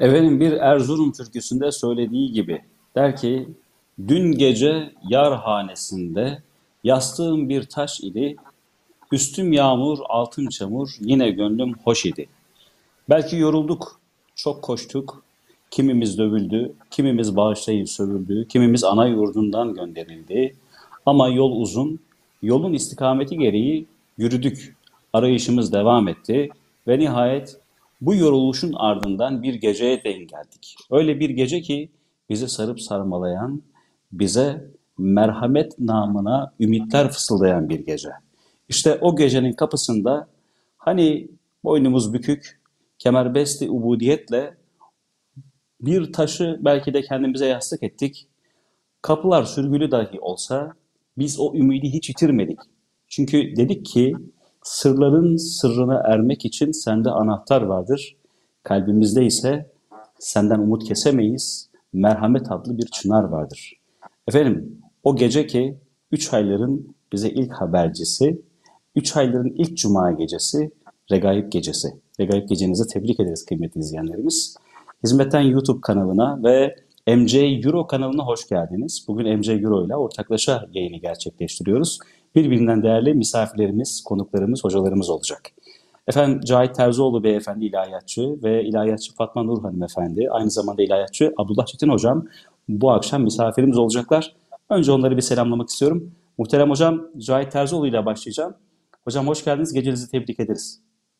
Efendim bir Erzurum türküsünde söylediği gibi der ki dün gece yar hanesinde yastığım bir taş idi, üstüm yağmur altın çamur yine gönlüm hoş idi. Belki yorulduk, çok koştuk, kimimiz dövüldü, kimimiz bağışlayıp sövüldü, kimimiz ana yurdundan gönderildi. Ama yol uzun, yolun istikameti gereği yürüdük, arayışımız devam etti ve nihayet bu yoruluşun ardından bir geceye denk geldik. Öyle bir gece ki bizi sarıp sarmalayan, bize merhamet namına ümitler fısıldayan bir gece. İşte o gecenin kapısında hani boynumuz bükük, kemerbesti ubudiyetle bir taşı belki de kendimize yastık ettik. Kapılar sürgülü dahi olsa biz o ümidi hiç yitirmedik. Çünkü dedik ki sırların sırrına ermek için sende anahtar vardır. Kalbimizde ise senden umut kesemeyiz. Merhamet adlı bir çınar vardır. Efendim o gece ki 3 ayların bize ilk habercisi, 3 ayların ilk cuma gecesi, Regaib gecesi. Regaib gecenizi tebrik ederiz kıymetli izleyenlerimiz. Hizmetten YouTube kanalına ve MC Euro kanalına hoş geldiniz. Bugün MC Euro ile ortaklaşa yayını gerçekleştiriyoruz. Birbirinden değerli misafirlerimiz, konuklarımız, hocalarımız olacak. Efendim Cahit Terzioğlu beyefendi ilahiyatçı ve ilahiyatçı Fatma Nur hanımefendi, aynı zamanda ilahiyatçı Abdullah Çetin hocam bu akşam misafirimiz olacaklar. Önce onları bir selamlamak istiyorum. Muhterem hocam Cahit Terzioğlu ile başlayacağım. Hocam hoş geldiniz, gecenizi tebrik ederiz.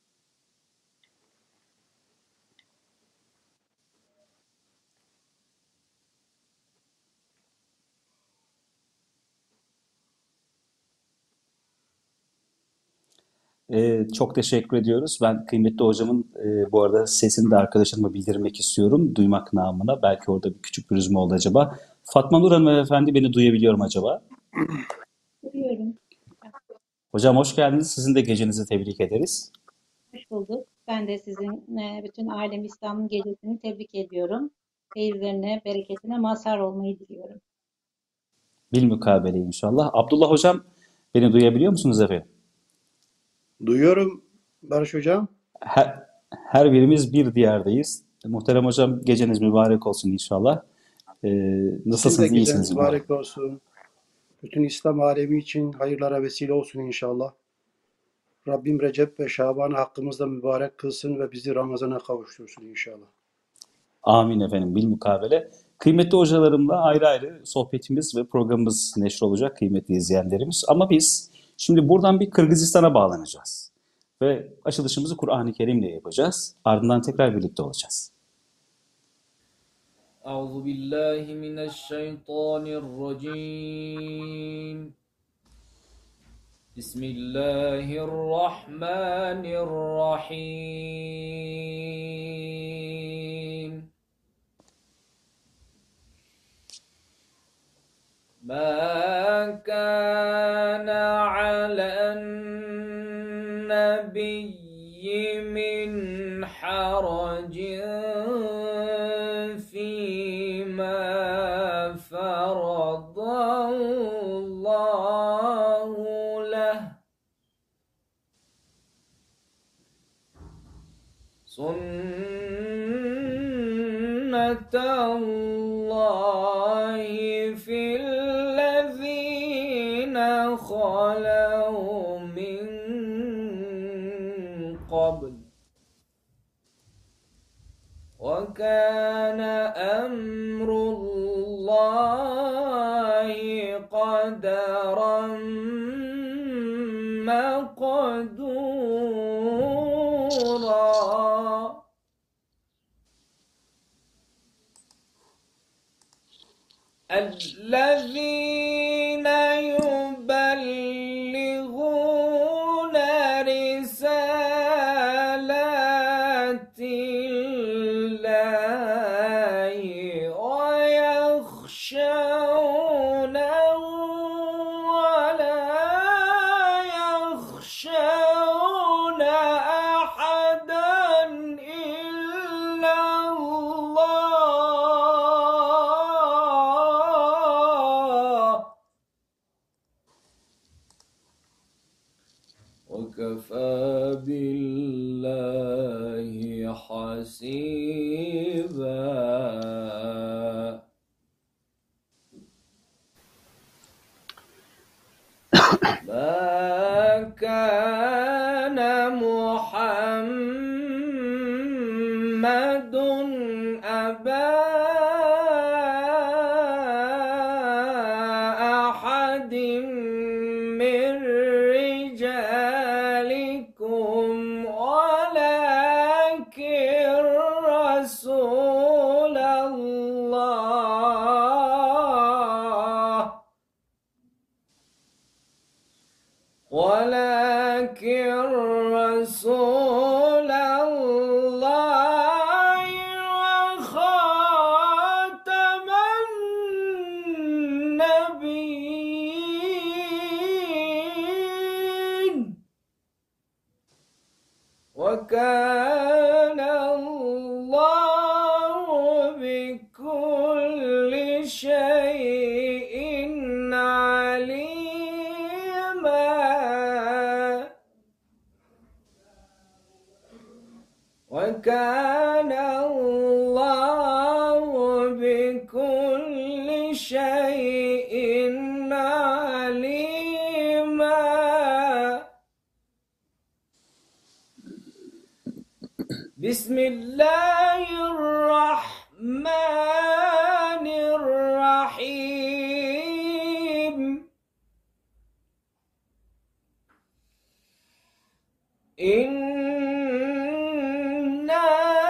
Çok teşekkür ediyoruz. Ben kıymetli hocamın bu arada sesini de arkadaşlarıma bildirmek istiyorum. Duymak namına. Belki orada bir küçük bir üzme oldu acaba. Fatma Nur Hanım efendi beni duyabiliyor mu acaba? Duyuyorum. Hocam hoş geldiniz. Sizin de gecenizi tebrik ederiz. Hoş bulduk. Ben de sizin bütün alem İslam'ın gecesini tebrik ediyorum. Hayırlarına, bereketine mazhar olmayı diliyorum. Bilmukabele inşallah. Abdullah hocam beni duyabiliyor musunuz efendim? Duyuyorum Barış Hocam. Her, her birimiz bir diyardayız. Muhterem hocam geceniz mübarek olsun inşallah. Sizin de Nasılsınız? geceniz İyisiniz umarım. mübarek olsun. Bütün İslam alemi için hayırlara vesile olsun inşallah. Rabbim Recep ve Şaban'ı hakkımızda mübarek kılsın ve bizi Ramazan'a kavuştursun inşallah. Amin efendim bilmukabele. Kıymetli hocalarımla ayrı ayrı sohbetimiz ve programımız neşr olacak kıymetli izleyenlerimiz. Ama biz şimdi buradan bir Kırgızistan'a bağlanacağız. Ve açılışımızı Kur'an-ı Kerim'le yapacağız. Ardından tekrar birlikte olacağız. Euzubillahimineşşeytanirracim. Bismillahirrahmanirrahim. ما كان على النبي من حرج فيما فرض الله له سنة الله في الذين خلوا من قبل وكان أمر الله قدرا مقدورا الذين يبلغون رسالات الله ويخشونه ولا يخشون أحدا إلا الله أحد من رجالكم ولكن رسول الله وخاتم النبيين وكان الله بكل شيء عليما وكان الله بكل شيء عليما. بسم الله الرحمن الرحيم. إنا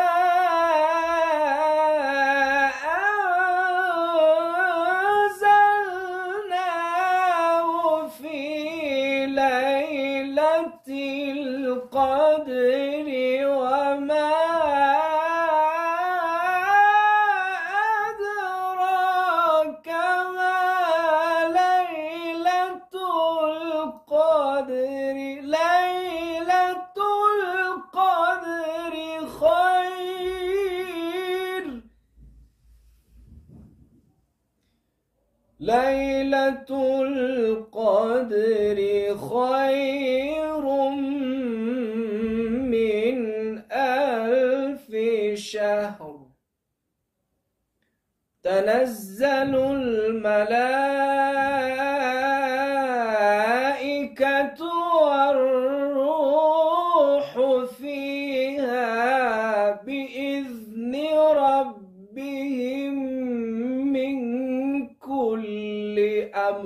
أنزلناه في ليلة القدر وما أدراك ما ليلة القدر. ليلة القدر خير. ليلة القدر خير من 1000 شهر. تنزل الملائكة والروح فيها بإذن ربهم من كل أمر.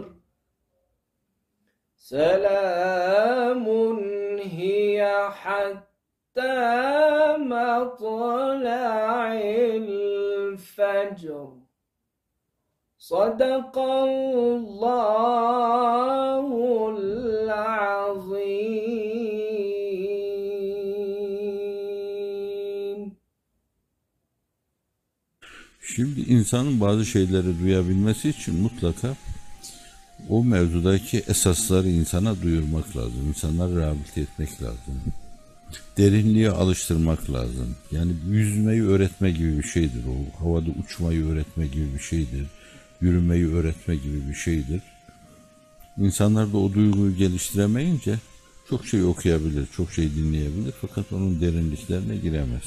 سلام هي حتى مطلع الفجر. صدق الله العظيم. Şimdi insanın bazı şeyleri duyabilmesi için mutlaka o mevzudaki esasları insana duyurmak lazım. İnsanları rehabilite etmek lazım. Derinliğe alıştırmak lazım. Yani yüzmeyi öğretme gibi bir şeydir o. Havada uçmayı öğretme gibi bir şeydir. Yürümeyi öğretme gibi bir şeydir. İnsanlar da o duyguyu geliştiremeyince çok şey okuyabilir, çok şey dinleyebilir fakat onun derinliklerine giremez.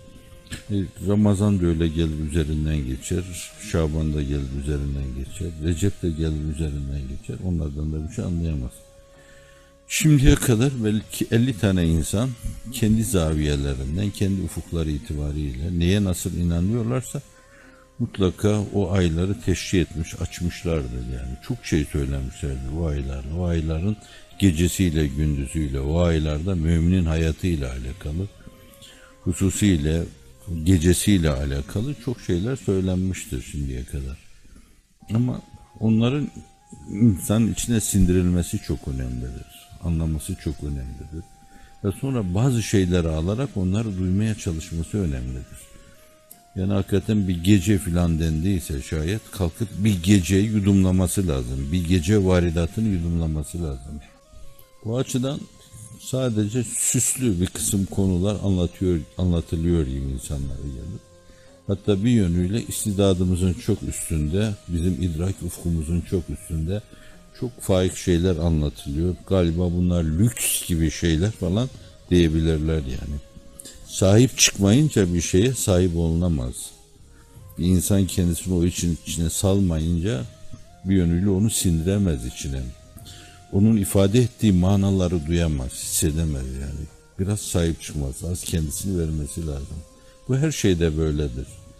Ramazan da öyle gelir üzerinden geçer, Şaban da gelir üzerinden geçer, Recep de gelir üzerinden geçer, onlardan da bir şey anlayamaz. Şimdiye kadar belki 50 tane insan kendi zaviyelerinden, kendi ufukları itibariyle neye nasıl inanıyorlarsa mutlaka o ayları teşrih etmiş, açmışlardır yani. Çok şey söylemişlerdir o aylarla, o ayların gecesiyle, gündüzüyle, o aylarda müminin hayatıyla alakalı, hususiyle gecesiyle alakalı çok şeyler söylenmiştir şimdiye kadar. Ama onların insanın içine sindirilmesi çok önemlidir. Anlaması çok önemlidir. Ve sonra bazı şeyleri alarak onları duymaya çalışması önemlidir. Yani hakikaten bir gece filan dendiyse şayet kalkıp bir geceyi yudumlaması lazım. Bir gece varidatını yudumlaması lazım. Bu açıdan sadece süslü bir kısım konular anlatılıyor gibi insanlara gelir. Hatta bir yönüyle istidadımızın çok üstünde, bizim idrak ufkumuzun çok üstünde çok faik şeyler anlatılıyor. Galiba bunlar lüks gibi şeyler falan diyebilirler yani. Sahip çıkmayınca bir şeye sahip olunamaz. Bir insan kendisini o içine salmayınca bir yönüyle onu sindiremez içine. Onun ifade ettiği manaları duyamaz, hissedemez yani. Biraz sahip çıkmaz, az kendisini vermesi lazım. Bu her şeyde böyledir.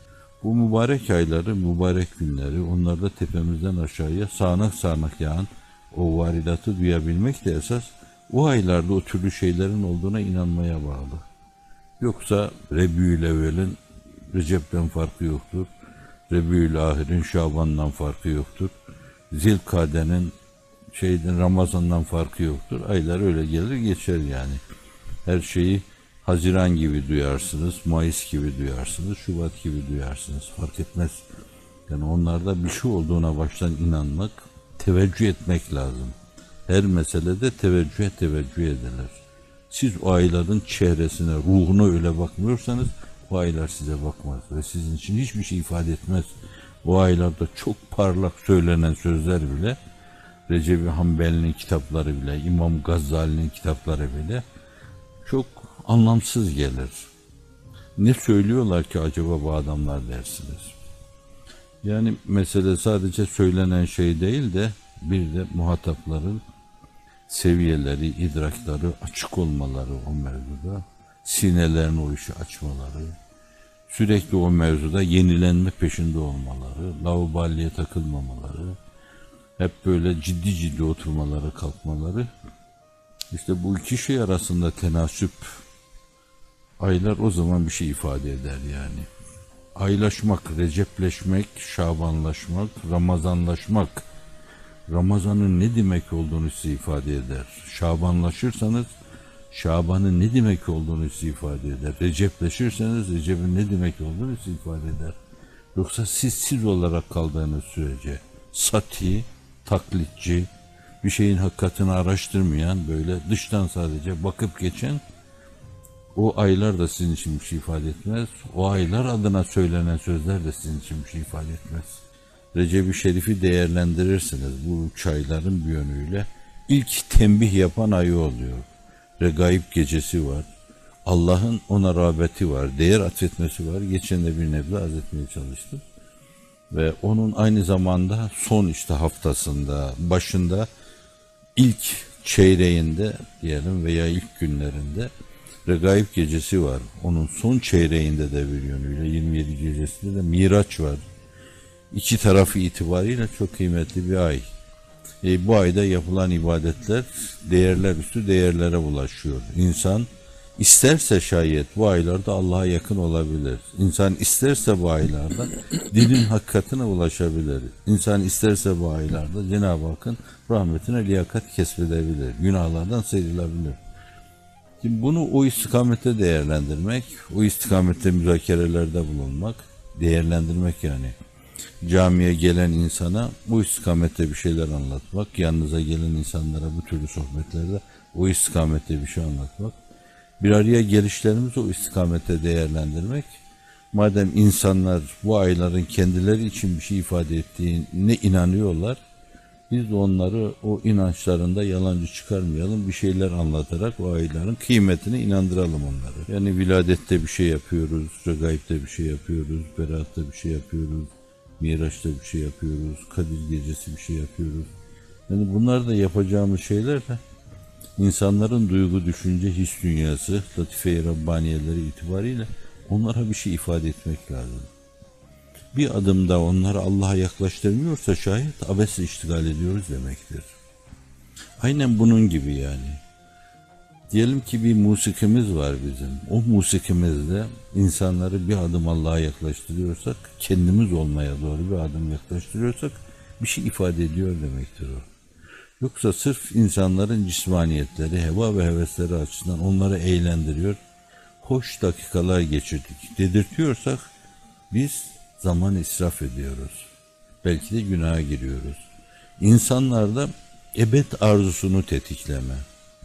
Bu mübarek ayları, mübarek günleri, onlarda tepemizden aşağıya sağanak sağanak yağan o varidatı duyabilmek de esas o aylarda o türlü şeylerin olduğuna inanmaya bağlı. Yoksa Rebiülevvel'in Recep'ten farkı yoktur. Rebiülahir'in Şaban'dan farkı yoktur. Zilkade'nin Ramazan'dan farkı yoktur. Aylar öyle gelir geçer yani. Her şeyi Haziran gibi duyarsınız, Mayıs gibi duyarsınız, Şubat gibi duyarsınız. Fark etmez. Yani onlarda bir şey olduğuna baştan inanmak, teveccüh etmek lazım. Her meselede teveccüh edilir. Siz o ayların çehresine, ruhuna öyle bakmıyorsanız o aylar size bakmaz ve sizin için hiçbir şey ifade etmez. O aylarda çok parlak söylenen sözler bile, Recep-i Hanbeli'nin kitapları bile, İmam Gazali'nin kitapları bile çok anlamsız gelir. Ne söylüyorlar ki acaba bu adamlar dersiniz. Yani mesele sadece söylenen şey değil de bir de muhatapların seviyeleri, idrakları açık olmaları o mevzuda, sinelerini o işi açmaları, sürekli o mevzuda yenilenme peşinde olmaları, laubaliye takılmamaları, hep böyle ciddi ciddi oturmaları, kalkmaları. İşte bu iki şey arasında tenasüp, aylar o zaman bir şey ifade eder yani. Aylaşmak, recepleşmek, şabanlaşmak, ramazanlaşmak, Ramazan'ın ne demek olduğunu size ifade eder. Şabanlaşırsanız Şaban'ın ne demek olduğunu size ifade eder. Recepleşirseniz Recep'in ne demek olduğunu size ifade eder. Yoksa siz olarak kaldığınız sürece sati, taklitçi, bir şeyin hakikatini araştırmayan, böyle dıştan sadece bakıp geçen, o aylar da sizin için bir şey ifade etmez. O aylar adına söylenen sözler de sizin için bir şey ifade etmez. Recep-i Şerif'i değerlendirirsiniz. Bu 3 ayların bir yönüyle ilk tembih yapan ayı oluyor. Regaib gecesi var. Allah'ın ona rağbeti var. Değer atfetmesi var. Geçen de bir nebze arz etmeye çalıştım. Ve onun aynı zamanda son haftasında, başında, ilk çeyreğinde diyelim veya ilk günlerinde Regaib gecesi var. Onun son çeyreğinde de bir yönüyle 27 gecesinde de Miraç var. İki tarafı itibariyle çok kıymetli bir ay. Bu ayda yapılan ibadetler değerler üstü değerlere ulaşıyor. İnsan isterse şayet bu aylarda Allah'a yakın olabilir. İnsan isterse bu aylarda dinin hakikatine ulaşabilir. İnsan isterse bu aylarda Cenab-ı Hakk'ın rahmetine liyakat kesbedebilir. Günahlardan sıyrılabilir. Şimdi bunu o istikamette değerlendirmek, o istikamette müzakerelerde bulunmak, değerlendirmek yani. Camiye gelen insana bu istikamette bir şeyler anlatmak, yanınıza gelen insanlara bu türlü sohbetlerde o istikamette bir şey anlatmak, bir araya gelişlerimizi o istikamette değerlendirmek. Madem insanlar bu ayların kendileri için bir şey ifade ettiğine inanıyorlar, biz de onları o inançlarında yalancı çıkarmayalım, bir şeyler anlatarak o ayların kıymetine inandıralım onları. Yani viladette bir şey yapıyoruz, regaibde bir şey yapıyoruz, beratta bir şey yapıyoruz, Miraç'ta bir şey yapıyoruz, Kadir Gecesi bir şey yapıyoruz. Yani bunlar da yapacağımız şeyler de insanların duygu, düşünce, his dünyası, latife-i Rabbaniyeleri itibariyle onlara bir şey ifade etmek lazım. Bir adım da onları Allah'a yaklaştırmıyorsa şayet abesle iştigal ediyoruz demektir. Aynen bunun gibi yani. Diyelim ki bir musikimiz var bizim. O musikimizde insanları bir adım Allah'a yaklaştırıyorsak, kendimiz olmaya doğru bir adım yaklaştırıyorsak bir şey ifade ediyor demektir o. Yoksa sırf insanların cismaniyetleri, heva ve hevesleri açısından onları eğlendiriyor, hoş dakikalar geçirdik dedirtiyorsak biz zaman israf ediyoruz. Belki de günaha giriyoruz. İnsanlarda ebed arzusunu tetikleme,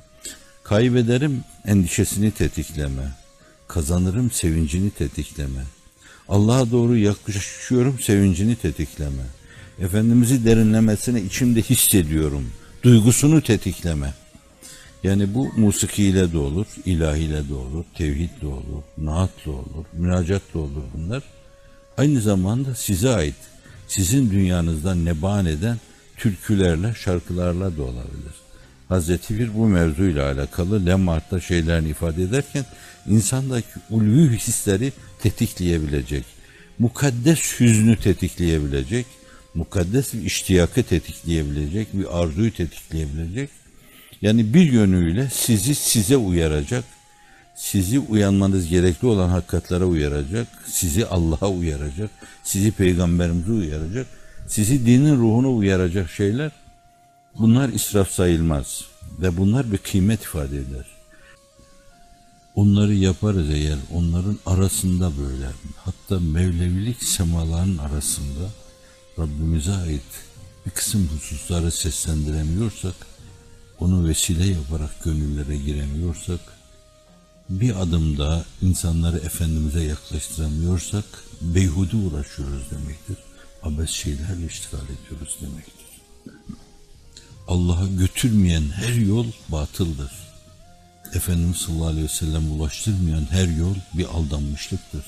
kaybederim endişesini tetikleme, kazanırım sevincini tetikleme, Allah'a doğru yaklaşıyorum sevincini tetikleme, Efendimiz'i derinlemesine içimde hissediyorum duygusunu tetikleme. Yani bu musikiyle de olur, ilahiyle de olur, tevhidle olur, naatla olur, münacatla olur bunlar. Aynı zamanda size ait, sizin dünyanızdan neban eden türkülerle, şarkılarla da olabilir. Hazreti Pir bu mevzuyla alakalı Lemart'ta şeylerini ifade ederken insandaki ulvi hisleri tetikleyebilecek, mukaddes hüznü tetikleyebilecek, mukaddes bir iştiyakı tetikleyebilecek, bir arzuyu tetikleyebilecek. Yani bir yönüyle sizi size uyaracak, sizi uyanmanız gerekli olan hakikatlere uyaracak, sizi Allah'a uyaracak, sizi Peygamberimize uyaracak, sizi dinin ruhuna uyaracak şeyler, bunlar israf sayılmaz ve bunlar bir kıymet ifade eder. Onları yaparız eğer onların arasında böyle, hatta Mevlevilik semaların arasında Rabbimize ait bir kısım hususları seslendiremiyorsak, onu vesile yaparak gönüllere giremiyorsak, bir adım daha insanları Efendimiz'e yaklaştıramıyorsak beyhude uğraşıyoruz demektir. Abes şeylerle iştigal ediyoruz demektir. Allah'a götürmeyen her yol batıldır. Efendimiz sallallahu aleyhi ve sellem ulaştırmayan her yol bir aldanmışlıktır.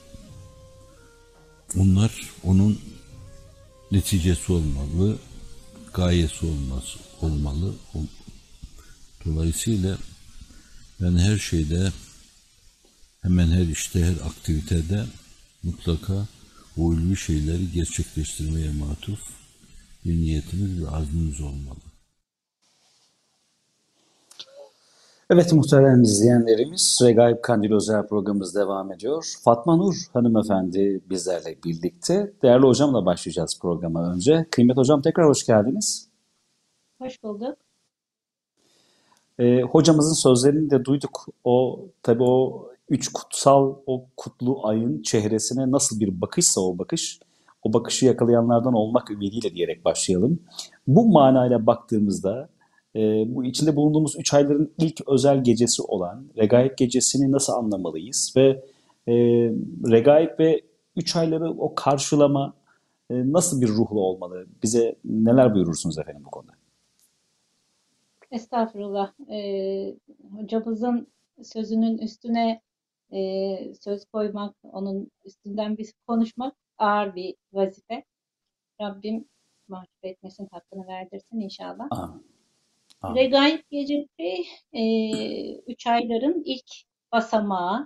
Onlar onun neticesi olmalı, gayesi olmalı. Dolayısıyla ben her şeyde, hemen her işte, her aktivitede mutlaka o ulvi şeyleri gerçekleştirmeye matuf bir niyetimiz ve azmimiz olmalı. Evet muhterem izleyenlerimiz, Regaib Kandili özel programımız devam ediyor. Fatma Nur hanımefendi bizlerle birlikte. Değerli hocamla başlayacağız programa önce. Kıymet hocam tekrar hoş geldiniz. Hoş bulduk. Hocamızın sözlerini de duyduk. Tabii o üç kutsal, o kutlu ayın çehresine nasıl bir bakışsa o bakışı yakalayanlardan olmak ümidiyle diyerek başlayalım. Bu manayla baktığımızda bu içinde bulunduğumuz 3 ayların ilk özel gecesi olan Regaib gecesini nasıl anlamalıyız ve Regaib ve 3 ayları o karşılama nasıl bir ruhla olmalı? Bize neler buyurursunuz efendim bu konuda? Estağfurullah. Hocamızın sözünün üstüne söz koymak, onun üstünden biz konuşmak ağır bir vazife. Rabbim mahcup etmesin, hakkını verdirsin inşallah. Amin. Amin. Regaib gecesi 3 ayların ilk basamağı.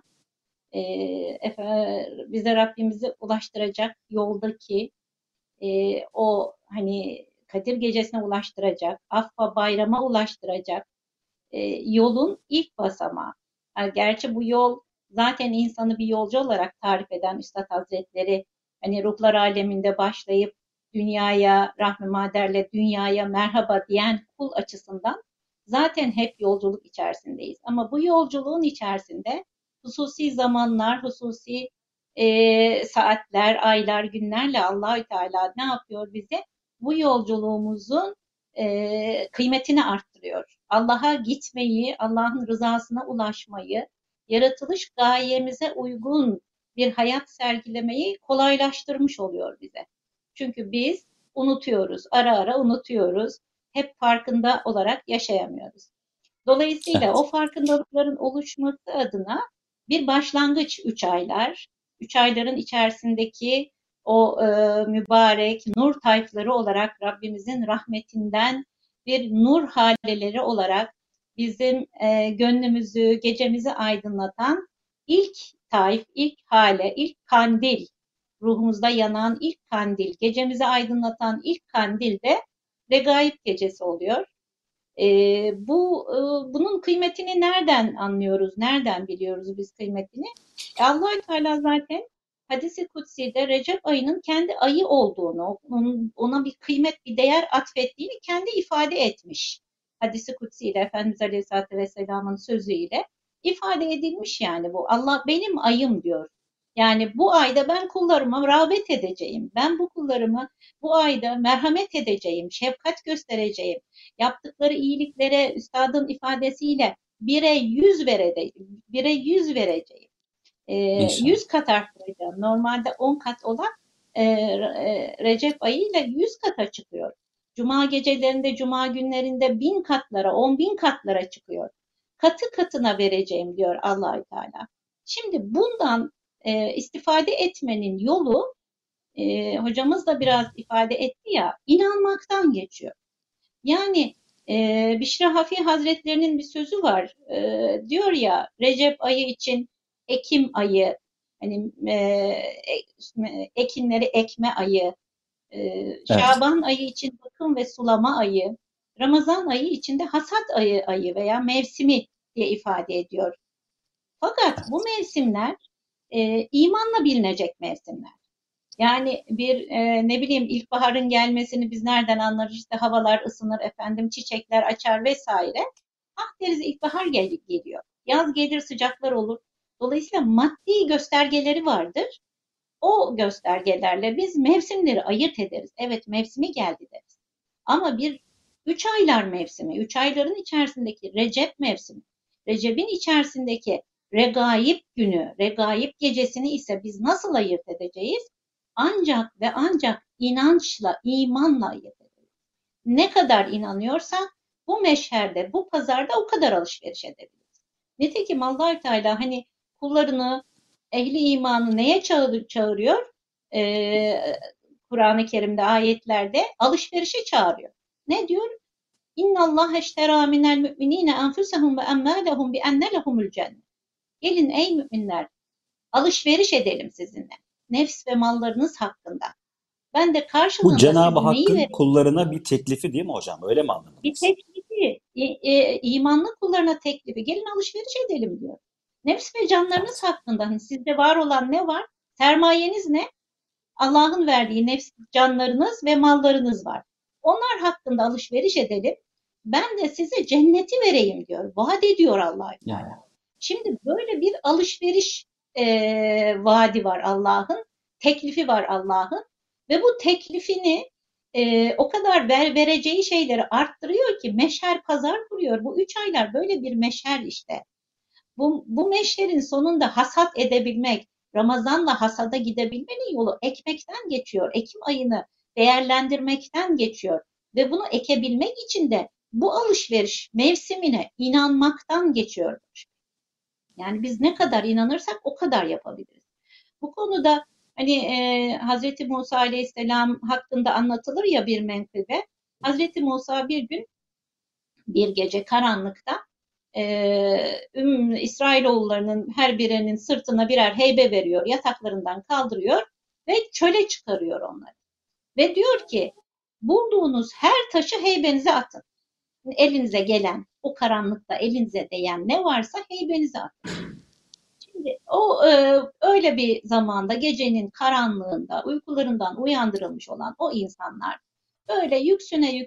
Bize Rabbimizi ulaştıracak yoldaki o hani Kadir Gecesi'ne ulaştıracak, Affa Bayram'a ulaştıracak yolun ilk basamağı. Yani gerçi bu yol zaten insanı bir yolcu olarak tarif eden Üstad Hazretleri, hani ruhlar aleminde başlayıp dünyaya, Rahmi Mader'le dünyaya merhaba diyen kul açısından zaten hep yolculuk içerisindeyiz. Ama bu yolculuğun içerisinde hususi zamanlar, hususi saatler, aylar, günlerle Allahü Teala ne yapıyor bize? Bu yolculuğumuzun kıymetini arttırıyor. Allah'a gitmeyi, Allah'ın rızasına ulaşmayı, yaratılış gayemize uygun bir hayat sergilemeyi kolaylaştırmış oluyor bize. Çünkü biz unutuyoruz, ara ara unutuyoruz. Hep farkında olarak yaşayamıyoruz. Dolayısıyla Evet. o farkındalıkların oluşması adına bir başlangıç 3 aylar. 3 ayların içerisindeki o mübarek nur tayfları olarak Rabbimizin rahmetinden bir nur haleleri olarak bizim gönlümüzü, gecemizi aydınlatan ilk tayf, ilk hale, ilk kandil, ruhumuzda yanan ilk kandil, gecemizi aydınlatan ilk kandil de Regaib gecesi oluyor. Bunun kıymetini nereden anlıyoruz, nereden biliyoruz biz kıymetini? Allah-u Teala zaten Hadis-i Kutsi'de Recep ayının kendi ayı olduğunu, ona bir kıymet, bir değer atfettiğini kendi ifade etmiş. Hadis-i Kutsi ile Efendimiz Aleyhisselatü Vesselam'ın sözüyle ifade edilmiş yani bu. Allah benim ayım diyor. Yani bu ayda ben kullarıma rağbet edeceğim. Ben bu kullarımı bu ayda merhamet edeceğim, şefkat göstereceğim. Yaptıkları iyiliklere üstadın ifadesiyle 1'e 100 vereceğim. 1'e 100 vereceğim. İnşallah. 100 kat arttıracağım. Normalde 10 kat olan Recep ayıyla 100 kata çıkıyor. Cuma gecelerinde, cuma günlerinde 1000 katlara, 10.000 katlara çıkıyor. Katı katına vereceğim diyor Allah-u Teala. Şimdi bundan istifade etmenin yolu, hocamız da biraz ifade etti ya, inanmaktan geçiyor. Yani Bişri Hafi Hazretlerinin bir sözü var. Diyor ya, Recep ayı için Ekim ayı, Hani ekinleri ekme ayı, Evet. Şaban ayı için bakım ve sulama ayı, Ramazan ayı içinde hasat ayı veya mevsimi diye ifade ediyor. Fakat bu mevsimler imanla bilinecek mevsimler. Yani bir ne bileyim ilkbaharın gelmesini biz nereden anlarız? İşte havalar ısınır, efendim çiçekler açar vesaire. Ah deriz ilkbahar geliyor. Yaz gelir sıcaklar olur. Dolayısıyla maddi göstergeleri vardır. O göstergelerle biz mevsimleri ayırt ederiz. Evet mevsimi geldi deriz. Ama bir 3 aylar mevsimi, 3 ayların içerisindeki Recep mevsimi, Recep'in içerisindeki Regaib günü, Regaib gecesini ise biz nasıl ayırt edeceğiz? Ancak ve ancak inançla, imanla ayırt ederiz. Ne kadar inanıyorsak bu meşherde, bu pazarda o kadar alışveriş edebiliriz. Nitekim Allah-u Teala hani kullarını, ehli imanı neye çağırıyor? Kur'an-ı Kerim'de, ayetlerde alışverişe çağırıyor. Ne diyor? İnna Allah eştera minel müminine enfusahum ve emmalahum bi enne lehumul cennet. Gelin ey müminler, alışveriş edelim sizinle. Nefs ve mallarınız hakkında. Ben de Bu karşılığında Cenab-ı size neyi Hakk'ın vereyim? kullarına bir teklifi değil mi hocam? Öyle mi Bir anladınız? teklifi, imanlı kullarına teklifi. Gelin alışveriş edelim diyor. Nefs ve canlarınız Evet. hakkında. Hani sizde var olan ne var? Sermayeniz ne? Allah'ın verdiği nefs, canlarınız ve mallarınız var. Onlar hakkında alışveriş edelim. Ben de size cenneti vereyim diyor. Vaat ediyor Allah-u Yani. Teala. Şimdi böyle bir alışveriş vaadi var Allah'ın. Teklifi var Allah'ın. Ve bu teklifini o kadar vereceği şeyleri arttırıyor ki meşher pazar kuruyor. Bu 3 aylar böyle bir meşher işte. Bu meşherin sonunda hasat edebilmek, Ramazan'la hasada gidebilmenin yolu ekmekten geçiyor. Ekim ayını değerlendirmekten geçiyor. Ve bunu ekebilmek için de bu alışveriş mevsimine inanmaktan geçiyor. Yani biz ne kadar inanırsak o kadar yapabiliriz. Bu konuda hani Hazreti Musa Aleyhisselam hakkında anlatılır ya bir menkıbe. Hazreti Musa bir gün bir gece karanlıkta İsrailoğullarının her birinin sırtına birer heybe veriyor, yataklarından kaldırıyor ve çöle çıkarıyor onları. Ve diyor ki bulduğunuz her taşı heybenize atın. Elinize gelen, o karanlıkta elinize değen ne varsa heybenize atın. Şimdi o öyle bir zamanda gecenin karanlığında uykularından uyandırılmış olan o insanlar böyle yüksüne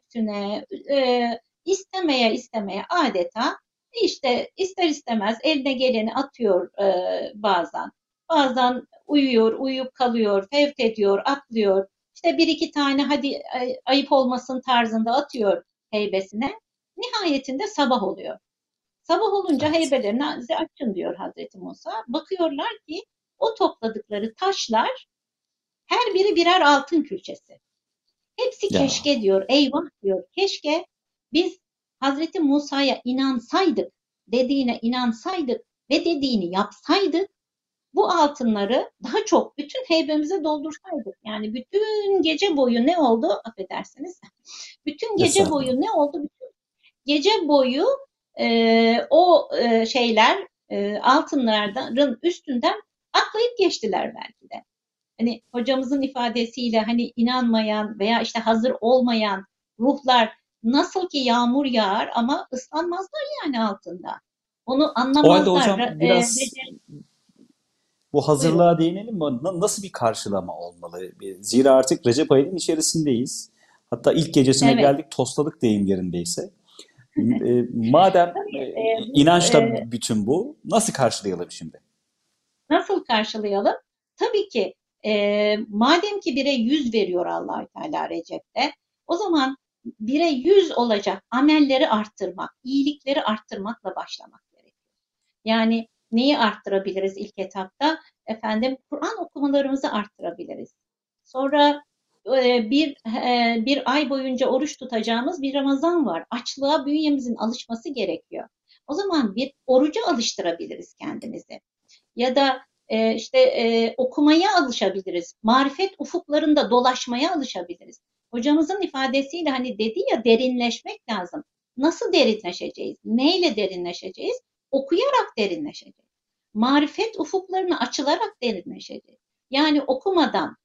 istemeye istemeye adeta işte ister istemez eline geleni atıyor bazen. Bazen uyuyup kalıyor, fevt ediyor, atlıyor. İşte bir iki tane hadi ayıp olmasın tarzında atıyor heybesine. Nihayetinde sabah oluyor. Sabah olunca Evet. heybelerinizi açın diyor Hazreti Musa. Bakıyorlar ki o topladıkları taşlar her biri birer altın külçesi. Hepsi Ya. keşke diyor, eyvah diyor. Keşke biz Hazreti Musa'ya inansaydık, dediğine inansaydık ve dediğini yapsaydık, bu altınları daha çok bütün heybemize doldursaydık. Yani bütün gece boyu ne oldu? Affedersiniz. Bütün gece Estağfurullah. boyu ne oldu? Bütün gece boyu o şeyler altınların üstünden atlayıp geçtiler belki de. Hani hocamızın ifadesiyle hani inanmayan veya işte hazır olmayan ruhlar nasıl ki yağmur yağar ama ıslanmazlar yani altında. Onu O halde anlamazlar. hocam biraz bu Buyurun. hazırlığa değinelim mi? Nasıl bir karşılama olmalı? Zira artık Recep ayının içerisindeyiz. Hatta ilk gecesine Evet. geldik, tosladık deyim yerindeyse. Madem Tabii inançla bütün bu, nasıl karşılayalım şimdi? nasıl karşılayalım? Tabii ki madem ki 1'e 100 veriyor Allah-u Teala Recep'te, o zaman 1'e 100 olacak amelleri arttırmak, iyilikleri arttırmakla başlamak gerekiyor. Yani neyi arttırabiliriz ilk etapta? Efendim Kur'an okumalarımızı arttırabiliriz. Sonra bir ay boyunca oruç tutacağımız bir Ramazan var. Açlığa bünyemizin alışması gerekiyor. O zaman bir oruca alıştırabiliriz kendimizi. Ya da işte okumaya alışabiliriz. Marifet ufuklarında dolaşmaya alışabiliriz. Hocamızın ifadesiyle hani dedi ya derinleşmek lazım. Nasıl derinleşeceğiz? Neyle derinleşeceğiz? Okuyarak derinleşeceğiz. marifet ufuklarını açılarak derinleşecek. Yani okumadan,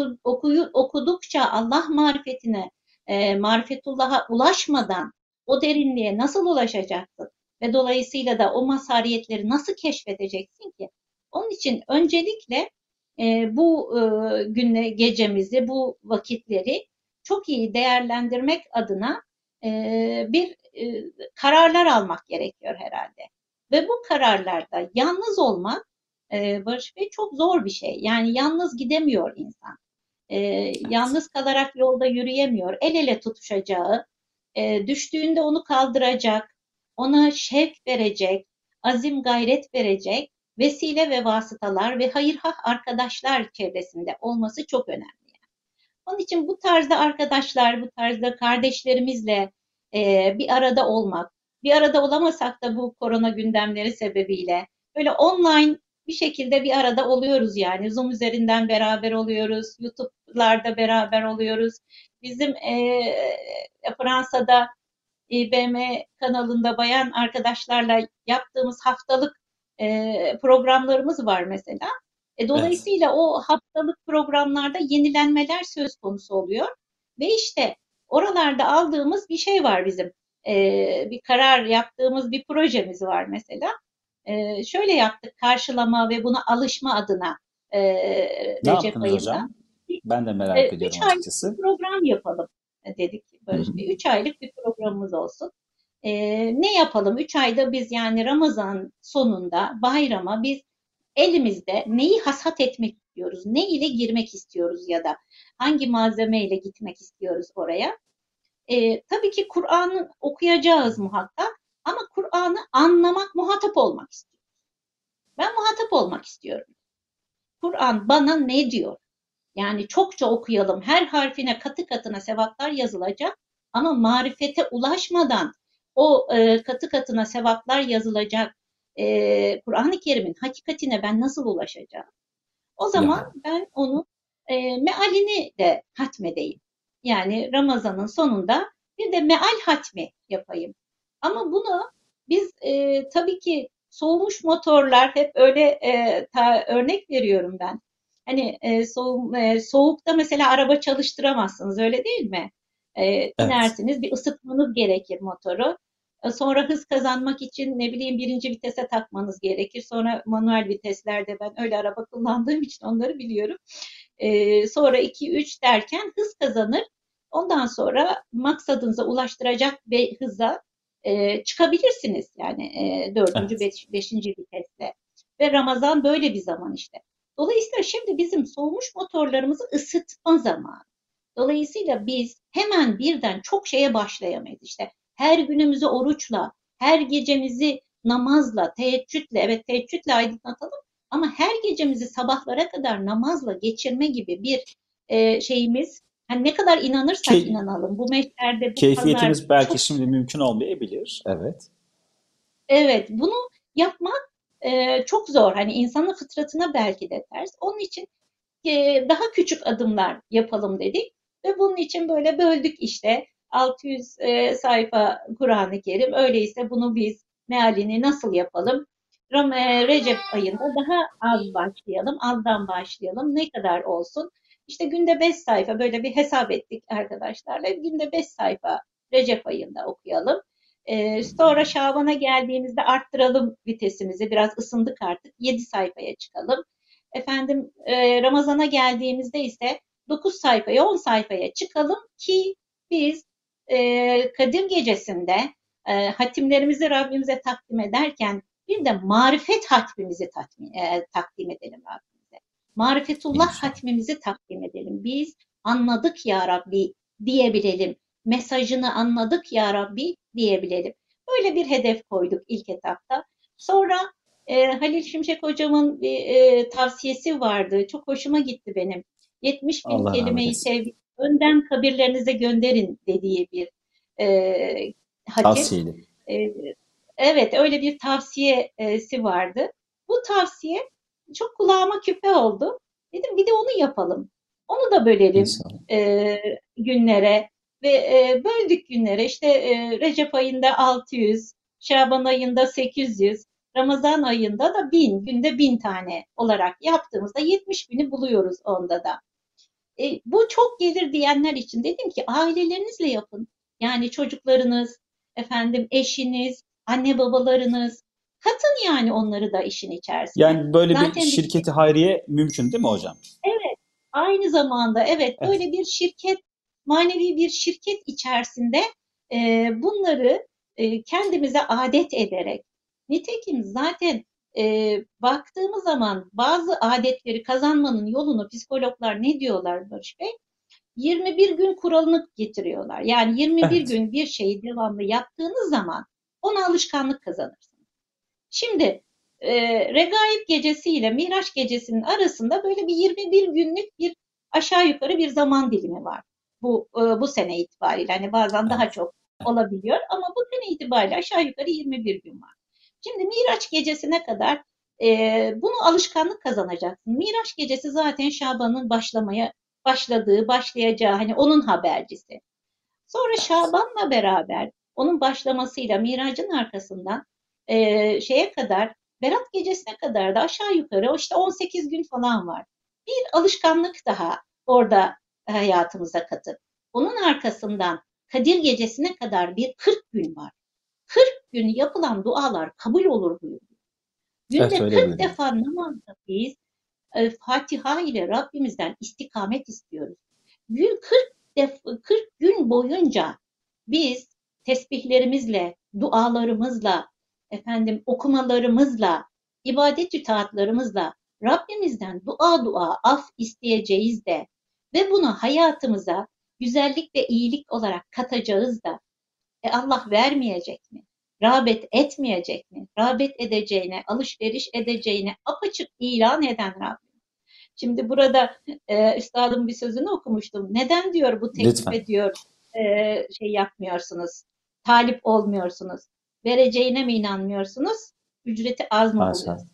okudukça Allah marifetine, marifetullah'a ulaşmadan o derinliğe nasıl ulaşacaksın? Ve dolayısıyla da o mazhariyetleri nasıl keşfedeceksin ki? Onun için öncelikle bu gecemizi, bu vakitleri çok iyi değerlendirmek adına bir kararlar almak gerekiyor herhalde. Ve bu kararlarda yalnız olmak, Barış Bey, çok zor bir şey. Yani yalnız gidemiyor insan. Yalnız kalarak yolda yürüyemiyor. El ele tutuşacağı, düştüğünde onu kaldıracak, ona şevk verecek, azim gayret verecek vesile ve vasıtalar ve hayırhah arkadaşlar çevresinde olması çok önemli. Onun için bu tarzda arkadaşlar, bu tarzda kardeşlerimizle bir arada olmak, bir arada olamasak da bu korona gündemleri sebebiyle böyle online bir şekilde bir arada oluyoruz yani. Zoom üzerinden beraber oluyoruz, YouTube'larda beraber oluyoruz. Bizim Fransa'da İBM kanalında bayan arkadaşlarla yaptığımız haftalık programlarımız var mesela. Evet. Dolayısıyla o haftalık programlarda yenilenmeler söz konusu oluyor. Ve işte oralarda aldığımız bir şey var bizim. Bir karar yaptığımız bir projemiz var mesela. Şöyle yaptık, karşılama ve buna alışma adına Ne Recep yaptınız ayında. hocam? Ben de merak ediyorum 3 aylık bir açıkçası. program yapalım dedik Hı Barış hı. Bey. 3 aylık bir programımız olsun. Ne yapalım? 3 ayda biz yani Ramazan sonunda bayrama biz elimizde neyi hasat etmek istiyoruz, ne ile girmek istiyoruz ya da hangi malzemeyle gitmek istiyoruz oraya. Tabii ki Kur'an'ı okuyacağız muhakkak ama Kur'an'ı anlamak, muhatap olmak istiyorum. Ben muhatap olmak istiyorum. Kur'an bana ne diyor? Yani çokça okuyalım, her harfine katı katına sevaplar yazılacak ama marifete ulaşmadan o katı katına sevaplar yazılacak Kur'an-ı Kerim'in hakikatine ben nasıl ulaşacağım? O zaman Yani. ben onu mealini de hatmedeyim. Yani Ramazan'ın sonunda bir de meal hatmi yapayım. Ama bunu biz tabii ki soğumuş motorlar hep öyle örnek veriyorum ben. Hani soğukta mesela araba çalıştıramazsınız öyle değil mi? Evet. İnersiniz bir ısıtmanız gerekir motoru. Sonra hız kazanmak için ne bileyim birinci vitese takmanız gerekir. Sonra manuel viteslerde ben öyle araba kullandığım için onları biliyorum. Sonra 2-3 derken hız kazanır. Ondan sonra maksadınıza ulaştıracak bir hıza çıkabilirsiniz. Yani 4. Evet. 5. viteste. Ve Ramazan böyle bir zaman işte. Dolayısıyla şimdi bizim soğumuş motorlarımızı ısıtma zamanı. Dolayısıyla biz hemen birden çok şeye başlayamayız. İşte her günümüzü oruçla, her gecemizi namazla, teheccüdle, evet teheccüdle aydınlatalım ama her gecemizi sabahlara kadar namazla geçirme gibi bir şeyimiz, hani ne kadar inanırsak Key inanalım, bu meşlerde, bu pazar keyfiyetimiz belki çok, şimdi mümkün olmayabilir. Evet. evet bunu yapmak çok zor. Hani insanın fıtratına belki de ters. Onun için daha küçük adımlar yapalım dedik ve bunun için böyle böldük işte 600 sayfa Kur'an-ı Kerim. Öyleyse bunu biz mealini nasıl yapalım? Recep ayında daha az başlayalım, azdan başlayalım. Ne kadar olsun? İşte günde 5 sayfa böyle bir hesap ettik arkadaşlarla. Günde 5 sayfa Recep ayında okuyalım. Sonra Şaban'a geldiğimizde arttıralım vitesimizi. Biraz ısındık artık. 7 sayfaya çıkalım. Efendim Ramazan'a geldiğimizde ise 9 sayfaya 10 sayfaya çıkalım ki biz Kadir Gecesi'nde hatimlerimizi Rabbimize takdim ederken bir de marifet hatmimizi takdim edelim Rabbimize. Marifetullah İnşallah. hatmimizi takdim edelim. Biz anladık ya Rabbi diyebilelim. Mesajını anladık ya Rabbi diyebilelim. Böyle bir hedef koyduk ilk etapta. Sonra Halil Şimşek hocamın bir tavsiyesi vardı. Çok hoşuma gitti benim. 70 bin Allah rahmet kelimeyi etsin. tevhid önden kabirlerinize gönderin dediği bir e, hatim. Tavsiyeli. E, evet öyle bir tavsiyesi vardı. Bu tavsiye çok kulağıma küpe oldu. Dedim bir de onu yapalım. Onu da bölelim İnşallah. günlere ve böldük günlere. İşte Recep ayında 600, Şaban ayında 800, Ramazan ayında da 1000, günde 1000 tane olarak yaptığımızda 70 bini buluyoruz onda da. Bu çok gelir diyenler için dedim ki ailelerinizle yapın. Yani çocuklarınız, efendim eşiniz, anne babalarınız, katın yani onları da işin içerisine. Yani böyle bir Zaten bir şirketi hayriye mümkün değil mi hocam? evet, aynı zamanda evet Evet. böyle bir şirket, manevi bir şirket içerisinde bunları kendimize adet ederek, nitekim zaten baktığımız zaman bazı adetleri kazanmanın yolunu psikologlar ne diyorlar Barış Bey? 21 gün kuralını getiriyorlar. Yani 21 Evet. gün bir şeyi devamlı yaptığınız zaman ona alışkanlık kazanırsınız. Şimdi Regaib Gecesi ile Miraç Gecesi'nin arasında böyle bir 21 günlük bir aşağı yukarı bir zaman dilimi var. Bu sene itibariyle hani bazen daha Evet. çok olabiliyor ama bu sene itibariyle aşağı yukarı 21 gün var. Şimdi Miraç Gecesi'ne kadar bunu alışkanlık kazanacaksın. Miraç Gecesi zaten Şaban'ın başlayacağı hani onun habercisi. Sonra Şaban'la beraber onun başlamasıyla Miracın arkasından şeye kadar Berat Gecesi'ne kadar da aşağı yukarı işte 18 gün falan var. Bir alışkanlık daha orada hayatımıza katıp onun arkasından Kadir Gecesi'ne kadar bir 40 gün var. 40 gün yapılan dualar kabul olur buyuruyor. Evet, Günde öyle 40 buyuruyor. defa namazda biz Fatiha ile Rabbimizden istikamet istiyoruz. 40 gün boyunca biz tesbihlerimizle, dualarımızla, efendim okumalarımızla, ibadet taatlarımızla Rabbimizden dua af isteyeceğiz de ve bunu hayatımıza güzellik ve iyilik olarak katacağız da Allah vermeyecek mi? Rağbet etmeyecek mi? Rağbet edeceğine, alışveriş edeceğine apaçık ilan eden Rabbim. Şimdi burada üstadın bir sözünü okumuştum. Neden diyor bu teklife Lütfen. diyor şey yapmıyorsunuz, talip olmuyorsunuz? Vereceğine mi inanmıyorsunuz? Ücreti az mı Haşa. buluyorsunuz?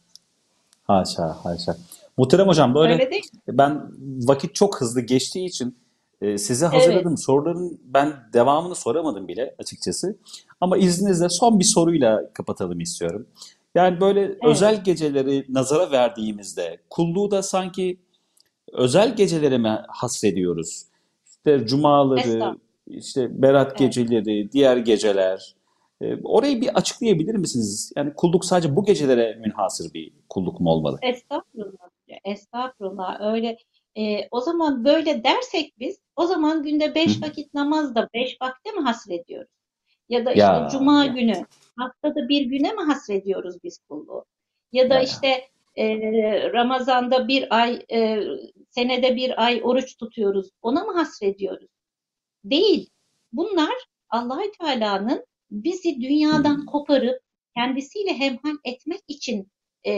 Haşa, haşa. Muhterem hocam, böyle Öyle değil mi? ben vakit çok hızlı geçtiği için size Evet, hazırladığım soruların ben devamını soramadım bile açıkçası. Ama izninizle son bir soruyla kapatalım istiyorum. Yani böyle evet. özel geceleri nazara verdiğimizde kulluğu da sanki özel gecelere mi hasrediyoruz? İşte cumaları, Estağfurullah. işte berat Evet. geceleri, diğer geceler. Orayı bir açıklayabilir misiniz? Yani kulluk sadece bu gecelere münhasır bir kulluk mu olmalı? Estağfurullah. Estağfurullah. Öyle o zaman böyle dersek biz o zaman günde Hı? 5 vakit namazda 5 vakte mi hasrediyoruz? Ya da işte Ya cuma ya günü haftada bir güne mi hasrediyoruz biz kulluğu? Ya da ya. işte Ramazan'da bir ay senede bir ay oruç tutuyoruz. Ona mı hasrediyoruz? Değil. Bunlar Allah Teala'nın bizi Hı. dünyadan koparıp kendisiyle hemhal etmek için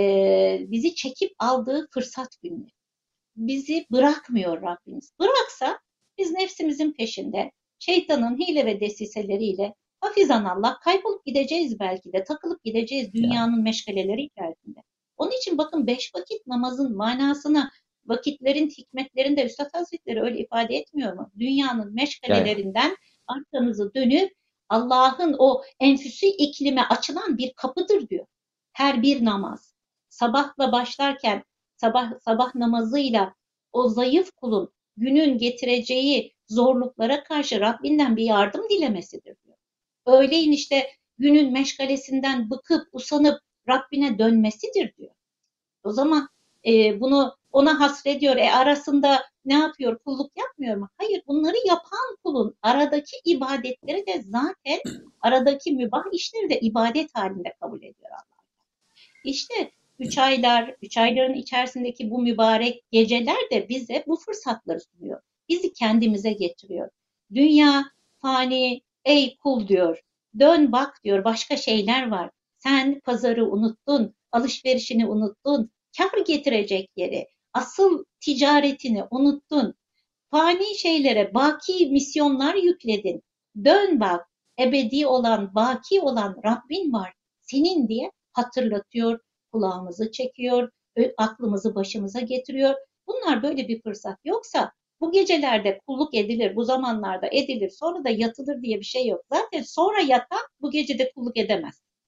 bizi çekip aldığı fırsat günleri. Bizi bırakmıyor Rabbimiz. Bıraksa biz nefsimizin peşinde şeytanın hile ve desiseleriyle hafizan Allah kaybolup gideceğiz belki de takılıp gideceğiz Ya. dünyanın meşgaleleri içerisinde. Onun için bakın 5 vakit namazın manasını vakitlerin hikmetlerinde Üstad Hazretleri öyle ifade etmiyor mu? Dünyanın Ya ya. meşgalelerinden arkanızı dönüp Allah'ın o enfüsi iklime açılan bir kapıdır diyor. Her bir namaz. Sabahla başlarken sabah namazıyla o zayıf kulun günün getireceği zorluklara karşı Rabbinden bir yardım dilemesidir diyor. Öğleyin işte günün meşgalesinden bıkıp usanıp Rabbine dönmesidir diyor. O zaman bunu ona hasrediyor. Arasında ne yapıyor? Kulluk yapmıyor mu? Hayır, bunları yapan kulun aradaki ibadetleri de zaten aradaki mübah işleri de ibadet halinde kabul ediyor Allah. İşte 3 ayların içerisindeki bu mübarek geceler de bize bu fırsatları sunuyor. Bizi kendimize getiriyor. Dünya fani, ey kul diyor. Dön bak diyor, başka şeyler var. Sen pazarı unuttun, alışverişini unuttun, kar getirecek yeri, asıl ticaretini unuttun. Fani şeylere baki misyonlar yükledin. Dön bak, ebedi olan, baki olan Rabbin var senin diye hatırlatıyor, kulağımızı çekiyor, aklımızı başımıza getiriyor. Bunlar böyle bir fırsat. Yoksa bu gecelerde kulluk edilir, bu zamanlarda edilir, sonra da yatılır diye bir şey yok. Zaten sonra yatan bu gecede kulluk edemez.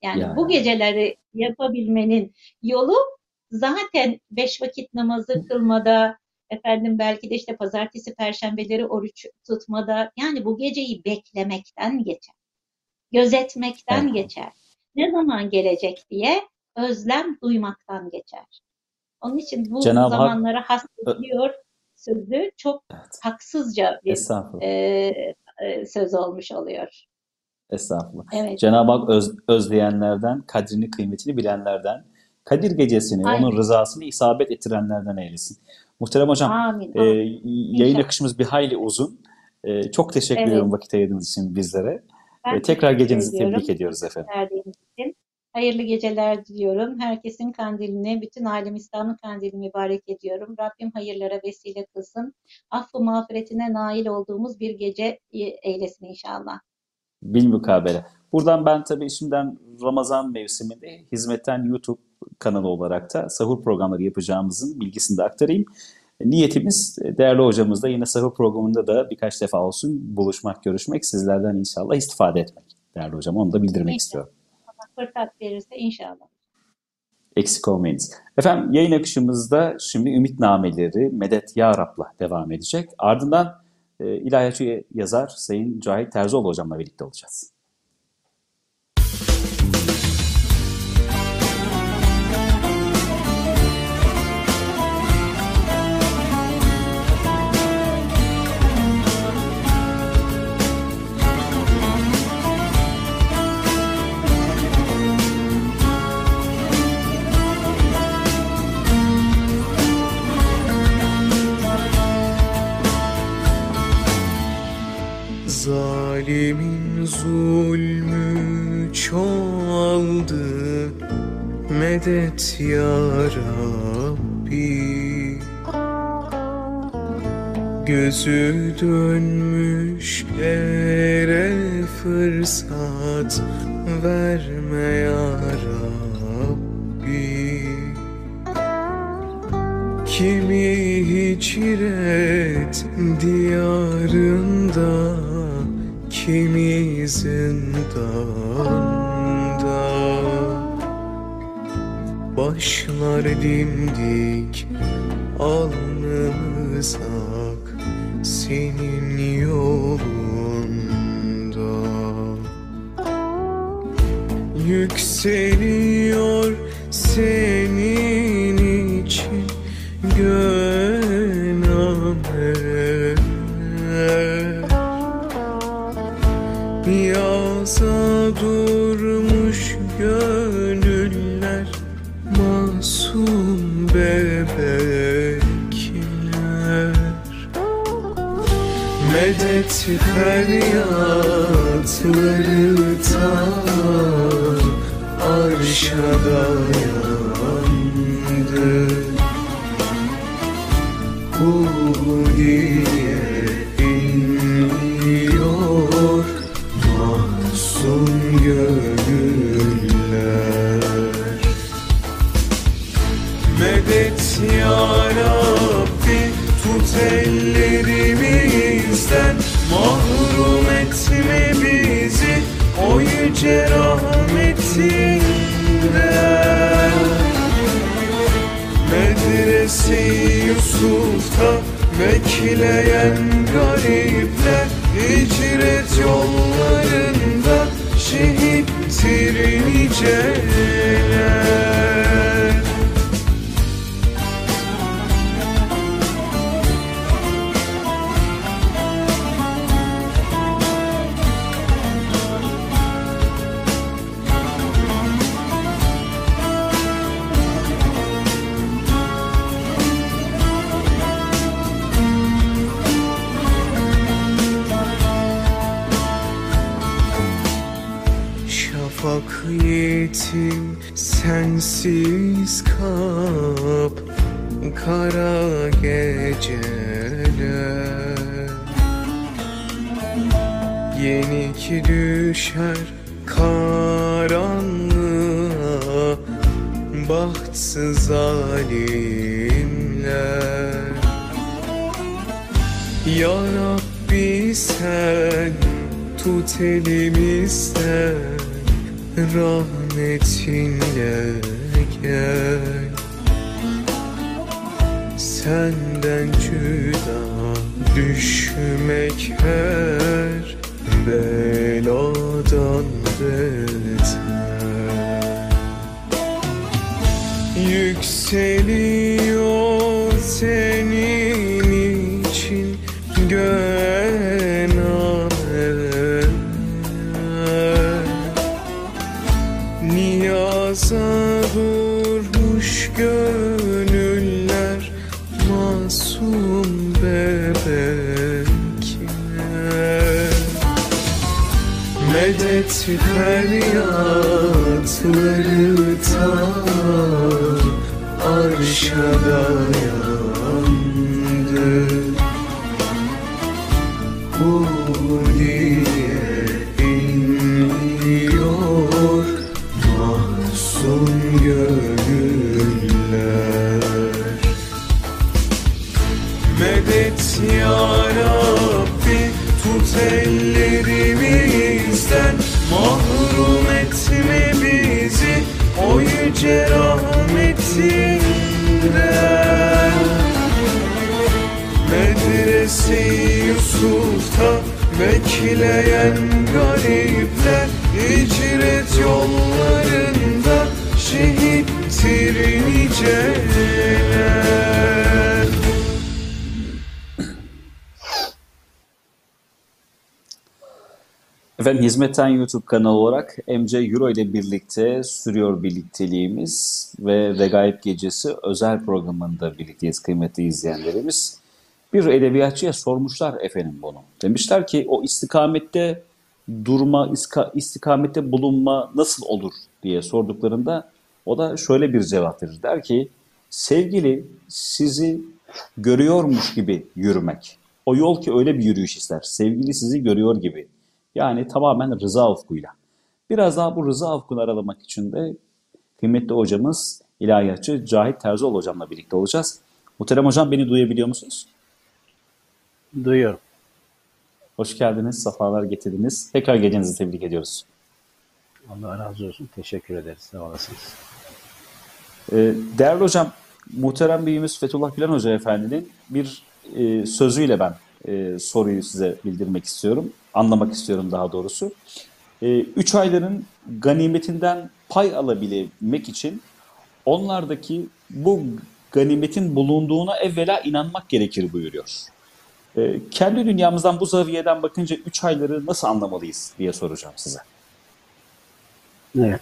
Yani bu Yani geceleri yapabilmenin yolu zaten 5 vakit namazı kılmada, efendim belki de işte pazartesi, perşembeleri oruç tutmada, yani bu geceyi beklemekten geçer, evet. gözetmekten geçer. Ne zaman gelecek diye özlem duymaktan geçer. Onun için bu Cenab-ı Hak zamanlara hasrediyor sözü çok evet. haksızca bir Estağfurullah. söz olmuş oluyor. Estağfurullah. Evet, Cenab-ı Hak özleyenlerden, kadrini, kıymetini bilenlerden, Kadir Gecesi'ni, onun aynen. rızasını isabet ettirenlerden eylesin. Muhterem Hocam, Amin, amin. yayın İnşallah. akışımız bir hayli uzun. Çok teşekkür Evet, ediyorum vakit ayırdığınız için bizlere. ben Tekrar teşekkür gecenizi tebrik ediyorum ediyoruz efendim. verdiğiniz için. Hayırlı geceler diliyorum. Herkesin kandilini, bütün alem İslam'ın kandilini mübarek ediyorum. Rabbim hayırlara vesile kılsın. Affı mağfiretine nail olduğumuz bir gece eylesin inşallah. Bilmukabele. Buradan ben tabii şimdiden Ramazan mevsiminde hizmetten YouTube kanalı olarak da sahur programları yapacağımızın bilgisini de aktarayım. Niyetimiz değerli hocamızla yine sahur programında da birkaç defa olsun buluşmak, görüşmek, sizlerden inşallah istifade etmek. Değerli hocam onu da bildirmek İnşallah. istiyorum. Fırsat verirse inşallah. Eksik olmayınız. Efendim yayın akışımızda şimdi ümitnameleri Medet Ya Rab'la devam edecek. Ardından ilahiyatçı yazar Sayın Cahit Terzioğlu hocamla birlikte olacağız. Zalimin zulmü çoğaldı, medet ya Rabbi. Gözü dönmüşlere fırsat verme ya Rabbi. Kimi hicret diyarında, kimi zindanda. Başlar dimdik, alnımız ak senin yolunda. Yükseliyor senin için gönamer. Yaza durmuş gönüller, masum bebekler. Medet feryatları ta arşa dayandı. Kul diye inliyor mahzun gönüller. Medet ya Rabbi, tut ellerimizden, mahrum etme bizi o yüce rahmetinden. Medrese Yusuf'ta bekleyen garipler, hicret yollarında şehittir niceler. Şafak yetim sensiz kap kara geceler. Yenik düşer karanlığa bahtsız zalimler. Ya Rabbi sen tut elimizden, rahmet rahmetinle gel. Senden cüda düşmek her beladan beter. Yükseliyor senin için göğe nameler, niyaza durmuş gönüller masum bebekler. Medet feryatları ta arşa dayandı. Hudiye inliyor mahzun gönüller. Medet ya Rabbi, tut ellerimizden, mahrum etme bizi o yüce rahmetinden. Medrese-i Yusuf'ta bekleyen garipler, hicret yollarında şehittir niceler. Efendim Hizmetten YouTube kanalı olarak MC Euro ile birlikte sürüyor birlikteliğimiz ve Regaib Gecesi özel programında birlikteyiz kıymetli izleyenlerimiz. Bir edebiyatçıya sormuşlar efendim bunu. Demişler ki o istikamette durma, istikamette bulunma nasıl olur diye sorduklarında o da şöyle bir cevap verir. Der ki sevgili sizi görüyormuş gibi yürümek. O yol ki öyle bir yürüyüş ister. Sevgili sizi görüyor gibi. Yani tamamen rıza ufkuyla. Biraz daha bu rıza ufkunu aralamak için de kıymetli hocamız ilahiyatçı Cahit Terzioğlu hocamla birlikte olacağız. Muhterem hocam beni duyabiliyor musunuz? Duyuyorum. Hoş geldiniz, sefalar getirdiniz. Tekrar gecenizi tebrik ediyoruz. Allah razı olsun. Teşekkür ederiz. Sağ olasınız. Değerli hocam, muhterem büyüğümüz Fethullah Gülen Hoca Efendi'nin bir sözüyle ben soruyu size bildirmek istiyorum. Anlamak istiyorum daha doğrusu. 3 ayların ganimetinden pay alabilmek için onlardaki bu ganimetin bulunduğuna evvela inanmak gerekir buyuruyor. Kendi dünyamızdan bu zaviyeden bakınca 3 ayları nasıl anlamalıyız diye soracağım size. Evet.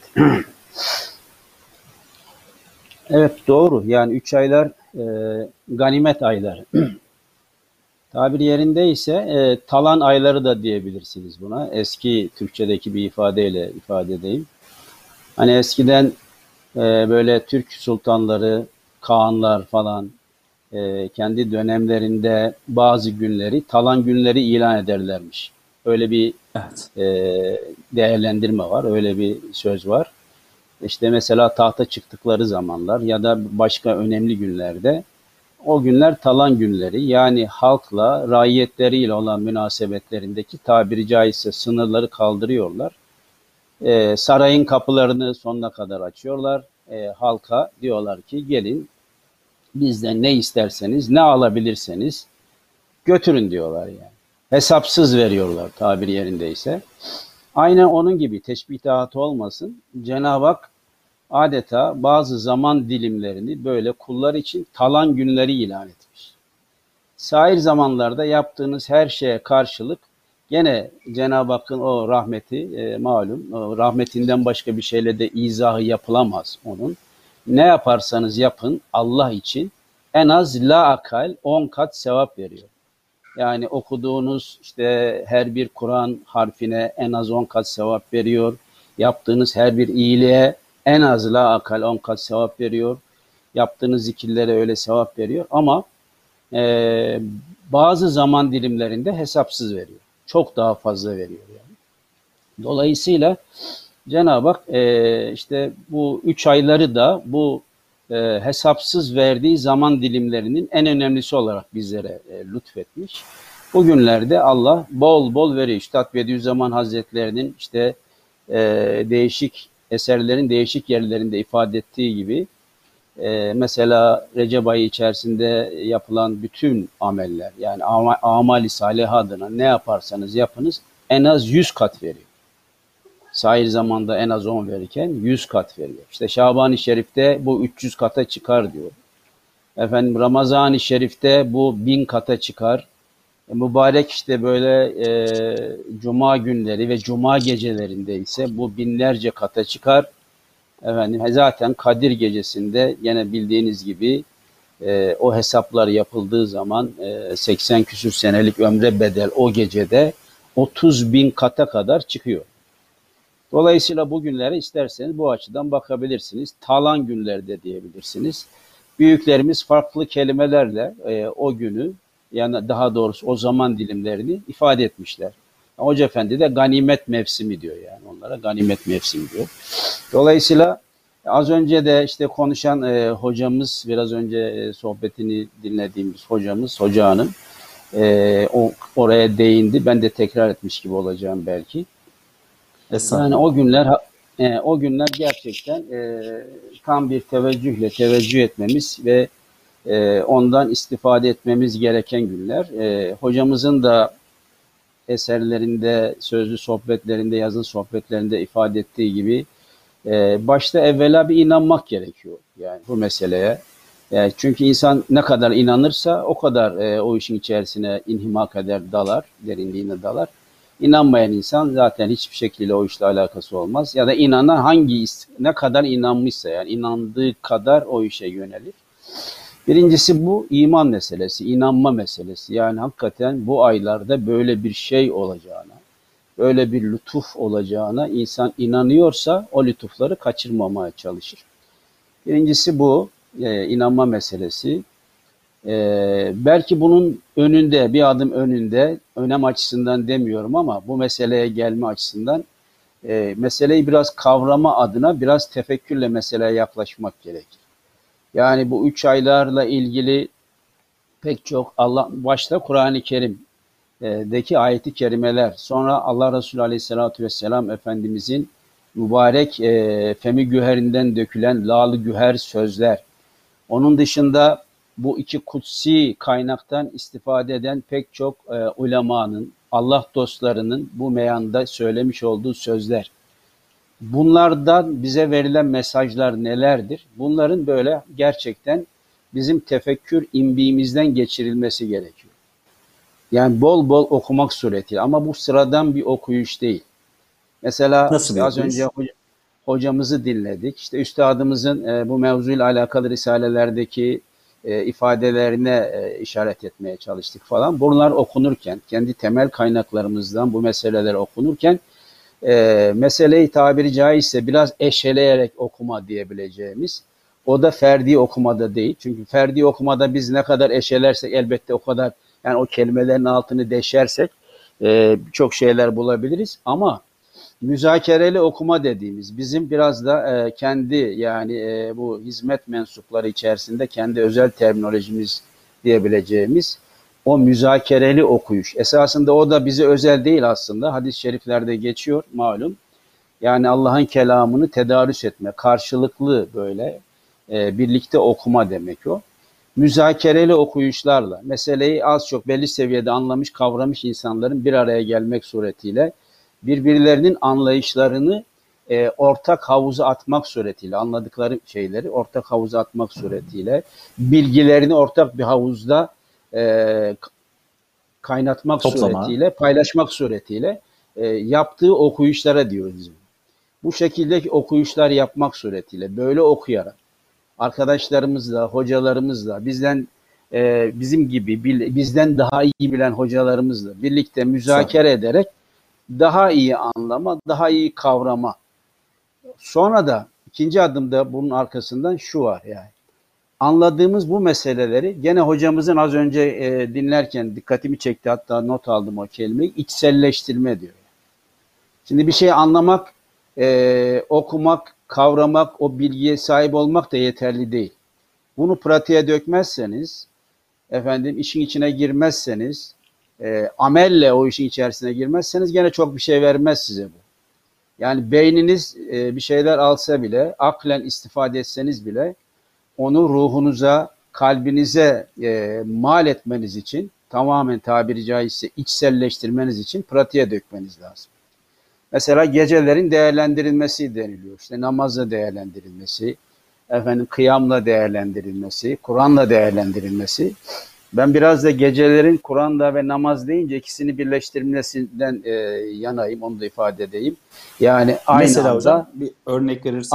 Evet doğru. Yani 3 aylar ganimet ayları. Tabir yerindeyse talan ayları da diyebilirsiniz buna. Eski Türkçedeki bir ifadeyle ifade edeyim. Hani eskiden böyle Türk sultanları, kağanlar falan kendi dönemlerinde bazı günleri talan günleri ilan ederlermiş. Öyle bir Evet. değerlendirme var, öyle bir söz var. İşte mesela tahta çıktıkları zamanlar ya da başka önemli günlerde o günler talan günleri, yani halkla, raiyetleriyle olan münasebetlerindeki tabiri caizse sınırları kaldırıyorlar. Sarayın kapılarını sonuna kadar açıyorlar. Halka diyorlar ki gelin bizden ne isterseniz, ne alabilirseniz götürün diyorlar yani. Hesapsız veriyorlar tabiri yerindeyse. Aynen onun gibi teşbihat olmasın. Cenab-ı Hak adeta bazı zaman dilimlerini böyle kullar için talan günleri ilan etmiş. Sair zamanlarda yaptığınız her şeye karşılık gene Cenab-ı Hakk'ın o rahmeti malum, o rahmetinden başka bir şeyle de izahı yapılamaz onun. Ne yaparsanız yapın Allah için en az la akal 10 kat sevap veriyor. Yani okuduğunuz işte her bir Kur'an harfine en az 10 kat sevap veriyor. Yaptığınız her bir iyiliğe en az la akal 10 kat sevap veriyor. Yaptığınız zikirlere öyle sevap veriyor. Ama bazı zaman dilimlerinde hesapsız veriyor. Çok daha fazla veriyor yani. Dolayısıyla Cenab-ı Hak işte bu 3 ayları da bu hesapsız verdiği zaman dilimlerinin en önemlisi olarak bizlere lütfetmiş. Bugünlerde Allah bol bol veriyor. Üstad Bediüzzaman Hazretlerinin işte değişik eserlerin değişik yerlerinde ifade ettiği gibi mesela Recep ayı içerisinde yapılan bütün ameller, yani amali salih adına ne yaparsanız yapınız en az 100 kat veriyor. Sahir zamanda en az 10 verirken 100 kat veriyor. İşte Şaban-ı Şerif'te bu 300 kata çıkar diyor. Efendim Ramazan-ı Şerif'te bu 1000 kata çıkar. Mübarek işte böyle cuma günleri ve cuma gecelerinde ise bu binlerce kata çıkar. Efendim zaten Kadir gecesinde yine bildiğiniz gibi o hesaplar yapıldığı zaman 80 küsür senelik ömre bedel o gecede 30.000 kata kadar çıkıyor. Dolayısıyla bu günlere isterseniz bu açıdan bakabilirsiniz. Talan günlerde diyebilirsiniz. Büyüklerimiz farklı kelimelerle o günü, yani daha doğrusu o zaman dilimlerini ifade etmişler. Hoca Efendi de ganimet mevsimi diyor, yani onlara ganimet mevsimi diyor. Dolayısıyla az önce de işte konuşan hocamız, biraz önce sohbetini dinlediğimiz hocamız, Hoca Hanım oraya değindi. Ben de tekrar etmiş gibi olacağım belki. Yani o günler gerçekten tam bir teveccüh etmemiz ve ondan istifade etmemiz gereken günler. Hocamızın da eserlerinde, sözlü sohbetlerinde, yazılı sohbetlerinde ifade ettiği gibi başta evvela bir inanmak gerekiyor yani bu meseleye. Çünkü insan ne kadar inanırsa o kadar o işin içerisine inhimak eder, dalar, derinliğine dalar. İnanmayan insan zaten hiçbir şekilde o işle alakası olmaz. Ya da inanan ne kadar inanmışsa, yani inandığı kadar o işe yönelir. Birincisi bu iman meselesi, inanma meselesi. Yani hakikaten bu aylarda böyle bir şey olacağına, böyle bir lütuf olacağına insan inanıyorsa o lütufları kaçırmamaya çalışır. Birincisi bu inanma meselesi. Belki bunun önünde, bir adım önünde, önem açısından demiyorum ama bu meseleye gelme açısından meseleyi biraz kavrama adına biraz tefekkürle meseleye yaklaşmak gerekir. Yani bu 3 aylarla ilgili pek çok başta Kur'an-ı Kerim'deki ayet-i kerimeler, sonra Allah Resulü Aleyhisselatü Vesselam Efendimizin mübarek femi güherinden dökülen lal-ı güher sözler. Onun dışında bu iki kutsi kaynaktan istifade eden pek çok ulemanın, Allah dostlarının bu meyanda söylemiş olduğu sözler. Bunlardan bize verilen mesajlar nelerdir? Bunların böyle gerçekten bizim tefekkür imbiğimizden geçirilmesi gerekiyor. Yani bol bol okumak suretiyle, ama bu sıradan bir okuyuş değil. Mesela az önce hocamızı dinledik. İşte üstadımızın bu mevzuyla alakalı risalelerdeki ifadelerine işaret etmeye çalıştık falan. Bunlar okunurken, kendi temel kaynaklarımızdan bu meseleler okunurken meseleyi tabiri caizse biraz eşeleyerek okuma diyebileceğimiz, o da ferdi okumada değil. Çünkü ferdi okumada biz ne kadar eşelersek elbette o kadar, yani o kelimelerin altını deşersek çok şeyler bulabiliriz. Ama müzakereli okuma dediğimiz, bizim biraz da kendi yani bu hizmet mensupları içerisinde kendi özel terminolojimiz diyebileceğimiz o müzakereli okuyuş. Esasında o da bize özel değil aslında. Hadis-i şeriflerde geçiyor malum. Yani Allah'ın kelamını tedarüs etme, karşılıklı böyle birlikte okuma demek o. Müzakereli okuyuşlarla meseleyi az çok belli seviyede anlamış, kavramış insanların bir araya gelmek suretiyle birbirlerinin anlayışlarını ortak havuza atmak suretiyle, anladıkları şeyleri ortak havuza atmak suretiyle, bilgilerini ortak bir havuzda kaynatmak suretiyle, paylaşmak suretiyle yaptığı okuyuşlara diyoruz biz. Bu şekildeki okuyuşlar yapmak suretiyle, böyle okuyarak, arkadaşlarımızla, hocalarımızla, bizim gibi, bizden daha iyi bilen hocalarımızla birlikte müzakere ederek daha iyi anlama, daha iyi kavrama. Sonra da ikinci adımda bunun arkasından şu var yani. Anladığımız bu meseleleri gene hocamızın az önce dinlerken dikkatimi çekti, hatta not aldım o kelimeyi, içselleştirme diyor. Şimdi bir şeyi anlamak, okumak, kavramak, o bilgiye sahip olmak da yeterli değil. Bunu pratiğe dökmezseniz, işin içine girmezseniz, amelle o işin içerisine girmezseniz gene çok bir şey vermez size bu. Yani beyniniz bir şeyler alsa bile, aklen istifade etseniz bile onu ruhunuza, kalbinize mal etmeniz için, tamamen tabiri caizse içselleştirmeniz için pratiğe dökmeniz lazım. Mesela gecelerin değerlendirilmesi deniliyor. İşte namazla değerlendirilmesi, efendim kıyamla değerlendirilmesi, Kur'an'la değerlendirilmesi. Ben biraz da gecelerin Kur'an'la ve namaz deyince ikisini birleştirilmesinden yanayım, onu da ifade edeyim. Yani aynı Mesela anda, hocam bir örnek verirseniz.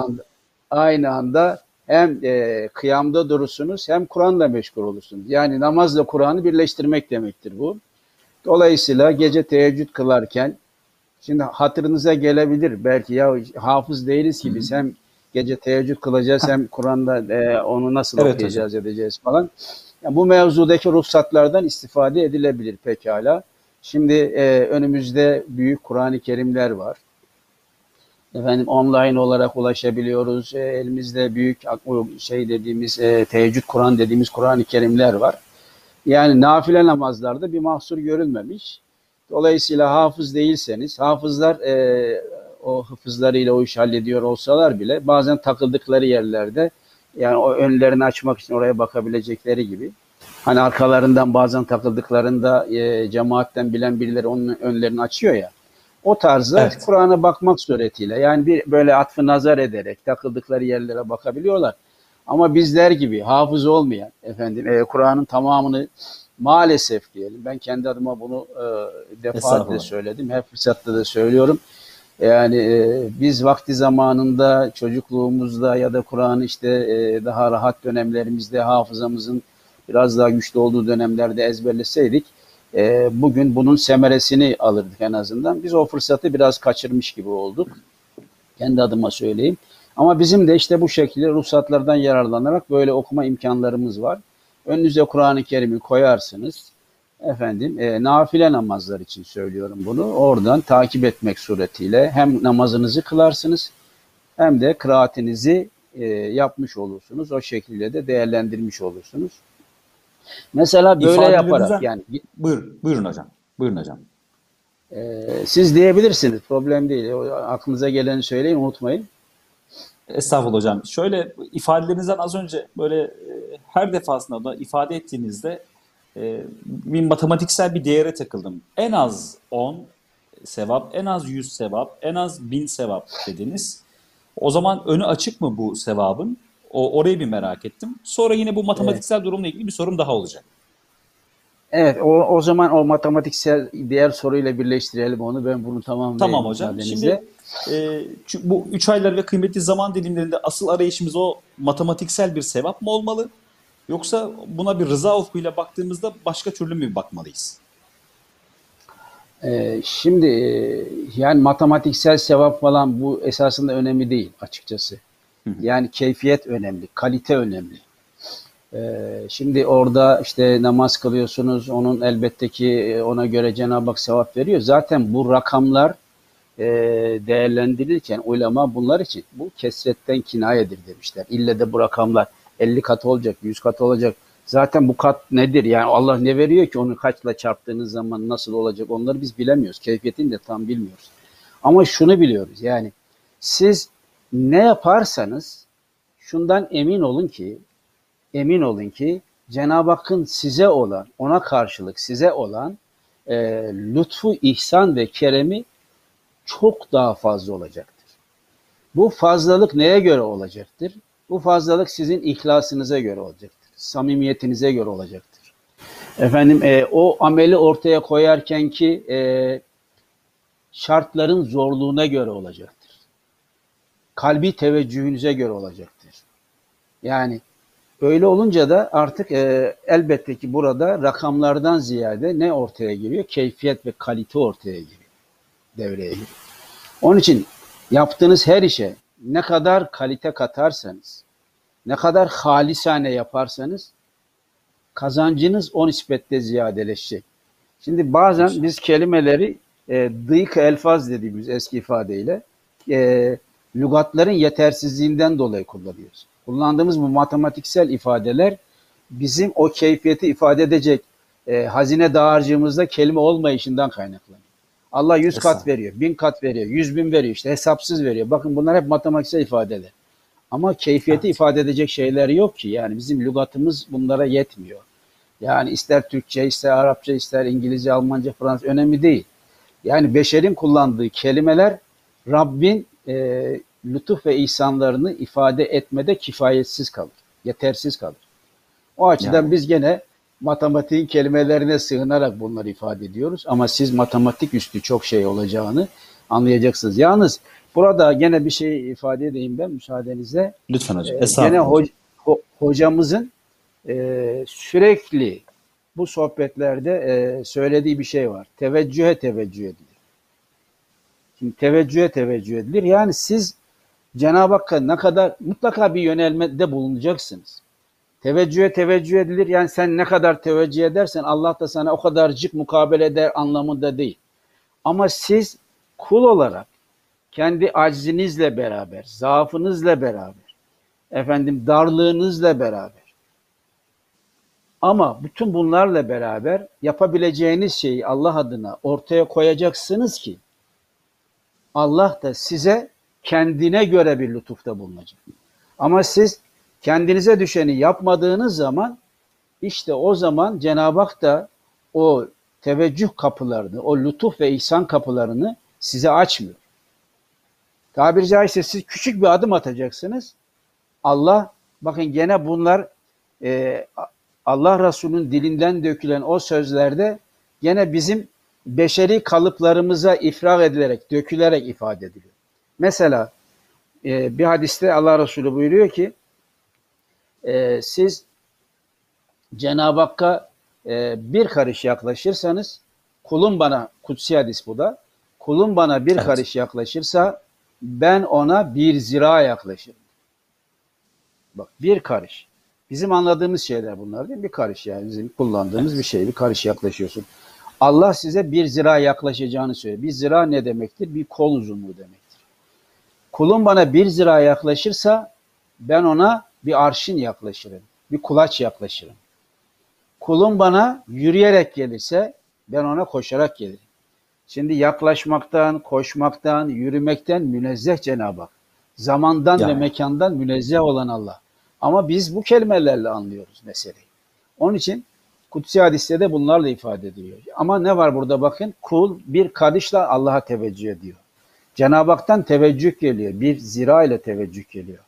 aynı anda hem kıyamda durursunuz hem Kur'an'la meşgul olursunuz. Yani namazla Kur'an'ı birleştirmek demektir bu. Dolayısıyla gece teheccüd kılarken, şimdi hatırınıza gelebilir belki, ya hafız değiliz ki biz, hem gece teheccüd kılacağız hem Kur'an'da onu nasıl Evet okuyacağız edeceğiz falan. Yani bu mevzudaki ruhsatlardan istifade edilebilir pekala. Şimdi önümüzde büyük Kur'an-ı Kerimler var. Efendim online olarak ulaşabiliyoruz. Elimizde büyük şey dediğimiz teheccüd Kur'an dediğimiz Kur'an-ı Kerimler var. Yani nafile namazlarda bir mahsur görülmemiş. Dolayısıyla hafız değilseniz, hafızlar o hıfızlarıyla o işi hallediyor olsalar bile bazen takıldıkları yerlerde, yani o önlerini açmak için oraya bakabilecekleri gibi, hani arkalarından bazen takıldıklarında cemaatten bilen birileri onun önlerini açıyor ya, o tarzda Evet. Kur'an'a bakmak suretiyle, yani bir böyle atfı nazar ederek takıldıkları yerlere bakabiliyorlar. Ama bizler gibi hafız olmayan, efendim Kur'an'ın tamamını maalesef diyelim, ben kendi adıma bunu defaatle Estağfurullah. söyledim, her fırsatta da söylüyorum. Yani biz vakti zamanında çocukluğumuzda ya da Kur'an'ı işte daha rahat dönemlerimizde, hafızamızın biraz daha güçlü olduğu dönemlerde ezberleseydik, bugün bunun semeresini alırdık en azından. Biz o fırsatı biraz kaçırmış gibi olduk. Kendi adıma söyleyeyim. Ama bizim de işte bu şekilde ruhsatlardan yararlanarak böyle okuma imkanlarımız var. Önünüze Kur'an-ı Kerim'i koyarsınız. Efendim nafile namazlar için söylüyorum bunu. Oradan takip etmek suretiyle hem namazınızı kılarsınız hem de kıraatinizi yapmış olursunuz. O şekilde de değerlendirmiş olursunuz. Mesela böyle yaparak, İfadelerinizden yani buyurun hocam. Buyurun hocam. siz diyebilirsiniz, problem değil. Aklınıza geleni söyleyin, unutmayın. Estağfurullah hocam. Şöyle ifadelerinizden az önce böyle her defasında da ifade ettiğinizde bir matematiksel bir değere takıldım. En az 10 sevap, en az 100 sevap, en az 1000 sevap dediniz. O zaman önü açık mı bu sevabın? Orayı bir merak ettim. Sonra yine bu matematiksel durumla ilgili bir sorum daha olacak. Evet, o zaman o matematiksel diğer soruyla birleştirelim onu. Ben bunu tamamlayayım. Tamam hocam. müsaadenizle. Şimdi bu 3 aylar ve kıymetli zaman dilimlerinde asıl arayışımız o matematiksel bir sevap mı olmalı? Yoksa buna bir rıza ufkuyla baktığımızda başka türlü mü bakmalıyız? Şimdi yani matematiksel sevap falan bu esasında önemli değil açıkçası. Yani keyfiyet önemli, kalite önemli. Şimdi orada işte namaz kılıyorsunuz, onun elbette ki ona göre Cenab-ı Hak sevap veriyor. Zaten bu rakamlar değerlendirilirken ulema bunlar için bu kesretten kinayedir demişler. İlle de bu rakamlar 50 kat olacak, 100 kat olacak. Zaten bu kat nedir? Yani Allah ne veriyor ki onu kaçla çarptığınız zaman nasıl olacak? Onları biz bilemiyoruz. Keyfiyetini de tam bilmiyoruz. Ama şunu biliyoruz, yani siz ne yaparsanız şundan emin olun ki Cenab-ı Hakk'ın size olan, ona karşılık size olan lütfu, ihsan ve keremi çok daha fazla olacaktır. Bu fazlalık neye göre olacaktır? Bu fazlalık sizin ihlasınıza göre olacaktır. Samimiyetinize göre olacaktır. Efendim o ameli ortaya koyarken ki şartların zorluğuna göre olacaktır. Kalbi teveccühünüze göre olacaktır. Yani öyle olunca da artık elbette ki burada rakamlardan ziyade ne ortaya giriyor? Keyfiyet ve kalite ortaya giriyor. Devreye giriyor. Onun için yaptığınız her işe ne kadar kalite katarsanız, ne kadar halisane yaparsanız kazancınız o nispetle ziyadeleşecek. Şimdi bazen biz kelimeleri dıyık elfaz dediğimiz eski ifadeyle lügatların yetersizliğinden dolayı kullanıyoruz. Kullandığımız bu matematiksel ifadeler bizim o keyfiyeti ifade edecek hazine dağarcığımızda kelime olmayışından kaynaklanıyor. Allah 100 kat Estağfurullah. veriyor, 1000 kat veriyor, 100.000 veriyor, işte hesapsız veriyor. Bakın bunlar hep matematiksel ifadeler. Ama keyfiyeti Evet. ifade edecek şeyler yok ki. Yani bizim lügatımız bunlara yetmiyor. Yani ister Türkçe, ister Arapça, ister İngilizce, Almanca, Fransızca önemli değil. Yani beşerin kullandığı kelimeler Rabbin lütuf ve ihsanlarını ifade etmede kifayetsiz kalır, yetersiz kalır. O açıdan Yani biz gene matematiğin kelimelerine sığınarak bunları ifade ediyoruz. Ama siz matematik üstü çok şey olacağını anlayacaksınız. Yalnız burada gene bir şey ifade edeyim ben müsaadenizle. lütfen hocam. Gene Estağfurullah hocam. hocamızın sürekli bu sohbetlerde söylediği bir şey var. Teveccühe teveccüh edilir. Şimdi teveccühe teveccüh edilir. Yani siz Cenab-ı Hakk'a ne kadar mutlaka bir yönelmede bulunacaksınız. Teveccühe teveccüh edilir. Yani sen ne kadar teveccüh edersen Allah da sana o kadarcık mukabele eder anlamında değil. Ama siz kul olarak kendi aczinizle beraber, zaafınızla beraber, darlığınızla beraber ama bütün bunlarla beraber yapabileceğiniz şeyi Allah adına ortaya koyacaksınız ki Allah da size kendine göre bir lütufta bulunacak. Ama siz kendinize düşeni yapmadığınız zaman işte o zaman Cenab-ı Hak da o teveccüh kapılarını, o lütuf ve ihsan kapılarını size açmıyor. Tabiri caizse siz küçük bir adım atacaksınız. Allah, bakın gene bunlar Allah Resulü'nün dilinden dökülen o sözlerde gene bizim beşeri kalıplarımıza ifrag edilerek, dökülerek ifade ediliyor. Mesela bir hadiste Allah Resulü buyuruyor ki siz Cenab-ı Hakk'a bir karış yaklaşırsanız kulum bana, kutsi hadis bu da, kulum bana bir Evet. karış yaklaşırsa ben ona bir zira yaklaşırım. Bak, bir karış. Bizim anladığımız şeyler bunlar değil mi? Bir karış, yani bizim kullandığımız bir şey. Bir karış yaklaşıyorsun. Allah size bir zira yaklaşacağını söylüyor. Bir zira ne demektir? Bir kol uzunluğu demektir. Kulum bana bir zira yaklaşırsa ben ona bir arşın yaklaşırım. Bir kulaç yaklaşırım. Kulum bana yürüyerek gelirse ben ona koşarak gelirim. Şimdi yaklaşmaktan, koşmaktan, yürümekten münezzeh Cenab-ı Hak. Zamandan ve Yani mekandan münezzeh olan Allah. Ama biz bu kelimelerle anlıyoruz meseleyi. Onun için kutsi hadiste de bunlarla ifade ediliyor. Ama ne var burada bakın? Kul bir karışla Allah'a teveccüh ediyor. Cenab-ı Hak'tan teveccüh geliyor. Bir zira ile teveccüh geliyor.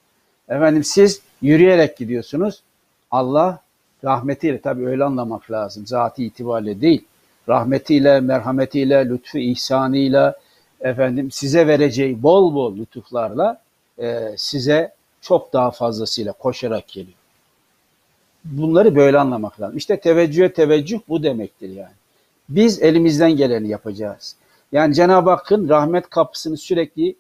Siz yürüyerek gidiyorsunuz. Allah rahmetiyle, tabii öyle anlamak lazım. Zatı itibariyle değil. Rahmetiyle, merhametiyle, lütfu, ihsanıyla, size vereceği bol bol lütuflarla size çok daha fazlasıyla koşarak geliyor. Bunları böyle anlamak lazım. İşte teveccühe teveccüh bu demektir yani. Biz elimizden geleni yapacağız. Yani Cenab-ı Hakk'ın rahmet kapısını sürekli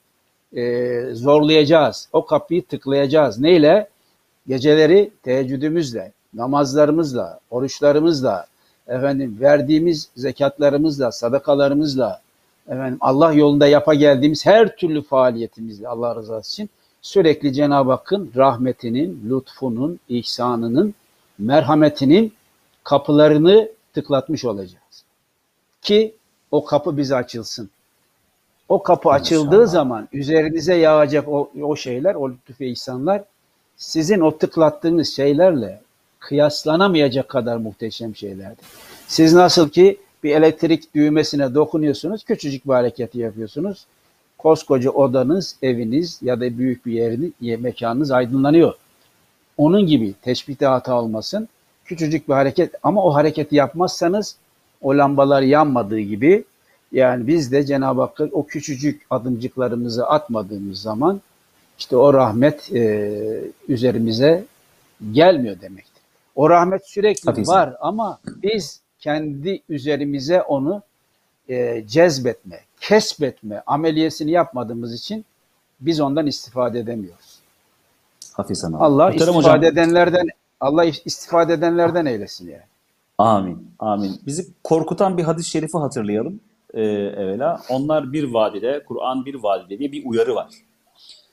zorlayacağız. O kapıyı tıklayacağız. Neyle? Geceleri teheccüdümüzle, namazlarımızla, oruçlarımızla, verdiğimiz zekatlarımızla, sadakalarımızla, Allah yolunda yapa geldiğimiz her türlü faaliyetimizle Allah rızası için sürekli Cenab-ı Hakk'ın rahmetinin, lütfunun, ihsanının, merhametinin kapılarını tıklatmış olacağız. Ki o kapı bize açılsın. O kapı açıldığı inşallah. zaman üzerinize yağacak o şeyler, o lütuf ve ihsanlar sizin o tıklattığınız şeylerle kıyaslanamayacak kadar muhteşem şeylerdir. Siz nasıl ki bir elektrik düğmesine dokunuyorsunuz, küçücük bir hareketi yapıyorsunuz. Koskoca odanız, eviniz ya da büyük bir mekanınız aydınlanıyor. Onun gibi teşbihte hata olmasın. Küçücük bir hareket ama o hareketi yapmazsanız o lambalar yanmadığı gibi yani biz de Cenab-ı Hakk'a o küçücük adımcıklarımızı atmadığımız zaman işte o rahmet üzerimize gelmiyor demektir. O rahmet sürekli Hafize. var ama biz kendi üzerimize onu cezbetme, kesbetme ameliyesini yapmadığımız için biz ondan istifade edemiyoruz. Hafize abi. Allah Muhterem istifade edenlerden eylesin yani. Amin. Amin. Bizi korkutan bir hadis-i şerifi hatırlayalım evvela. Onlar bir vadide, Kur'an bir vadide diye bir uyarı var.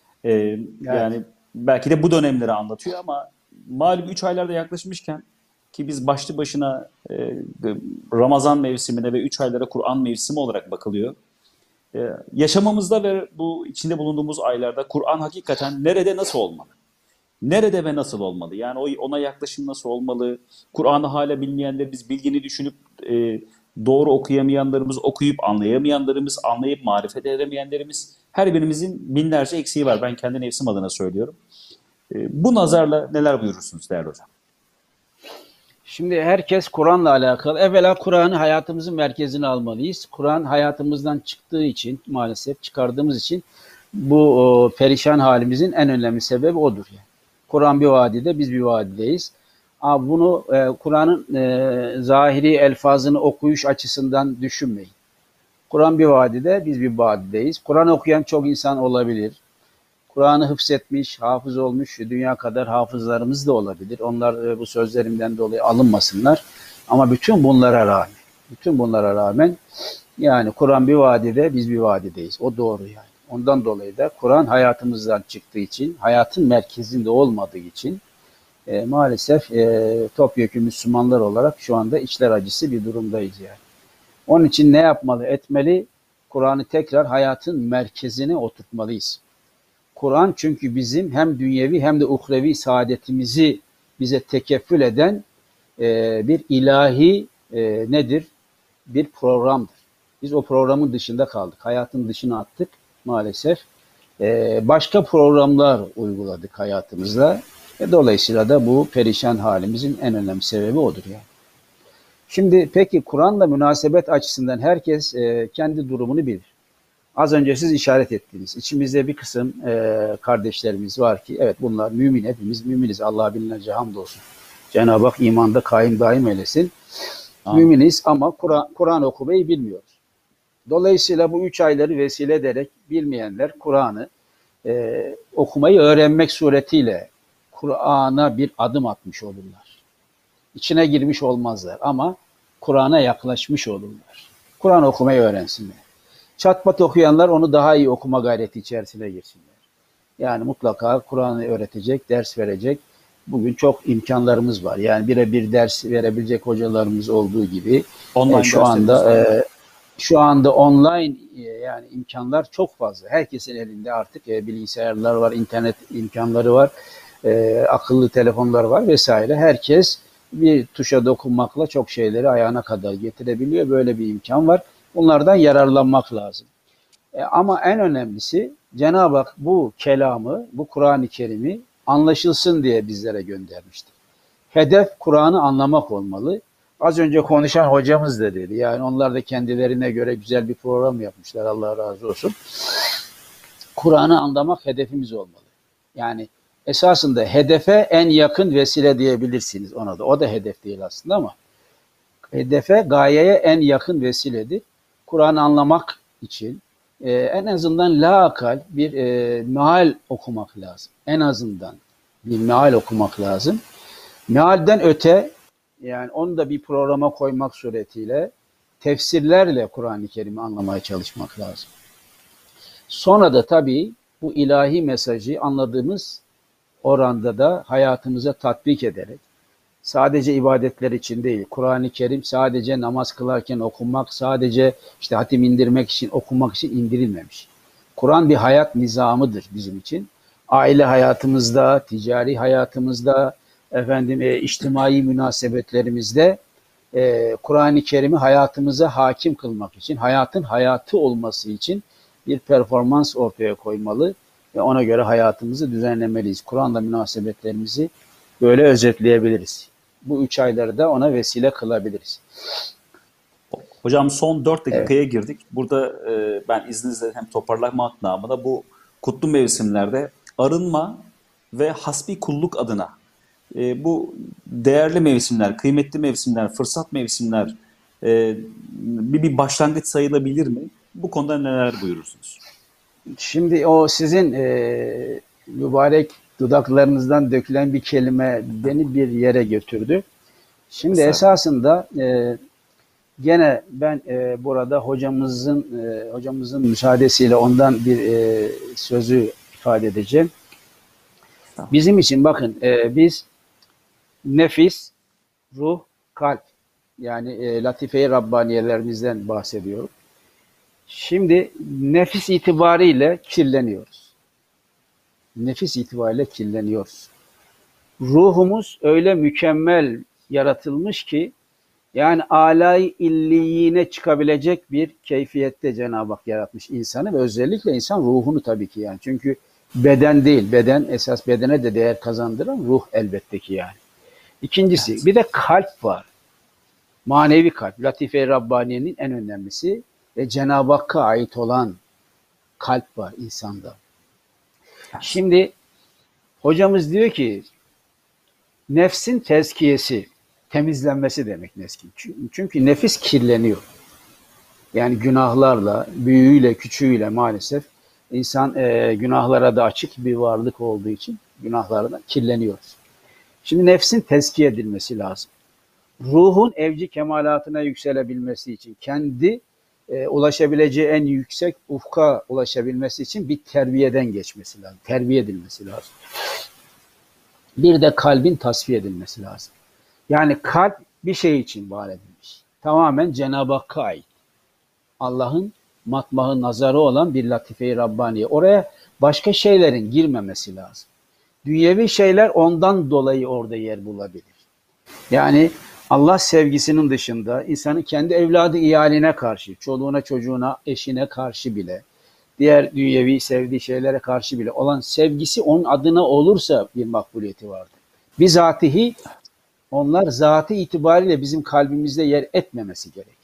Yani belki de bu dönemleri anlatıyor ama malum 3 aylarda yaklaşmışken ki biz başlı başına Ramazan mevsimine ve 3 aylara Kur'an mevsimi olarak bakılıyor. Yaşamamızda ve bu içinde bulunduğumuz aylarda Kur'an hakikaten nerede nasıl olmalı? Nerede ve nasıl olmalı? Yani ona yaklaşım nasıl olmalı? Kur'an'ı hala bilmeyenlerimiz, bilgini düşünüp doğru okuyamayanlarımız, okuyup anlayamayanlarımız, anlayıp marifet edemeyenlerimiz, her birimizin binlerce eksiği var. Ben kendi nefsim adına söylüyorum. Bu nazarla neler buyurursunuz değerli hocam? Şimdi herkes Kur'an'la alakalı. Evvela Kur'an'ı hayatımızın merkezine almalıyız. Kur'an hayatımızdan çıktığı için, maalesef çıkardığımız için bu perişan halimizin en önemli sebebi odur. Yani. Kur'an bir vadide, biz bir vadideyiz. Ama bunu Kur'an'ın zahiri elfazını okuyuş açısından düşünmeyin. Kur'an bir vadide, biz bir vadideyiz. Kur'an okuyan çok insan olabilir. Kur'an'ı hıfzetmiş, hafız olmuş, dünya kadar hafızlarımız da olabilir. Onlar bu sözlerimden dolayı alınmasınlar. Ama bütün bunlara rağmen yani Kur'an bir vadide, biz bir vadideyiz. O doğru yani. Ondan dolayı da Kur'an hayatımızdan çıktığı için, hayatın merkezinde olmadığı için maalesef topyekun Müslümanlar olarak şu anda içler acısı bir durumdayız yani. Onun için ne yapmalı, etmeli? Kur'an'ı tekrar hayatın merkezine oturtmalıyız. Kur'an çünkü bizim hem dünyevi hem de uhrevi saadetimizi bize tekeffül eden bir ilahi nedir? Bir programdır. Biz o programın dışında kaldık. Hayatın dışına attık maalesef. Başka programlar uyguladık hayatımızda. Dolayısıyla da bu perişan halimizin en önemli sebebi odur yani. Şimdi peki Kur'an'la münasebet açısından herkes kendi durumunu bilir. Az önce siz işaret ettiniz. İçimizde bir kısım kardeşlerimiz var ki evet bunlar mümin, hepimiz müminiz. Allah'a binlerce hamdolsun. Cenab-ı Hak imanda kaim daim eylesin. Amin. Müminiz ama Kur'an okumayı bilmiyoruz. Dolayısıyla bu 3 ayları vesile ederek bilmeyenler Kur'an'ı okumayı öğrenmek suretiyle Kur'an'a bir adım atmış olurlar. İçine girmiş olmazlar ama Kur'an'a yaklaşmış olurlar. Kur'an okumayı öğrensinler. Çatpat okuyanlar onu daha iyi okuma gayreti içerisine girsinler. Yani mutlaka Kur'an'ı öğretecek, ders verecek. Bugün çok imkanlarımız var. Yani birebir ders verebilecek hocalarımız olduğu gibi şu anda online yani imkanlar çok fazla. Herkesin elinde artık bilgisayarlar var, internet imkanları var, akıllı telefonlar var vesaire. Herkes bir tuşa dokunmakla çok şeyleri ayağına kadar getirebiliyor. Böyle bir imkan var. Bunlardan yararlanmak lazım. Ama en önemlisi Cenab-ı Hak bu kelamı, bu Kur'an-ı Kerim'i anlaşılsın diye bizlere göndermiştir. Hedef Kur'an'ı anlamak olmalı. Az önce konuşan hocamız da dedi. Yani onlar da kendilerine göre güzel bir program yapmışlar. Allah razı olsun. Kur'an'ı anlamak hedefimiz olmalı. Yani esasında hedefe en yakın vesile diyebilirsiniz ona da. O da hedef değil aslında ama hedefe, gayeye en yakın vesiledir. Kur'an'ı anlamak için en azından laakal bir meal okumak lazım. En azından bir meal okumak lazım. Mealden öte yani onu da bir programa koymak suretiyle tefsirlerle Kur'an-ı Kerim'i anlamaya çalışmak lazım. Sonra da tabii bu ilahi mesajı anladığımız oranda da hayatımıza tatbik ederek sadece ibadetler için değil, Kur'an-ı Kerim sadece namaz kılarken okumak, sadece işte hatim indirmek için okumak için indirilmemiş. Kur'an bir hayat nizamıdır bizim için. Aile hayatımızda, ticari hayatımızda, içtimai münasebetlerimizde Kur'an-ı Kerim'i hayatımıza hakim kılmak için, hayatın hayatı olması için bir performans ortaya koymalı ve ona göre hayatımızı düzenlemeliyiz. Kur'an'la münasebetlerimizi böyle özetleyebiliriz. Bu 3 ayları da ona vesile kılabiliriz. Hocam son 4 dakikaya girdik. Burada ben izninizle hem toparlama namına bu kutlu mevsimlerde arınma ve hasbi kulluk adına bu değerli mevsimler, kıymetli mevsimler, fırsat mevsimler bir başlangıç sayılabilir mi? Bu konuda neler buyurursunuz? Şimdi o sizin mübarek dudaklarınızdan dökülen bir kelime beni bir yere götürdü. Şimdi esasında gene ben burada hocamızın müsaadesiyle ondan bir sözü ifade edeceğim. Bizim için bakın biz nefis ruh, kalp. Yani latife-i Rabbaniyelerimizden bahsediyorum. Şimdi nefis itibariyle kirleniyoruz. Nefis itibariyle kirleniyoruz. Ruhumuz öyle mükemmel yaratılmış ki yani âlâ-i illiyine çıkabilecek bir keyfiyette Cenab-ı Hak yaratmış insanı ve özellikle insan ruhunu tabii ki yani. Çünkü beden değil, beden esas bedene de değer kazandıran ruh elbette ki yani. İkincisi Evet. bir de kalp var. Manevi kalp. Latife-i Rabbaniye'nin en önemlisi ve Cenab-ı Hakk'a ait olan kalp var insanda. Şimdi hocamız diyor ki nefsin tezkiyesi, temizlenmesi demek nefsin. Çünkü nefis kirleniyor. Yani günahlarla, büyüğüyle, küçüğüyle maalesef insan günahlara da açık bir varlık olduğu için günahlarla kirleniyoruz. Şimdi nefsin tezkiye edilmesi lazım. Ruhun evci kemalatına yükselebilmesi için, kendi ulaşabileceği en yüksek ufka ulaşabilmesi için bir terbiyeden geçmesi lazım. Terbiye edilmesi lazım. Bir de kalbin tasfiye edilmesi lazım. Yani kalp bir şey için var edilmiş. Tamamen Cenab-ı Hakk'a ait. Allah'ın matmahı nazarı olan bir latife-i Rabbaniye. Oraya başka şeylerin girmemesi lazım. Dünyevi şeyler ondan dolayı orada yer bulabilir. Yani Allah sevgisinin dışında insanın kendi evladı iyaline karşı, çoluğuna çocuğuna, eşine karşı bile, diğer dünyevi sevdiği şeylere karşı bile olan sevgisi onun adına olursa bir makbuliyeti vardır. Bizatihi onlar zatı itibariyle bizim kalbimizde yer etmemesi gerekir.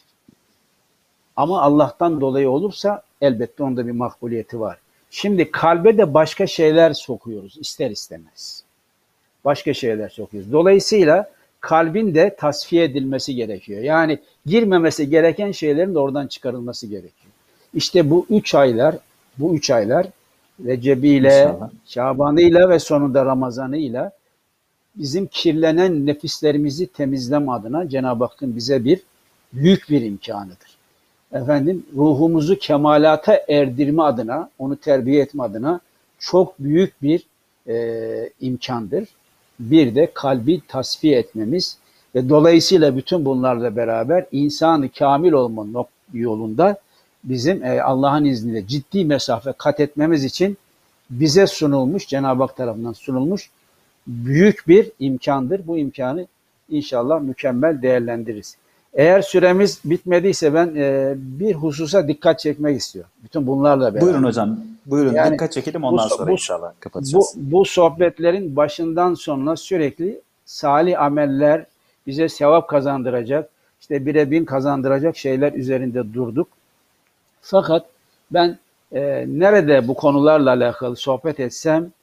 Ama Allah'tan dolayı olursa elbette onda bir makbuliyeti var. Şimdi kalbe de başka şeyler sokuyoruz ister istemez. Başka şeyler sokuyoruz. Dolayısıyla kalbin de tasfiye edilmesi gerekiyor. Yani girmemesi gereken şeylerin de oradan çıkarılması gerekiyor. İşte bu üç aylar Recebiyle, İnşallah. Şabanıyla ve sonunda Ramazanıyla bizim kirlenen nefislerimizi temizleme adına Cenab-ı Hakk'ın bize büyük bir imkanıdır. Efendim ruhumuzu kemalata erdirme adına, onu terbiye etme adına çok büyük bir imkandır. Bir de kalbi tasfiye etmemiz ve dolayısıyla bütün bunlarla beraber insanı kamil olma yolunda bizim Allah'ın izniyle ciddi mesafe kat etmemiz için bize sunulmuş, Cenab-ı Hak tarafından sunulmuş büyük bir imkandır. Bu imkanı inşallah mükemmel değerlendiririz. Eğer süremiz bitmediyse ben bir hususa dikkat çekmek istiyorum. Bütün bunlarla beraber. Buyurun hocam. Buyurun Yani dikkat çekelim ondan sonra inşallah bu, kapatacağız. bu sohbetlerin başından sonuna sürekli salih ameller bize sevap kazandıracak, işte bire bin kazandıracak şeyler üzerinde durduk. Fakat ben nerede bu konularla alakalı sohbet etsem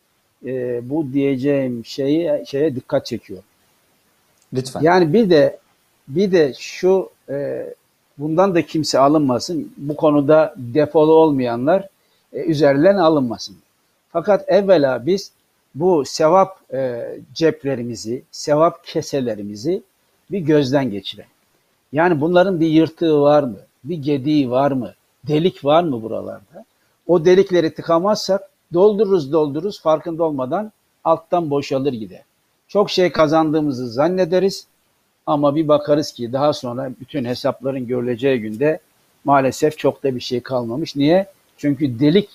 bu diyeceğim şeye dikkat çekiyor. Lütfen. Yani bir de şu bundan da kimse alınmasın. Bu konuda defolu olmayanlar üzerlerine alınmasın. Fakat evvela biz bu sevap ceplerimizi, sevap keselerimizi bir gözden geçirelim. Yani bunların bir yırtığı var mı? Bir gediği var mı? Delik var mı buralarda? O delikleri tıkamazsak doldururuz farkında olmadan alttan boşalır gider. Çok şey kazandığımızı zannederiz ama bir bakarız ki daha sonra bütün hesapların görüleceği günde maalesef çok da bir şey kalmamış. Niye? Çünkü delik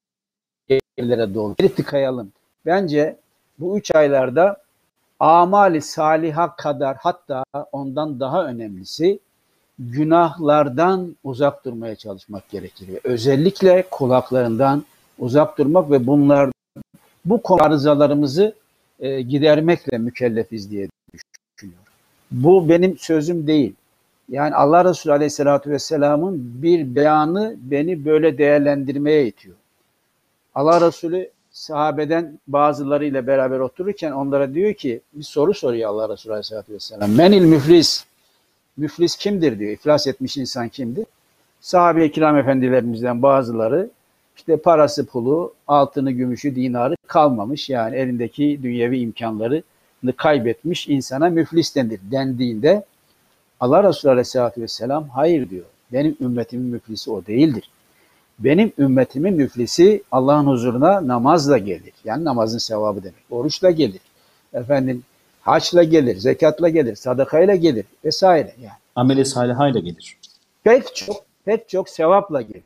yerlere dolu. Tıkayalım. Bence bu 3 aylarda amali saliha kadar hatta ondan daha önemlisi günahlardan uzak durmaya çalışmak gerekir. Özellikle kulaklarından uzak durmak ve bu konu arızalarımızı gidermekle mükellefiz diye düşünüyorum. Bu benim sözüm değil. Yani Allah Resulü Aleyhisselatü Vesselam'ın bir beyanı beni böyle değerlendirmeye itiyor. Allah Resulü sahabeden bazılarıyla beraber otururken onlara diyor ki bir soru soruyor Allah Resulü Aleyhisselatü Vesselam. Menil müflis? Müflis kimdir diyor. İflas etmiş insan kimdir? Sahabe-i kiram efendilerimizden bazıları işte parası, pulu, altını, gümüşü, dinarı kalmamış. Yani elindeki dünyevi imkanlarını kaybetmiş insana müflis denir. Dendiğinde Allah Resulü Aleyhisselatü Vesselam hayır diyor. Benim ümmetimin müflisi o değildir. Benim ümmetimin müflisi Allah'ın huzuruna namazla gelir. Yani namazın sevabı demek. Oruçla gelir. Efendim Haçla gelir, zekatla gelir, sadakayla gelir vesaire yani. Ameli salihayla gelir. Pek çok sevapla gelir.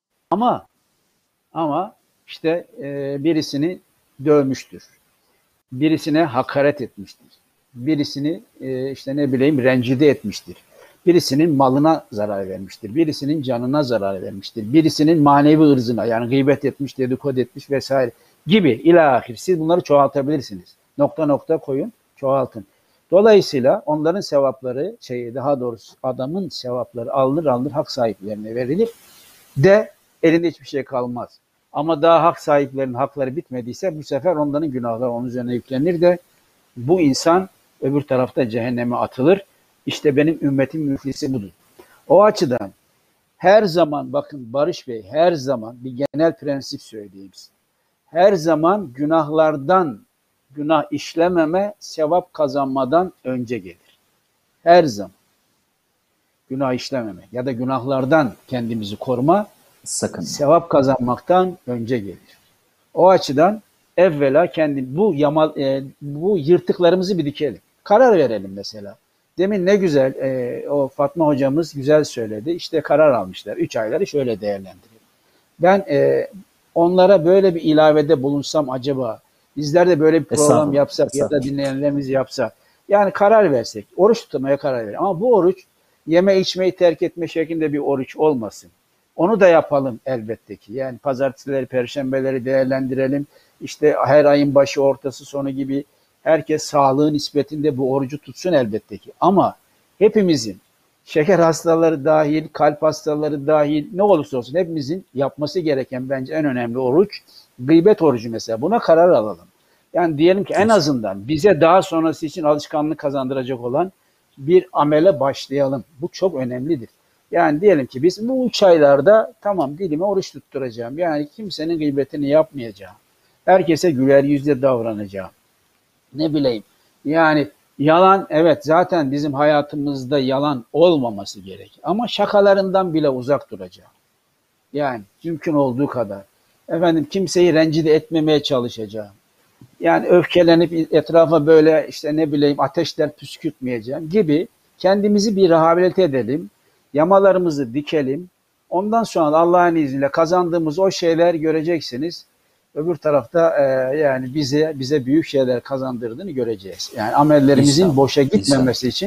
Ama işte birisini dövmüştür. Birisine hakaret etmiştir. Birisini işte ne bileyim rencide etmiştir. Birisinin malına zarar vermiştir. Birisinin canına zarar vermiştir. Birisinin manevi ırzına yani gıybet etmiş, dedikodu etmiş vesaire gibi ilahir. Siz bunları çoğaltabilirsiniz. Nokta nokta koyun, çoğaltın. Dolayısıyla onların sevapları daha doğrusu adamın sevapları alınır hak sahiplerine verilir de elinde hiçbir şey kalmaz. Ama daha hak sahiplerinin hakları bitmediyse bu sefer onların günahları onun üzerine yüklenir de bu insan öbür tarafta cehenneme atılır. İşte benim ümmetim müflisi budur. O açıdan her zaman bakın Barış Bey her zaman bir genel prensip söyleyeyim size. Her zaman günah işlememe, sevap kazanmadan önce gelir. Her zaman. Günah işlememe ya da günahlardan kendimizi koruma, Sakın. sevap kazanmaktan önce gelir. O açıdan evvela bu yırtıklarımızı bir dikelim. Karar verelim mesela. Demin ne güzel o Fatma hocamız güzel söyledi. İşte karar almışlar. 3 ayları şöyle değerlendirelim. Ben onlara böyle bir ilavede bulunsam acaba bizler de böyle bir program yapsak ya da dinleyenlerimiz yapsa yani karar versek, oruç tutmaya karar verelim. Ama bu oruç yeme içmeyi terk etme şeklinde bir oruç olmasın. Onu da yapalım elbette ki. Yani pazartesileri, perşembeleri değerlendirelim. İşte her ayın başı, ortası, sonu gibi herkes sağlığı nispetinde bu orucu tutsun elbette ki. Ama hepimizin şeker hastaları dahil, kalp hastaları dahil ne olursa olsun hepimizin yapması gereken bence en önemli oruç gıybet orucu mesela. Buna karar alalım. Yani diyelim ki en azından bize daha sonrası için alışkanlık kazandıracak olan bir amele başlayalım. Bu çok önemlidir. Yani diyelim ki biz bu 3 aylarda tamam dilime oruç tutturacağım. Yani kimsenin gıybetini yapmayacağım. Herkese güler yüzle davranacağım. Ne bileyim yani yalan evet zaten bizim hayatımızda yalan olmaması gerek. Ama şakalarından bile uzak duracağım. Yani mümkün olduğu kadar. Efendim kimseyi rencide etmemeye çalışacağım. Yani öfkelenip etrafa böyle işte ne bileyim ateşler püskürtmeyeceğim gibi kendimizi bir rehabilite edelim. Yamalarımızı dikelim. Ondan sonra Allah'ın izniyle kazandığımız o şeyler göreceksiniz. Öbür tarafta yani bize büyük şeyler kazandırdığını göreceğiz. Yani amellerimizin İnşallah, boşa gitmemesi için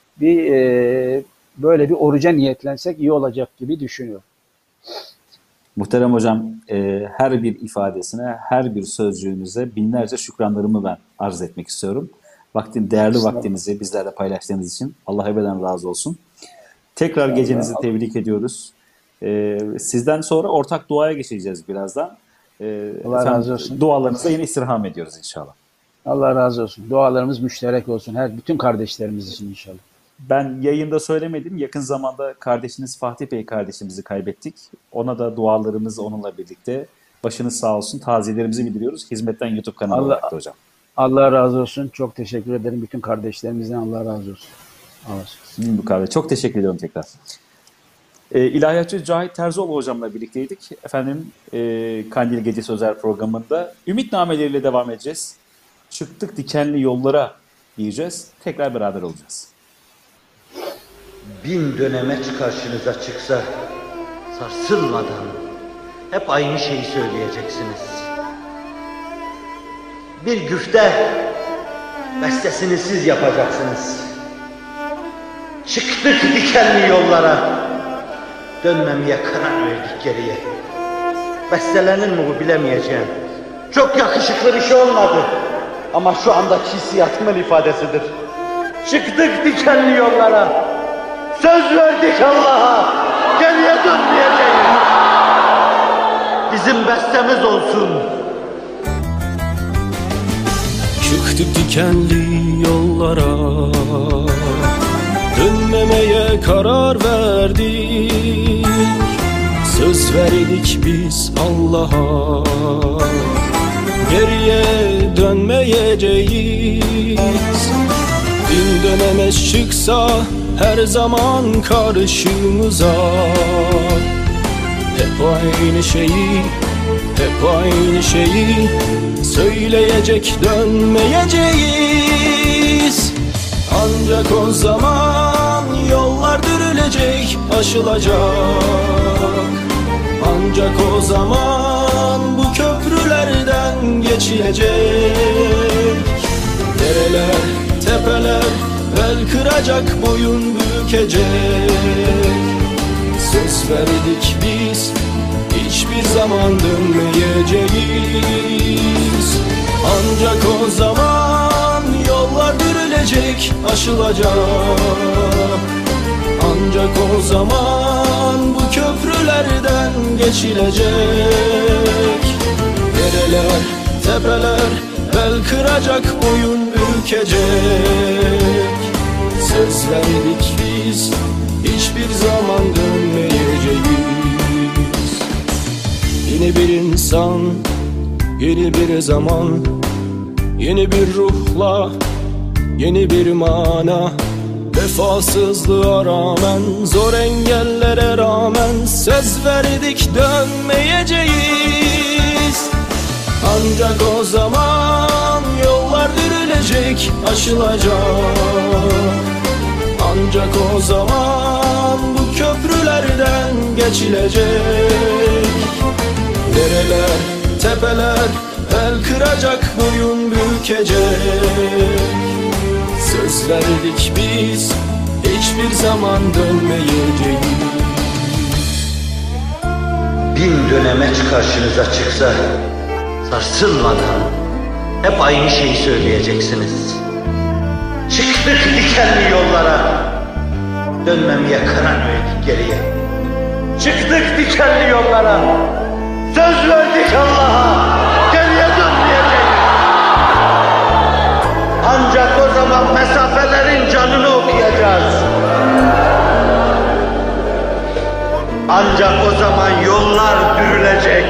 böyle bir oruca niyetlensek iyi olacak gibi düşünüyorum. Muhterem hocam, her bir ifadesine, her bir sözcüğünüze binlerce şükranlarımı ben arz etmek istiyorum. Değerli vaktinizi bizlerle paylaştığınız için Allah ebeden razı olsun. Tekrar gecenizi tebrik ediyoruz. Sizden sonra ortak duaya geçeceğiz birazdan. Allah razı olsun. Dualarınıza yine istirham ediyoruz inşallah. Allah razı olsun. Dualarımız müşterek olsun. Bütün kardeşlerimiz için inşallah. Ben yayında söylemedim. Yakın zamanda kardeşiniz Fatih Bey kardeşimizi kaybettik. Ona da dualarımız onunla birlikte. Başınız sağ olsun. Taziyelerimizi bildiriyoruz. Hizmetten YouTube kanalı olarak da hocam. Allah razı olsun. Çok teşekkür ederim. Bütün kardeşlerimizden Allah razı olsun. Bu kadar. Çok teşekkür ediyorum tekrar. İlahiyatçı Cahit Terzioğlu hocamla birlikteydik. Efendim Kandil Gecesi özel programında ümitnameleriyle devam edeceğiz. Çıktık dikenli yollara diyeceğiz. Tekrar beraber olacağız. 1000 dönemeç karşınıza çıksa sarsılmadan hep aynı şeyi söyleyeceksiniz. Bir güfte bestesini siz yapacaksınız. Çıktık dikenli yollara, dönmemeye karar verdik geriye. Bestelenir mi bu bilemeyeceğim. Çok yakışıklı bir şey olmadı. Ama şu andaki hissiyatımın ifadesidir. Çıktık dikenli yollara. Söz verdik Allah'a. Geriye dönmeyeceğiz. Bizim bestemiz olsun. Çıktık dikenli yollara, dönmemeye karar verdik. Söz verdik biz Allah'a, geriye dönmeyeceğiz. 1000 dönemeç çıksa her zaman karşımıza, hep aynı şeyi, hep aynı şeyi söyleyecek, dönmeyeceğiz. Ancak o zaman yollar dürülecek, aşılacak. Ancak o zaman bu köprülerden geçilecek. Dereler, tepeler bel kıracak, boyun bükecek. Söz verdik biz, hiçbir zaman dönmeyeceğiz. Ancak o zaman yollar dürülecek, aşılacak. Ancak o zaman bu köprülerden geçilecek. Dereler, tepeler bel kıracak, boyun bükecek. Söz verdik biz, hiçbir zaman dönmeyeceğiz. Yeni bir insan, yeni bir zaman, yeni bir ruhla, yeni bir mana. Vefasızlığa rağmen, zor engellere rağmen söz verdik, dönmeyeceğiz. Ancak o zaman yollar dürülecek, aşılacak. Ancak o zaman bu köprülerden geçilecek. Dereler, tepeler bel kıracak, boyun bükecek. Söz verdik biz, hiçbir zaman dönmeyeceğiz. Bin dönemeç karşınıza çıksa sarsılmadan hep aynı şeyi söyleyeceksiniz. Çıktık dikenli yollara, dönmemeye karar verdik geriye. Çıktık dikenli yollara, söz verdik Allah'a, geriye dönmeyeceğiz. Ancak o zaman mesafelerin canını okuyacağız. Ancak o zaman yollar dürülecek.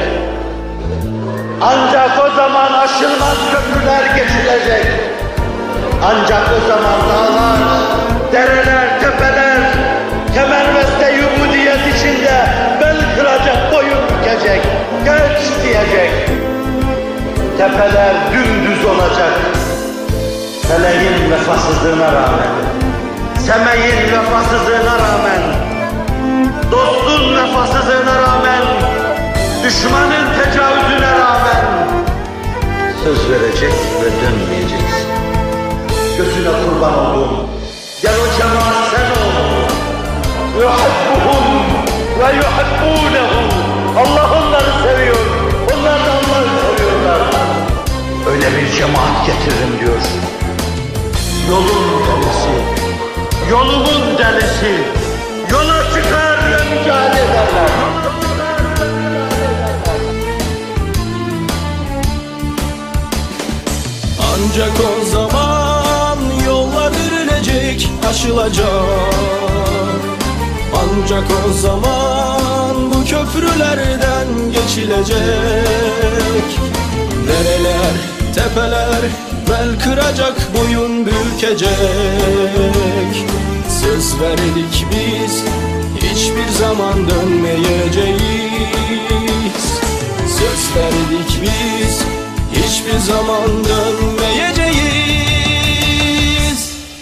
Ancak o zaman aşılmaz köprüler geçilecek. Ancak o zaman dağlar, dereler, tepeler kemerveste yubudiyet içinde bel kıracak, boyun bükecek, geç diyecek. Tepeler dümdüz olacak. Feleğin vefasızlığına rağmen, semeyin vefasızlığına rağmen, dostun vefasızlığına rağmen, düşmanın tecavüzüne rağmen söz verecek ve dönmeyeceksin. Gözüne kurban oldum, gel o cemaat sen ol. Yuhibbuhum ve yuhibbunehum. Allah onları seviyor, onlar da Allah'ı seviyorlar. Öyle bir cemaat getiririm diyor. Yolun delisi, yolumun delisi, yola çıkar ve mücadele ederler. Ancak o zaman yollar dürülecek, aşılacak. Ancak o zaman bu köprülerden geçilecek. Dereler, tepeler bel kıracak, boyun bükecek. Söz verdik biz, hiçbir zaman dönmeyeceğiz. Söz verdik biz, hiçbir zaman dönmeyeceğiz.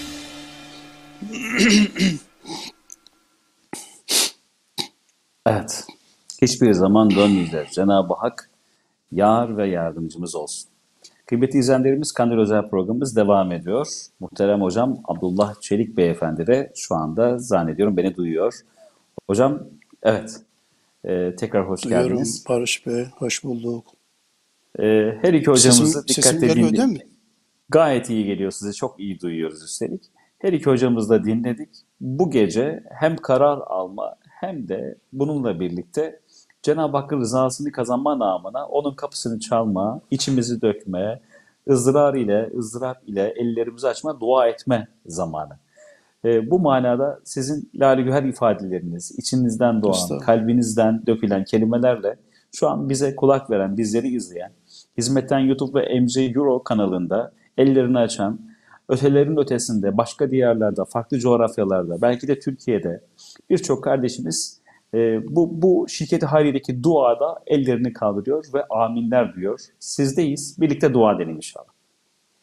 Evet, hiçbir zaman dönmeyeceğiz. Cenab-ı Hak yar ve yardımcımız olsun. Kıymetli izleyenlerimiz, Kandil Özel programımız devam ediyor. Muhterem hocam Abdullah Çelik Beyefendi de şu anda zannediyorum beni duyuyor. Hocam, evet, tekrar hoş Duyuyorum geldiniz. Barış Bey, hoş bulduk. Her iki hocamızı Sesim dikkatle geliyor değil dinledik. mi? Gayet iyi geliyor, sizi çok iyi duyuyoruz üstelik. Her iki hocamızı da dinledik. Bu gece hem karar alma hem de bununla birlikte Cenab-ı Hakk'ın rızasını kazanma namına onun kapısını çalma, içimizi dökme, ızdırap ile ellerimizi açma, dua etme zamanı. Bu manada sizin lale güher ifadeleriniz, içinizden doğan, Estağfurullah. kalbinizden dökülen kelimelerle şu an bize kulak veren, bizleri izleyen, hizmetten YouTube ve MJ Euro kanalında ellerini açan, ötelerin ötesinde, başka diyarlarda, farklı coğrafyalarda, belki de Türkiye'de birçok kardeşimiz bu şirketi hayriyedeki duada ellerini kaldırıyor ve aminler diyor. Sizdeyiz, birlikte dua edelim inşallah.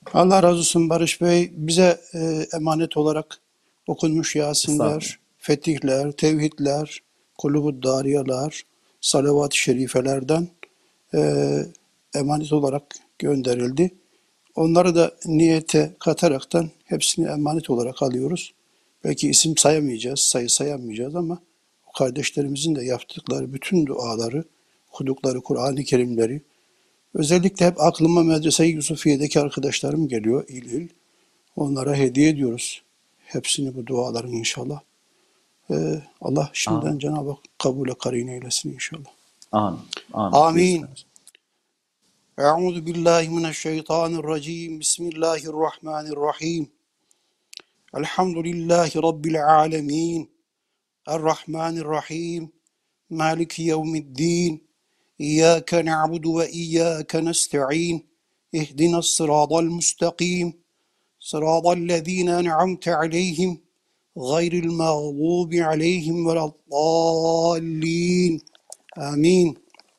Allah razı olsun Barış Bey. Bize emanet olarak okunmuş Estağfurullah. Yasinler, fetihler, tevhidler, kulubud dariyalar, salavat-ı şerifelerden e, emanet olarak gönderildi. Onları da niyete kataraktan hepsini emanet olarak alıyoruz. Belki isim sayamayacağız, sayı sayamayacağız ama o kardeşlerimizin de yaptıkları bütün duaları, okudukları Kur'an-ı Kerimleri, özellikle hep aklıma Medrese-i Yusufiye'deki arkadaşlarım geliyor il il. Onlara hediye ediyoruz. Hepsini bu duaların inşallah. Allah şimdiden Amin. Cenab-ı Hak kabule karin eylesin inşallah. Amin. Amin. Amin. Buyursunlar. Euzu billahi mineşşeytanirracim. Bismillahirrahmanirrahim. Elhamdülillahi Rabbil alemin. Errahmanirrahim. Maliki yevmiddin. İyyâke na'budu ve iyyâke nesta'in. İhdinas sıratal müstakim. Sıratallezîne en'amte aleyhim. Gayril mağdubi aleyhim veleddallin. Amin.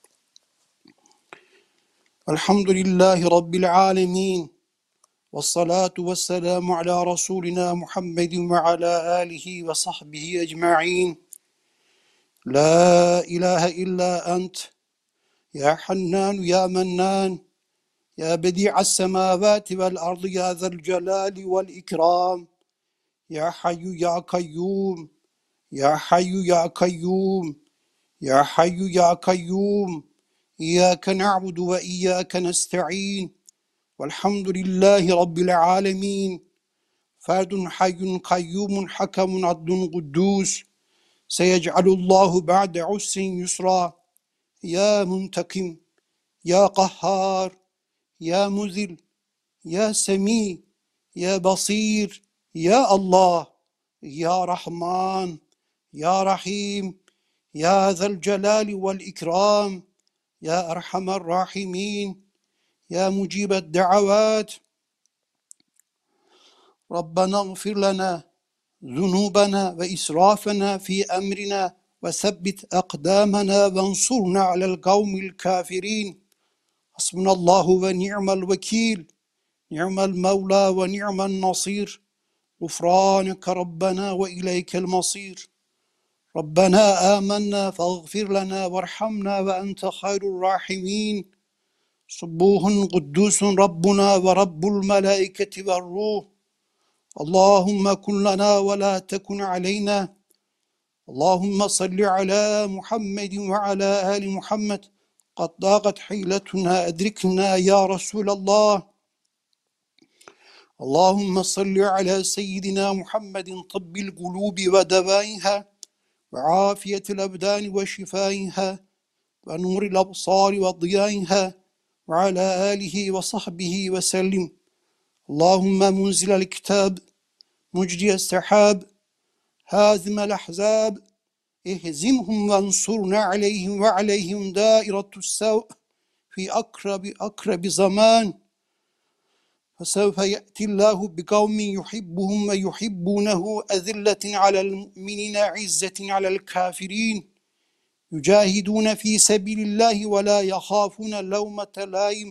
Elhamdülillahi Rabbil alemin. Vessalatu vesselamu ala Resulina Muhammedin ve ala alihi ve sahbihi ecma'in. La ilahe illa ent. Ya Hannan ya Mennan. Ya bedi'as semavati vel ardı ya zel celali vel ikram. Ya Hayyu ya Kayyum. Ya Hayyu ya Kayyum. Ya Hayyu ya Kayyum. İyyâke na'budu ve iyyâke nesta'in. Velhamdülillahi Rabbil alemin. Ferdun hayyun kayyumun hakemun adlun kuddus. Seyec'alullahu ba'de usrin yusra. Ya muntakim. Ya kahhar. Ya muzil. Ya semi. Ya basir. Ya Allah. Ya Rahman. Ya Rahim. Ya zel celali vel ikram. Ya Erhamer Rahimin. Ya Mucibed Da'avat. Rabbena gfir lana zunubana ve israfana fi emrina ve sebbit akdamana ve ansurna alel kavmil kafirin. Hasbunallahu ve ni'mel vekil. Ni'mel mevla ve ni'mel nasir. Gufraneke Rabbena ve ileykel masir. ربنا آمنا فاغفر لنا وارحمنا وأنت خير الراحمين سبوح قدوس ربنا ورب الملائكة والروح اللهم كن لنا ولا تكن علينا اللهم صل على محمد وعلى آل محمد قد ضاقت حيلتنا أدركنا يا رسول الله اللهم صل على سيدنا محمد طب القلوب ودوائها وعافية الأبدان وشفائها ونور الأبصار وضيائها وعلى آله وصحبه وسلم اللهم منزل الكتاب مجري السحاب هازم الأحزاب اهزمهم وانصرنا عليهم وعليهم دائرة السوء في أقرب زمان فسوف يأتي الله بقوم يحبهم ويحبونه أذلة على المؤمنين عزة على الكافرين يجاهدون في سبيل الله ولا يخافون لومة لائم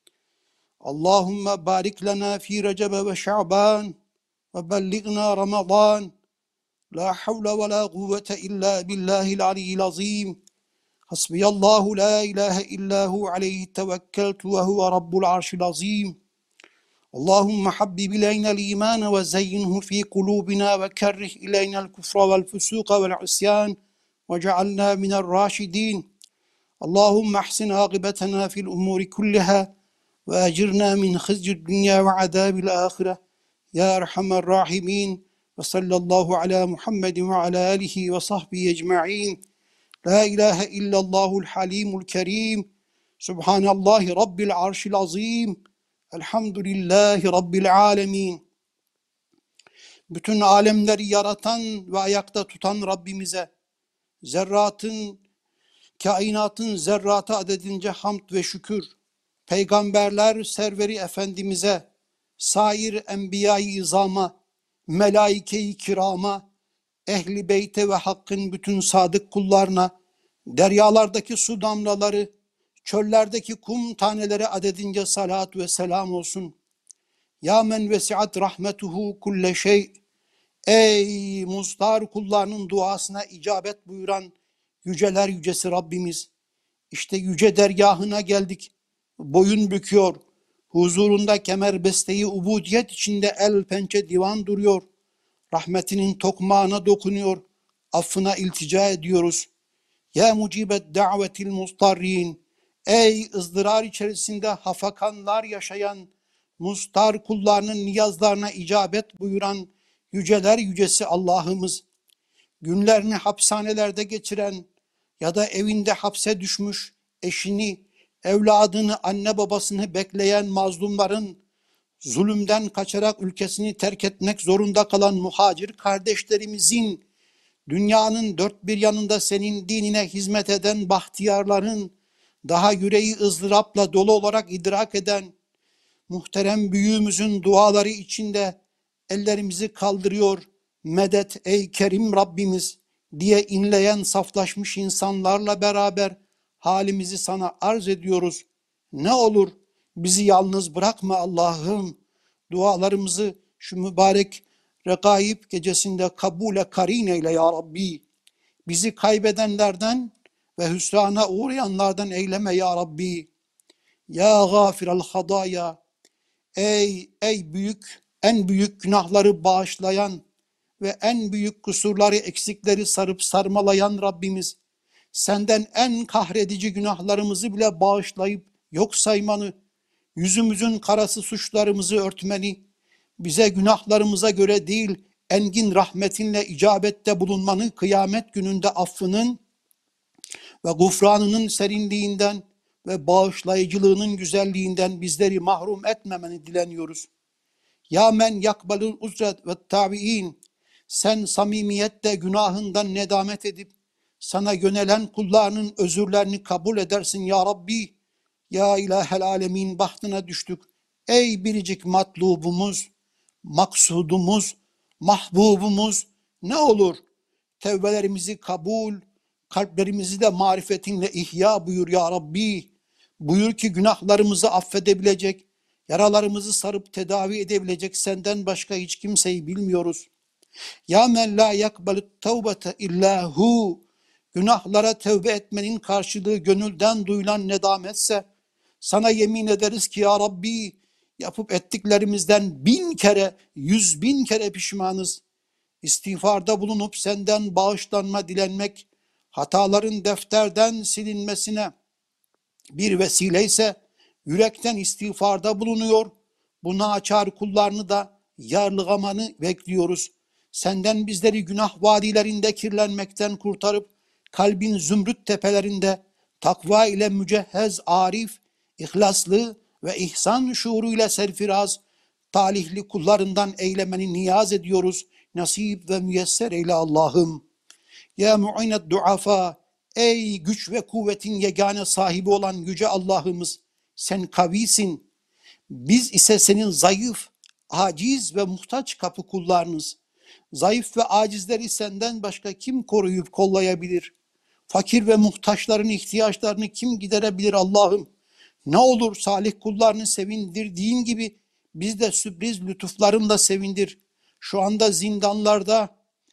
اللهم بارك لنا في رجب وشعبان وبلغنا رمضان لا حول ولا قوة إلا بالله العلي العظيم حسبي الله لا إله إلا هو عليه توكلت وهو رب العرش العظيم اللهم حبب إلينا الإيمان وزينه في قلوبنا وكره إلينا الكفر والفسوق والعصيان وجعلنا من الراشدين اللهم احسن عاقبتنا في الأمور كلها وأجرنا من خزي الدنيا وعذاب الآخرة يا أرحم الراحمين وصلى الله على محمد وعلى آله وصحبه أجمعين لا إله إلا الله الحليم الكريم سبحان الله رب العرش العظيم Elhamdülillahi Rabbil alemin. Bütün alemleri yaratan ve ayakta tutan Rabbimize, zerratın, kainatın zerratı adedince hamd ve şükür, peygamberler serveri Efendimiz'e, sair enbiya-i izama, melaike-i kirama, ehli beyte ve hakkın bütün sadık kullarına, deryalardaki su damlaları, çöllerdeki kum taneleri adedince salat ve selam olsun. Ya men vesiat rahmetuhu kulle şey. Ey mustar kullarının duasına icabet buyuran yüceler yücesi Rabbimiz. İşte yüce dergahına geldik. Boyun büküyor. Huzurunda kemerbesteyi ubudiyet içinde el pençe divan duruyor. Rahmetinin tokmağına dokunuyor. Affına iltica ediyoruz. Ya mucibet davetil mustarrin. Ey ızdırar içerisinde hafakanlar yaşayan mustar kullarının niyazlarına icabet buyuran yüceler yücesi Allah'ımız. Günlerini hapishanelerde geçiren ya da evinde hapse düşmüş eşini, evladını, anne babasını bekleyen mazlumların, zulümden kaçarak ülkesini terk etmek zorunda kalan muhacir kardeşlerimizin, dünyanın dört bir yanında senin dinine hizmet eden bahtiyarların, daha yüreği ızdırapla dolu olarak idrak eden muhterem büyüğümüzün duaları içinde ellerimizi kaldırıyor. Medet ey Kerim Rabbimiz diye inleyen saflaşmış insanlarla beraber halimizi sana arz ediyoruz. Ne olur bizi yalnız bırakma Allah'ım. Dualarımızı şu mübarek Regaib gecesinde kabule karin eyle ya Rabbi. Bizi kaybedenlerden ve hüsrana uğrayanlardan eyleme ya Rabbi. Ya gâfirel hadaya. Ey büyük, en büyük günahları bağışlayan ve en büyük kusurları, eksikleri sarıp sarmalayan Rabbimiz, senden en kahredici günahlarımızı bile bağışlayıp yok saymanı, yüzümüzün karası suçlarımızı örtmeni, bize günahlarımıza göre değil, engin rahmetinle icabette bulunmanı, kıyamet gününde affının ve gufranının serinliğinden ve bağışlayıcılığının güzelliğinden bizleri mahrum etmemeni dileniyoruz. Ya men yakbalul uzret ve tabi'in. Sen samimiyetle günahından nedamet edip sana yönelen kullarının özürlerini kabul edersin ya Rabbi. Ya ilahel alemin bahtına düştük. Ey biricik matlubumuz, maksudumuz, mahbubumuz, ne olur tevbelerimizi kabul, kalplerimizi de marifetinle ihya buyur ya Rabbi. Buyur ki günahlarımızı affedebilecek, yaralarımızı sarıp tedavi edebilecek senden başka hiç kimseyi bilmiyoruz. Ya men la yakbalut tevbete illa hu. Günahlara tevbe etmenin karşılığı gönülden duyulan nedametse, sana yemin ederiz ki ya Rabbi, yapıp ettiklerimizden 1000 kere, 100.000 kere pişmanız. İstiğfarda bulunup senden bağışlanma dilenmek, hataların defterden silinmesine bir vesileyse, yürekten istiğfarda bulunuyor. Buna açar kullarını da yarlıgamanı bekliyoruz. Senden bizleri günah vadilerinde kirlenmekten kurtarıp, kalbin zümrüt tepelerinde takva ile mücehhez, arif, ihlaslı ve ihsan şuuruyla serfiraz, talihli kullarından eylemeni niyaz ediyoruz. Nasip ve müyesser eyle Allah'ım. Ya mu'inet duafa, ey güç ve kuvvetin yegane sahibi olan yüce Allah'ımız, sen kavisin. Biz ise senin zayıf, aciz ve muhtaç kapı kullarınız. Zayıf ve acizleri senden başka kim koruyup kollayabilir? Fakir ve muhtaçların ihtiyaçlarını kim giderebilir Allah'ım? Ne olur salih kullarını sevindirdiğin gibi biz de sürpriz lütuflarınla sevindir. Şu anda zindanlarda,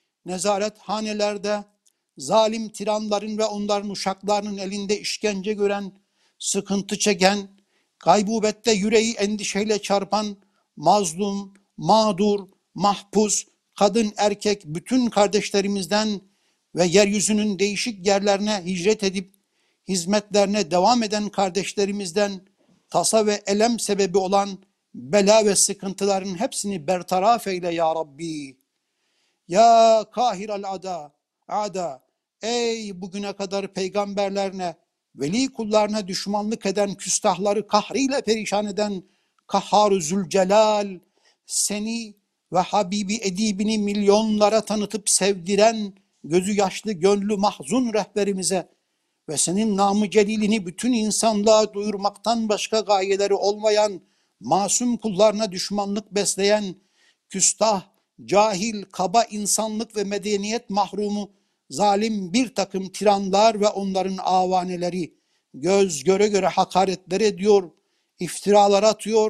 nezarethanelerde, zalim tiranların ve onların uşaklarının elinde işkence gören, sıkıntı çeken, gaybubette yüreği endişeyle çarpan, mazlum, mağdur, mahpus, kadın, erkek, bütün kardeşlerimizden ve yeryüzünün değişik yerlerine hicret edip hizmetlerine devam eden kardeşlerimizden tasa ve elem sebebi olan bela ve sıkıntıların hepsini bertaraf eyle ya Rabbi. Ya kahirel ada, ey bugüne kadar peygamberlerine, veli kullarına düşmanlık eden, küstahları kahriyle perişan eden Kahhar-ı Zülcelal, seni ve Habibi edibini milyonlara tanıtıp sevdiren, gözü yaşlı gönlü mahzun rehberimize ve senin namı celilini bütün insanlığa duyurmaktan başka gayeleri olmayan masum kullarına düşmanlık besleyen, küstah, cahil, kaba insanlık ve medeniyet mahrumu, zalim bir takım tiranlar ve onların avaneleri göz göre göre hakaretler ediyor, iftiralar atıyor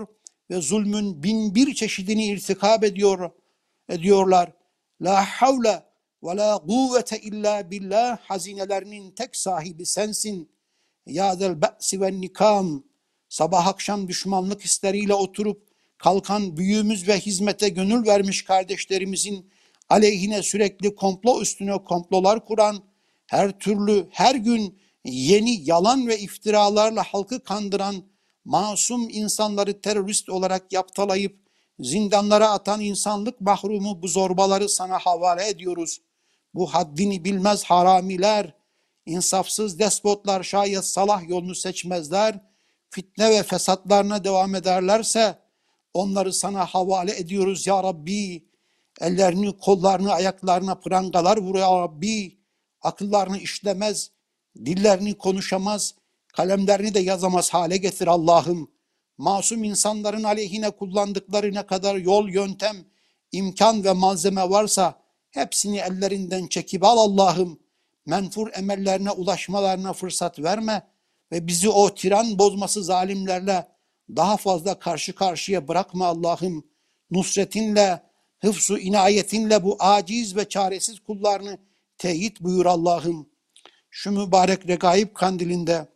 ve zulmün bin bir çeşidini irtikab ediyorlar. La havle ve la kuvvete illa billah, hazinelerinin tek sahibi sensin. Ya zel ba'si ve nikam, sabah akşam düşmanlık hisleriyle oturup kalkan büyüğümüz ve hizmete gönül vermiş kardeşlerimizin aleyhine sürekli komplo üstüne komplolar kuran, her türlü her gün yeni yalan ve iftiralarla halkı kandıran, masum insanları terörist olarak yaptalayıp zindanlara atan insanlık mahrumu bu zorbaları sana havale ediyoruz. Bu haddini bilmez haramiler, insafsız despotlar şayet salah yolunu seçmezler, fitne ve fesatlarına devam ederlerse onları sana havale ediyoruz ya Rabbi. Ellerini, kollarını, ayaklarına prangalar vur ya Rabbi. Akıllarını işlemez, dillerini konuşamaz, kalemlerini de yazamaz hale getir Allah'ım. Masum insanların aleyhine kullandıkları ne kadar yol, yöntem, imkan ve malzeme varsa hepsini ellerinden çekip al Allah'ım. Menfur emellerine ulaşmalarına fırsat verme ve bizi o tiran bozması zalimlerle daha fazla karşı karşıya bırakma Allah'ım. Nusretinle, hıfzu inayetinle bu aciz ve çaresiz kullarını teyit buyur Allah'ım. Şu mübarek regaib kandilinde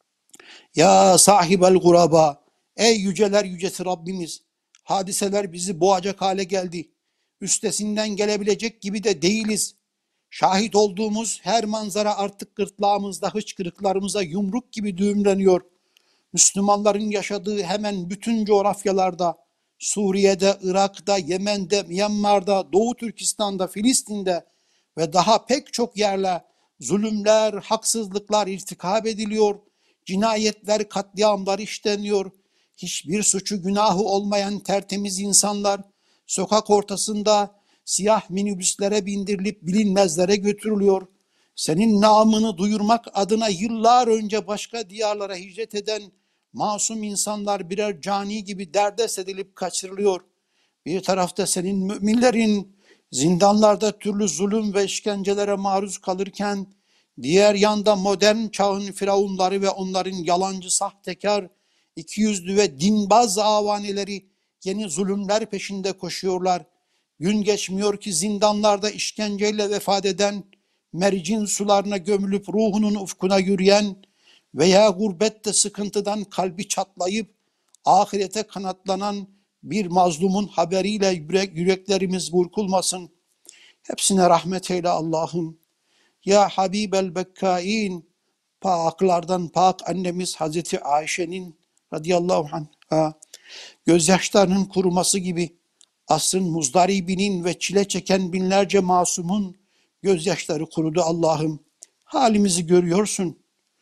ya sahibel guraba, ey yüceler yücesi Rabbimiz, hadiseler bizi boğacak hale geldi. Üstesinden gelebilecek gibi de değiliz. Şahit olduğumuz her manzara artık gırtlağımızda, hıçkırıklarımıza yumruk gibi düğümleniyor. Müslümanların yaşadığı hemen bütün coğrafyalarda, Suriye'de, Irak'ta, Yemen'de, Myanmar'da, Doğu Türkistan'da, Filistin'de ve daha pek çok yerle zulümler, haksızlıklar irtikab ediliyor, cinayetler, katliamlar işleniyor. Hiçbir suçu günahı olmayan tertemiz insanlar sokak ortasında siyah minibüslere bindirilip bilinmezlere götürülüyor. Senin namını duyurmak adına yıllar önce başka diyarlara hicret eden masum insanlar birer cani gibi derdest edilip kaçırılıyor. Bir tarafta senin müminlerin zindanlarda türlü zulüm ve işkencelere maruz kalırken, diğer yanda modern çağın firavunları ve onların yalancı, sahtekar, ikiyüzlü ve dinbaz avaneleri yeni zulümler peşinde koşuyorlar. Gün geçmiyor ki zindanlarda işkenceyle vefat eden, mercin sularına gömülüp ruhunun ufkuna yürüyen veya gurbette sıkıntıdan kalbi çatlayıp ahirete kanatlanan bir mazlumun haberiyle yüreklerimiz burkulmasın. Hepsine rahmet eyle Allah'ım. Ya Habibel Bekkain, paklardan pak annemiz Hazreti Ayşe'nin radıyallahu anha gözyaşlarının kuruması gibi asrın muzdaribinin ve çile çeken binlerce masumun gözyaşları kurudu Allah'ım. Halimizi görüyorsun.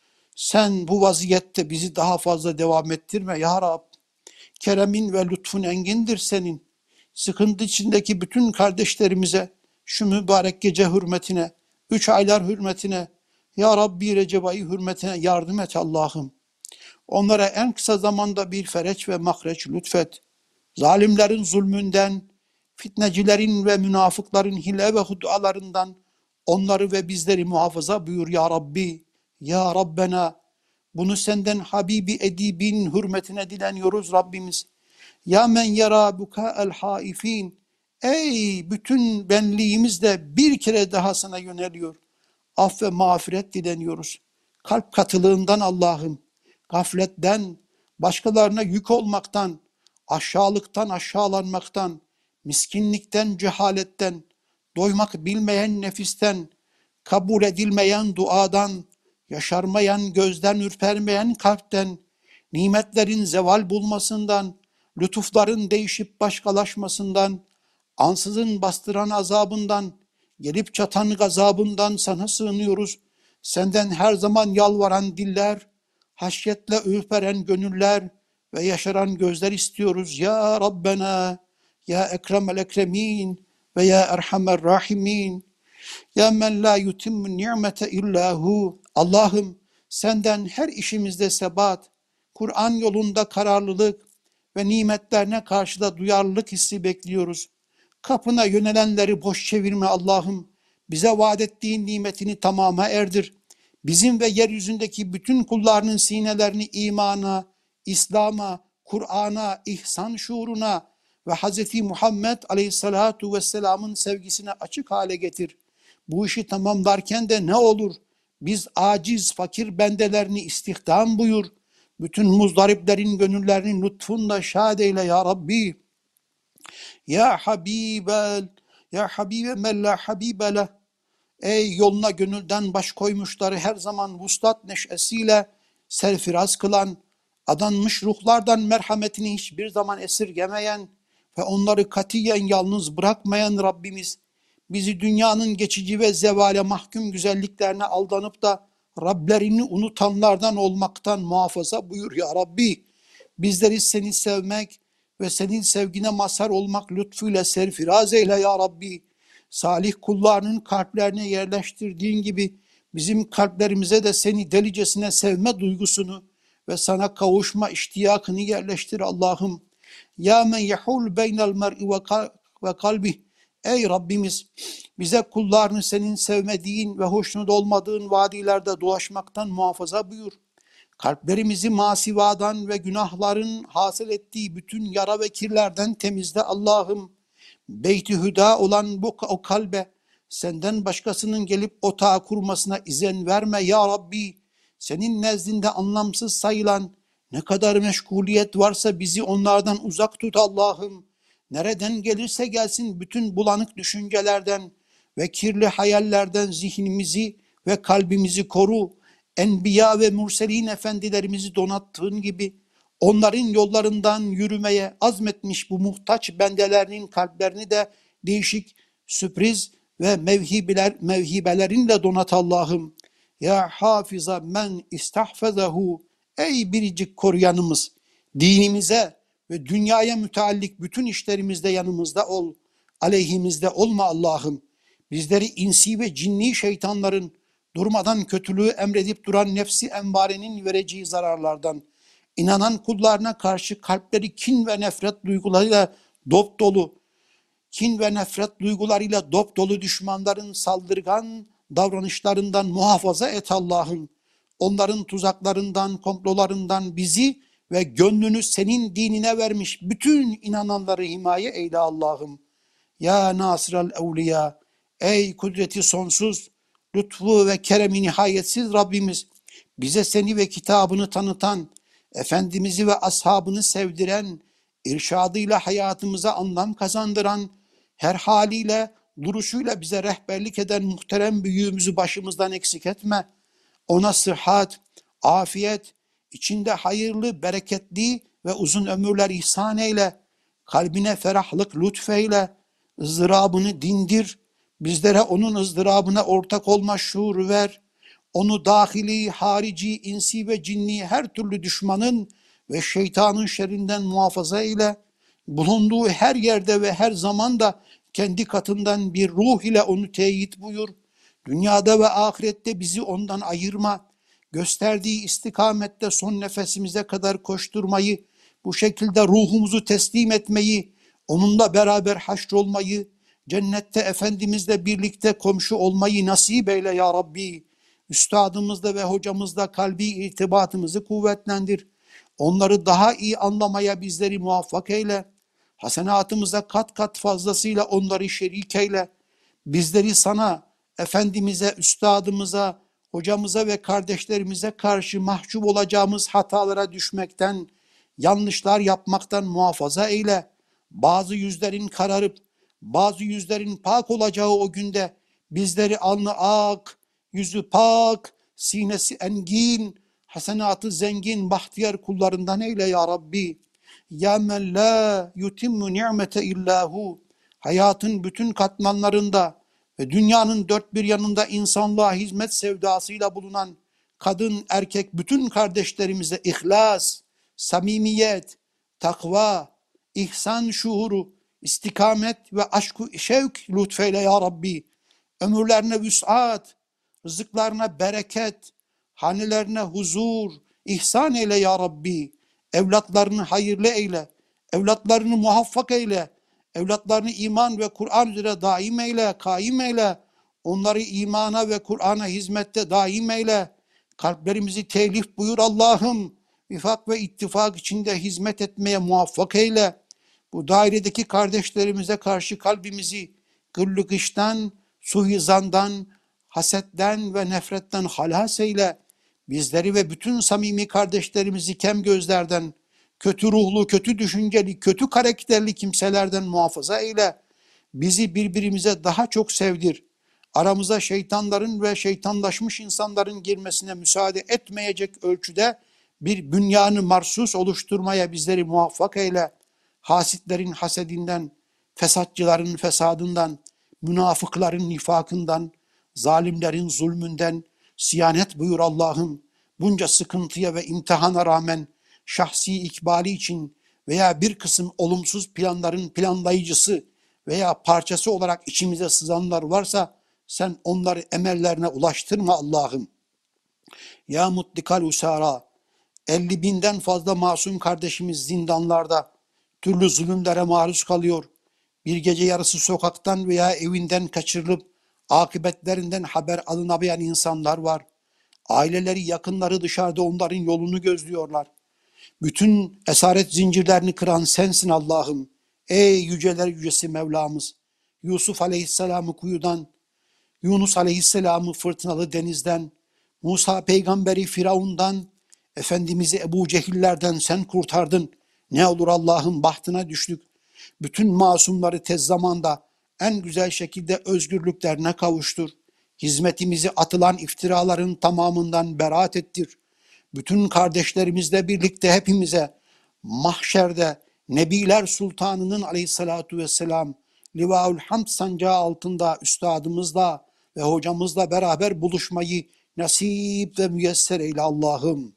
Sen bu vaziyette bizi daha fazla devam ettirme ya Rab. Keremin ve lütfun engindir senin. Sıkıntı içindeki bütün kardeşlerimize şu mübarek gece hürmetine, 3 aylar hürmetine, ya Rabbi Recep ayı hürmetine yardım et Allah'ım. Onlara en kısa zamanda bir fereç ve mahreç lütfet. Zalimlerin zulmünden, fitnecilerin ve münafıkların hile ve hudalarından onları ve bizleri muhafaza buyur ya Rabbi. Ya Rabbena, bunu senden Habibi Edib'in hürmetine dileniyoruz Rabbimiz. Ya men yara buka'el haifin, ey bütün benliğimizle bir kere daha sana yöneliyor. Af ve mağfiret dileniyoruz. Kalp katılığından Allah'ım, gafletten, başkalarına yük olmaktan, aşağılıktan, aşağılanmaktan, miskinlikten, cehaletten, doymak bilmeyen nefisten, kabul edilmeyen duadan, yaşarmayan gözden, ürpermeyen kalpten, nimetlerin zeval bulmasından, lütufların değişip başkalaşmasından, ansızın bastıran azabından, gelip çatan gazabından sana sığınıyoruz. Senden her zaman yalvaran diller, haşyetle ürperen gönüller ve yaşaran gözler istiyoruz. Ya Rabbena, ya Ekremel Ekremin ve ya Erhamer Rahimin. Ya men la yutimmu ni'mete illahu. Allah'ım senden her işimizde sebat, Kur'an yolunda kararlılık ve nimetlerine karşı da duyarlılık hissi bekliyoruz. Kapına yönelenleri boş çevirme Allah'ım. Bize vaat ettiğin nimetini tamama erdir. Bizim ve yeryüzündeki bütün kullarının sinelerini imana, İslam'a, Kur'an'a, ihsan şuuruna ve Hz. Muhammed Aleyhisselatu Vesselam'ın sevgisine açık hale getir. Bu işi tamamlarken de ne olur? Biz aciz, fakir bendelerini istihdam buyur. Bütün muzdariplerin gönüllerini lütfunla şad eyle ya Rabbi. Ya Habibel, ya Habibe men la Habibe leh. Ey yoluna gönülden baş koymuşları her zaman vuslat neşesiyle serfiraz kılan, adanmış ruhlardan merhametini hiçbir zaman esirgemeyen ve onları katiyen yalnız bırakmayan Rabbimiz, bizi dünyanın geçici ve zevale mahkum güzelliklerine aldanıp da Rablerini unutanlardan olmaktan muhafaza buyur ya Rabbi. Bizleri seni sevmek ve senin sevgine mazhar olmak lütfuyla serfiraz eyle ya Rabbi. Salih kullarının kalplerine yerleştirdiğin gibi bizim kalplerimize de seni delicesine sevme duygusunu ve sana kavuşma iştiyakını yerleştir Allah'ım. Ya men yahul beynel mer'i ve kalbih. Ey Rabbimiz, bize kullarını senin sevmediğin ve hoşnut olmadığın vadilerde dolaşmaktan muhafaza buyur. Kalplerimizi masivadan ve günahların hasıl ettiği bütün yara ve kirlerden temizle Allah'ım. Beyt-i Hüda olan o kalbe senden başkasının gelip otağı kurmasına izin verme ya Rabbi. Senin nezdinde anlamsız sayılan ne kadar meşguliyet varsa bizi onlardan uzak tut Allah'ım. Nereden gelirse gelsin bütün bulanık düşüncelerden ve kirli hayallerden zihnimizi ve kalbimizi koru. Enbiya ve Murselin efendilerimizi donattığın gibi onların yollarından yürümeye azmetmiş bu muhtaç bendelerinin kalplerini de değişik sürpriz ve mevhibelerinle donat Allah'ım. Ya hafiza men istahfezehu. Ey biricik koruyanımız, dinimize ve dünyaya müteallik bütün işlerimizde yanımızda ol. Aleyhimizde olma Allah'ım. Bizleri insi ve cinni şeytanların durmadan kötülüğü emredip duran nefsi envarenin vereceği zararlardan, inanan kullarına karşı kalpleri kin ve nefret duygularıyla dop dolu düşmanların saldırgan davranışlarından muhafaza et Allah'ım. Onların tuzaklarından, komplolarından bizi ve gönlünü senin dinine vermiş bütün inananları himaye eyle Allah'ım. Ya Nasral Evliya, ey kudreti sonsuz, lütfu ve keremi nihayetsiz Rabbimiz, bize seni ve kitabını tanıtan, Efendimiz'i ve ashabını sevdiren, irşadıyla hayatımıza anlam kazandıran, her haliyle, duruşuyla bize rehberlik eden muhterem büyüğümüzü başımızdan eksik etme. Ona sıhhat, afiyet, içinde hayırlı, bereketli ve uzun ömürler ihsan eyle. Kalbine ferahlık lütfeyle, ızdırabını dindir. Bizlere onun ızdırabına ortak olma şuuru ver. Onu dahili, harici, insi ve cinni her türlü düşmanın ve şeytanın şerrinden muhafaza eyle. Bulunduğu her yerde ve her zamanda kendi katından bir ruh ile onu teyit buyur. Dünyada ve ahirette bizi ondan ayırma. Gösterdiği istikamette son nefesimize kadar koşturmayı, bu şekilde ruhumuzu teslim etmeyi, onunla beraber haşrolmayı, cennette Efendimizle birlikte komşu olmayı nasip eyle ya Rabbi. Üstadımızla ve hocamızla kalbi irtibatımızı kuvvetlendir. Onları daha iyi anlamaya bizleri muvaffak eyle. Hasenatımıza kat kat fazlasıyla onları şerik eyle. Bizleri sana, Efendimiz'e, üstadımıza, hocamıza ve kardeşlerimize karşı mahcup olacağımız hatalara düşmekten, yanlışlar yapmaktan muhafaza eyle. Bazı yüzlerin kararıp, bazı yüzlerin pak olacağı o günde bizleri alnı ak, yüzü pak, sinesi engin, hasenatı zengin, bahtiyar kullarından eyle ya Rabbi. Ya men la yutimmu ni'mete illahu. Hayatın bütün katmanlarında ve dünyanın dört bir yanında insanlığa hizmet sevdasıyla bulunan kadın, erkek bütün kardeşlerimize ihlas, samimiyet, takva, ihsan şuuru, istikamet ve aşk-ı şevk lütfeyle ya Rabbi. Ömürlerine vüs'at, rızıklarına bereket, hanelerine huzur, ihsan eyle ya Rabbi. Evlatlarını hayırlı eyle, evlatlarını muvaffak eyle, evlatlarını iman ve Kur'an üzere daim eyle, kaim eyle. Onları imana ve Kur'an'a hizmette daim eyle. Kalplerimizi telif buyur Allah'ım. vifak ve ittifak içinde hizmet etmeye muvaffak eyle. Bu dairedeki kardeşlerimize karşı kalbimizi gırlıkıştan, suizandan, hasetten ve nefretten halas eyle. Bizleri ve bütün samimi kardeşlerimizi kem gözlerden, kötü ruhlu, kötü düşünceli, kötü karakterli kimselerden muhafaza eyle. Bizi birbirimize daha çok sevdir. Aramıza şeytanların ve şeytanlaşmış insanların girmesine müsaade etmeyecek ölçüde bir bünyanı marsus oluşturmaya bizleri muvaffak eyle. Hasitlerin hasedinden, fesatçıların fesadından, münafıkların nifakından, zalimlerin zulmünden siyanet buyur Allah'ım. Bunca sıkıntıya ve imtihana rağmen şahsi ikbali için veya bir kısım olumsuz planların planlayıcısı veya parçası olarak içimize sızanlar varsa sen onları emellerine ulaştırma Allah'ım. Ya mutlikal usara, 50.000'den fazla masum kardeşimiz zindanlarda türlü zulümlere maruz kalıyor. Bir gece yarısı sokaktan veya evinden kaçırılıp akıbetlerinden haber alınamayan insanlar var. Aileleri, yakınları dışarıda onların yolunu gözlüyorlar. Bütün esaret zincirlerini kıran sensin Allah'ım. Ey yüceler yücesi Mevlamız. Yusuf Aleyhisselam'ı kuyudan, Yunus Aleyhisselam'ı fırtınalı denizden, Musa peygamberi Firavun'dan, Efendimiz'i Ebu Cehillerden sen kurtardın. Ne olur Allah'ın bahtına düştük. Bütün masumları tez zamanda en güzel şekilde özgürlüklerine kavuştur. Hizmetimizi atılan iftiraların tamamından beraat ettir. Bütün kardeşlerimizle birlikte hepimize mahşerde Nebiler Sultanı'nın aleyhissalatu vesselam Livaül Hamd sancağı altında üstadımızla ve hocamızla beraber buluşmayı nasip ve müyesser eyle Allah'ım.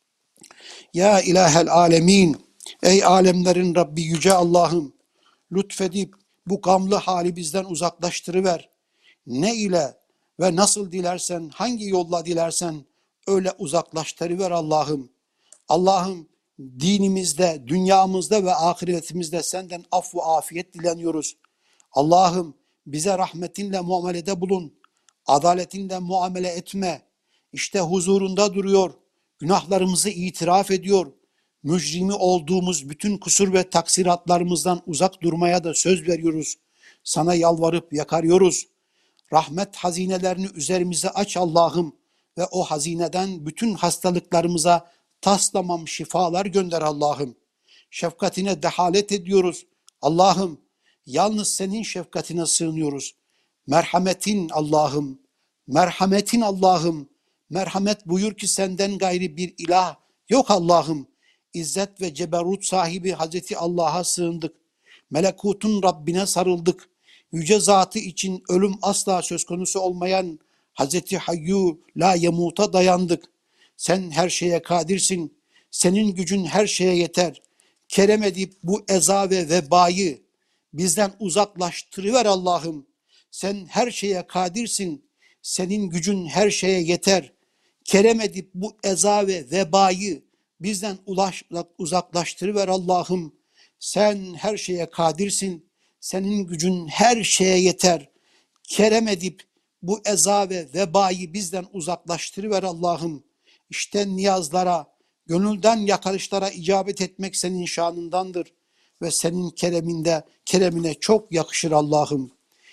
Ya ilahel alemin, ey alemlerin Rabbi yüce Allah'ım, lütfedip bu gamlı hali bizden uzaklaştırıver. Ne ile ve nasıl dilersen, hangi yolla dilersen öyle uzaklaştırıver Allah'ım. Allah'ım dinimizde, dünyamızda ve ahiretimizde senden af ve afiyet dileniyoruz. Allah'ım bize rahmetinle muamelede bulun. Adaletinle muamele etme. İşte huzurunda duruyor. Günahlarımızı itiraf ediyor. Mücrimi olduğumuz bütün kusur ve taksiratlarımızdan uzak durmaya da söz veriyoruz. Sana yalvarıp yakarıyoruz. Rahmet hazinelerini üzerimize aç Allah'ım ve o hazineden bütün hastalıklarımıza taslamam şifalar gönder Allah'ım. Şefkatine dehalet ediyoruz. Allah'ım yalnız senin şefkatine sığınıyoruz. Merhametin Allah'ım, merhametin Allah'ım, merhamet buyur ki senden gayri bir ilah yok Allah'ım. İzzet ve ceberut sahibi Hazreti Allah'a sığındık. Melekutun Rabbine sarıldık. Yüce zatı için ölüm asla söz konusu olmayan Hazreti Hayyu la yemut'a dayandık. Sen her şeye kadirsin. Senin gücün her şeye yeter. Kerem edip bu eza ve vebayı bizden uzaklaştırıver Allah'ım. Sen her şeye kadirsin. Senin gücün her şeye yeter. Kerem edip bu eza ve vebayı bizden uzaklaştırıver Allah'ım. Sen her şeye kadirsin. Senin gücün her şeye yeter. Kerem edip bu eza ve vebayı bizden uzaklaştırıver Allah'ım. İşte niyazlara, gönülden yakarışlara icabet etmek senin şanındandır. Ve senin keremine çok yakışır Allah'ım.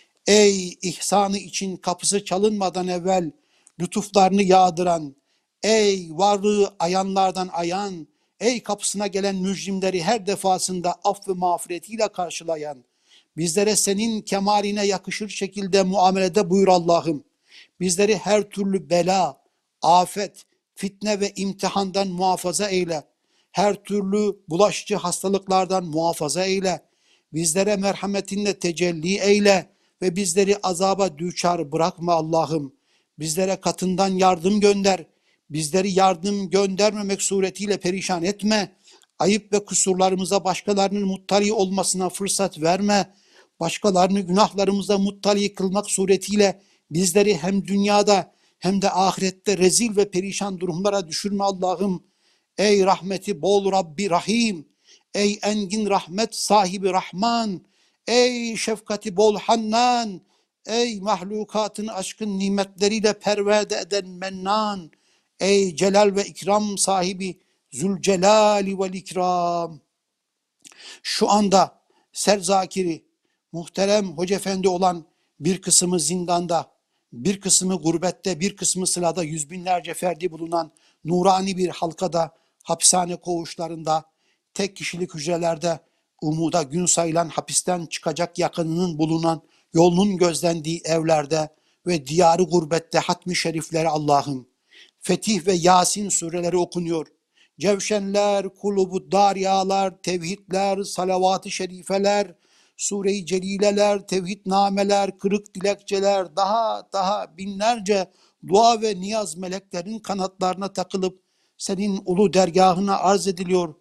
Ey ihsanı için kapısı çalınmadan evvel lütuflarını yağdıran, ey varlığı ayanlardan ayan, ey kapısına gelen mücrimleri her defasında af ve mağfiretiyle karşılayan, bizlere senin kemaline yakışır şekilde muamelede buyur Allah'ım. Bizleri her türlü bela, afet, fitne ve imtihandan muhafaza eyle. Her türlü bulaşıcı hastalıklardan muhafaza eyle. Bizlere merhametinle tecelli eyle ve bizleri azaba düçar bırakma Allah'ım. Bizlere katından yardım gönder. Bizleri yardım göndermemek suretiyle perişan etme. Ayıp ve kusurlarımıza başkalarının muttali olmasına fırsat verme. Başkalarını günahlarımıza muttali kılmak suretiyle bizleri hem dünyada hem de ahirette rezil ve perişan durumlara düşürme Allah'ım. Ey rahmeti bol Rabbi Rahim, ey engin rahmet sahibi Rahman, ey şefkati bol Hannan, ey mahlukatın aşkın nimetleriyle perverde eden Mennan, ey celal ve ikram sahibi Zülcelali vel ikram. Şu anda serzakiri, muhterem Hoca Efendi olan bir kısmı zindanda, bir kısmı gurbette, bir kısmı sılada, yüz binlerce ferdi bulunan nurani bir halkada, hapishane koğuşlarında, tek kişilik hücrelerde, umuda gün sayılan hapisten çıkacak yakınının bulunan, yolunun gözlendiği evlerde ve diyarı gurbette hatmi şerifleri Allah'ım, Fetih ve Yasin sureleri okunuyor. Cevşenler, kulubu daryalar, tevhidler, salavat-ı şerifeler, sure-i celileler, tevhidnameler, kırık dilekçeler, daha binlerce dua ve niyaz meleklerin kanatlarına takılıp senin ulu dergahına arz ediliyor.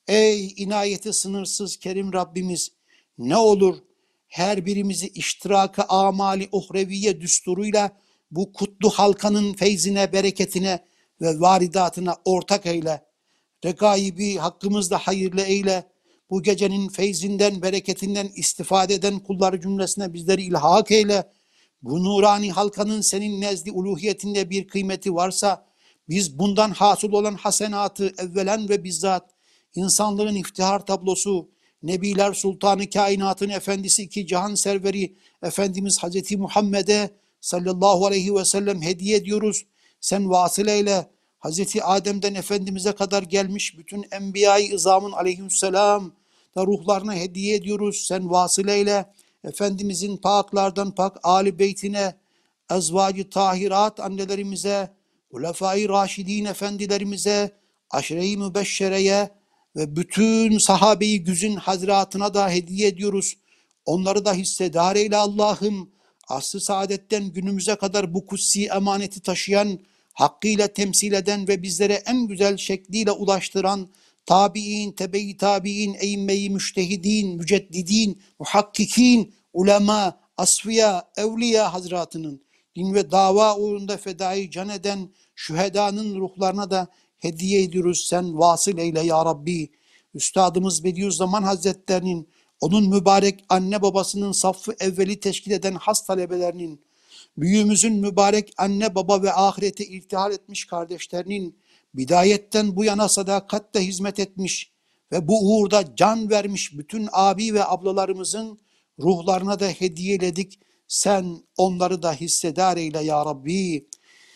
Ey inayeti sınırsız Kerim Rabbimiz, ne olur her birimizi iştirak-ı amali uhreviye düsturuyla bu kutlu halkanın feyzine, bereketine ve varidatına ortak eyle. Regaibi hakkımızda hayırlı eyle. Bu gecenin feyzinden, bereketinden istifade eden kulları cümlesine bizleri ilhak eyle. Bu nurani halkanın senin nezdi uluhiyetinde bir kıymeti varsa, biz bundan hasıl olan hasenatı evvelen ve bizzat, insanlığın iftihar tablosu, Nebiler Sultanı Kainatın Efendisi iki cihan serveri Efendimiz Hazreti Muhammed'e sallallahu aleyhi ve sellem hediye ediyoruz. Sen vasıl eyle. Hazreti Adem'den Efendimiz'e kadar gelmiş bütün Enbiya-i İzam'ın aleyhisselam da ruhlarına hediye ediyoruz. Sen vasıl eyle. Efendimizin paklardan pak Ali beytine, ezvacı tahirat annelerimize, Hulefai Raşidin efendilerimize, aşire-i mübeşşereye ve bütün sahabe-i güzün hazretine da hediye ediyoruz. Onları da hissedar eyle Allah'ım. Asr-ı saadetten günümüze kadar bu kutsi emaneti taşıyan, hakkıyla temsil eden ve bizlere en güzel şekliyle ulaştıran tabi'in, tebe-i tabi'in, eyyime-i müştehidin, müceddidin, muhakkikin, ulema, asfiya, evliya hazretinin din ve dava uğrunda fedai can eden şühedanın ruhlarına da hediye ediyoruz. Sen vasıl eyle ya Rabbi. Üstadımız Bediüzzaman Hazretlerinin, onun mübarek anne babasının saffı evveli teşkil eden has talebelerinin, büyüğümüzün mübarek anne baba ve ahirete irtihal etmiş kardeşlerinin, bidayetten bu yana sadakatle hizmet etmiş ve bu uğurda can vermiş bütün abi ve ablalarımızın ruhlarına da hediyeledik. Sen onları da hissedar eyle ya Rabbi.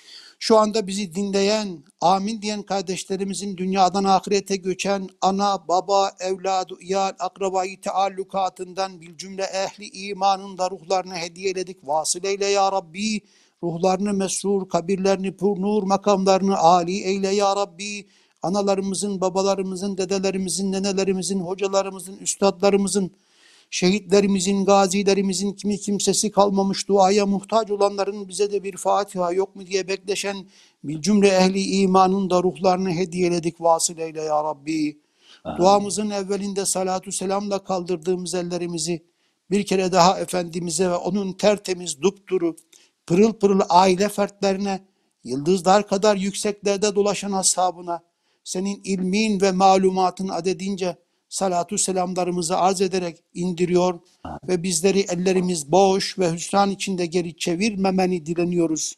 Şu anda bizi dinleyen, amin diyen kardeşlerimizin dünyadan ahirete göçen ana, baba, evladı, iyal, akrabayı teallukatından bil cümle ehli imanın da ruhlarına hediyeledik. Vasıl eyle ya Rabbi. Ruhlarını mesrur, kabirlerini pur nur, makamlarını âli eyle ya Rabbi. Analarımızın, babalarımızın, dedelerimizin, nenelerimizin, hocalarımızın, üstadlarımızın, şehitlerimizin, gazilerimizin kimi kimsesi kalmamış duaya muhtaç olanların bize de bir Fatiha yok mu diye bekleşen bir cümle ehli imanın da ruhlarını hediyeledik. Vasıl eyle ya Rabbi. Duamızın evvelinde salatu selamla kaldırdığımız ellerimizi bir kere daha Efendimiz'e ve onun tertemiz, dupduru, pırıl pırıl aile fertlerine, yıldızlar kadar yükseklerde dolaşan ashabına, senin ilmin ve malumatın adedince salatu selamlarımızı arz ederek indiriyor ve bizleri ellerimiz boş ve hüsran içinde geri çevirmemeni dileniyoruz.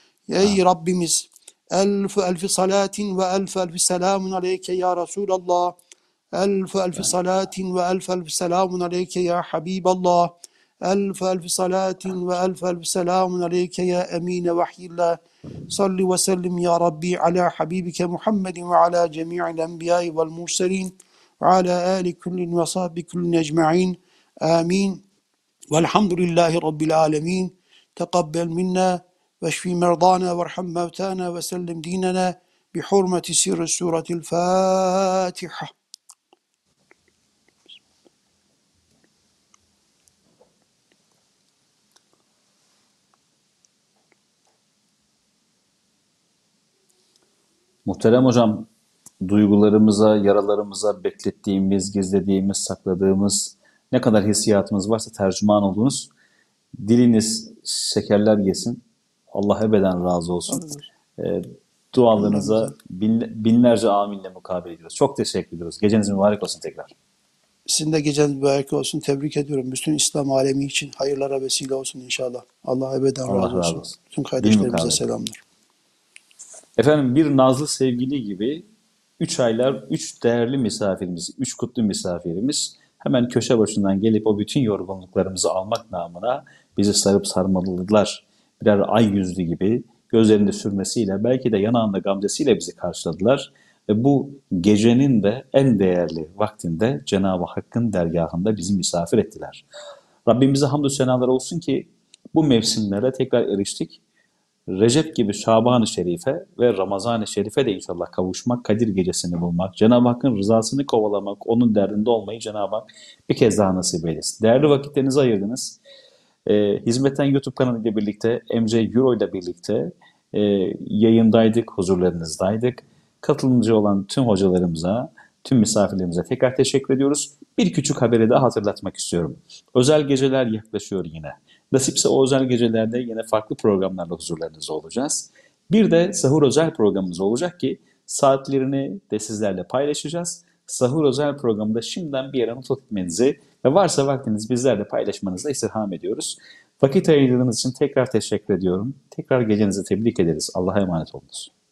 Ey Rabbimiz, elfu elfi salatin ve elfu elfi selamun aleyke ya Resulallah, elfu elfi salatin ve elfu elfi selamun aleyke ya Habiballah, elfu elfi salatin ve elfu elfi selamun aleyke ya emine vahyillah. Salli ve sellim ya Rabbi ala habibike Muhammedin ve ala cemi'il enbiyai vel murselin ve ala ali kullin ve sahbi kullin ecma'in. Amin. Velhamdülillahi Rabbil alemin. Tekabbel minna ve şfi merdana ve rham mevtana ve sellim dinena bi hurmeti sirri suretil Fatiha. Muhterem hocam, duygularımıza, yaralarımıza beklettiğimiz, gizlediğimiz, sakladığımız ne kadar hissiyatımız varsa tercüman oldunuz. Diliniz şekerler yesin. Allah ebeden razı olsun. Dualarınıza binlerce aminle mukabele ediyoruz. Çok teşekkür ediyoruz. Geceniz mübarek olsun tekrar. Sizin de geceniz mübarek olsun. Tebrik ediyorum. Bütün İslam alemi için hayırlara vesile olsun inşallah. Allah ebeden razı olsun. Bütün kardeşlerimize selamlar. Efendim, bir nazlı sevgili gibi 3 aylar 3 değerli misafirimiz, 3 kutlu misafirimiz hemen köşe başından gelip o bütün yorgunluklarımızı almak namına bizi sarıp sarmaladılar. Birer ay yüzlü gibi gözlerinde sürmesiyle belki de yanağında gamzesiyle bizi karşıladılar. Ve bu gecenin de en değerli vaktinde Cenab-ı Hakk'ın dergahında bizi misafir ettiler. Rabbimize hamdü senalar olsun ki bu mevsimlere tekrar eriştik. Recep gibi Şaban-ı Şerife ve Ramazan-ı Şerife de inşallah kavuşmak, Kadir Gecesi'ni bulmak, Cenab-ı Hakk'ın rızasını kovalamak, onun derdinde olmayı Cenab-ı Hak bir kez daha nasip eylesin. Değerli vakitlerinizi ayırdınız. Hizmetten YouTube kanalıyla birlikte, MC Euro ile birlikte yayındaydık, huzurlarınızdaydık. Katılımcı olan tüm hocalarımıza, tüm misafirlerimize tekrar teşekkür ediyoruz. Bir küçük haberi daha hatırlatmak istiyorum. Özel geceler yaklaşıyor yine. Nasipse o özel gecelerde yine farklı programlarla huzurlarınızda olacağız. Bir de sahur özel programımız olacak ki saatlerini de sizlerle paylaşacağız. Sahur özel programında şimdiden bir yere not etmenizi ve varsa vaktiniz bizlerle paylaşmanızı istirham ediyoruz. Vakit ayırdığınız için tekrar teşekkür ediyorum. Tekrar gecenizi tebrik ederiz. Allah'a emanet olunuz.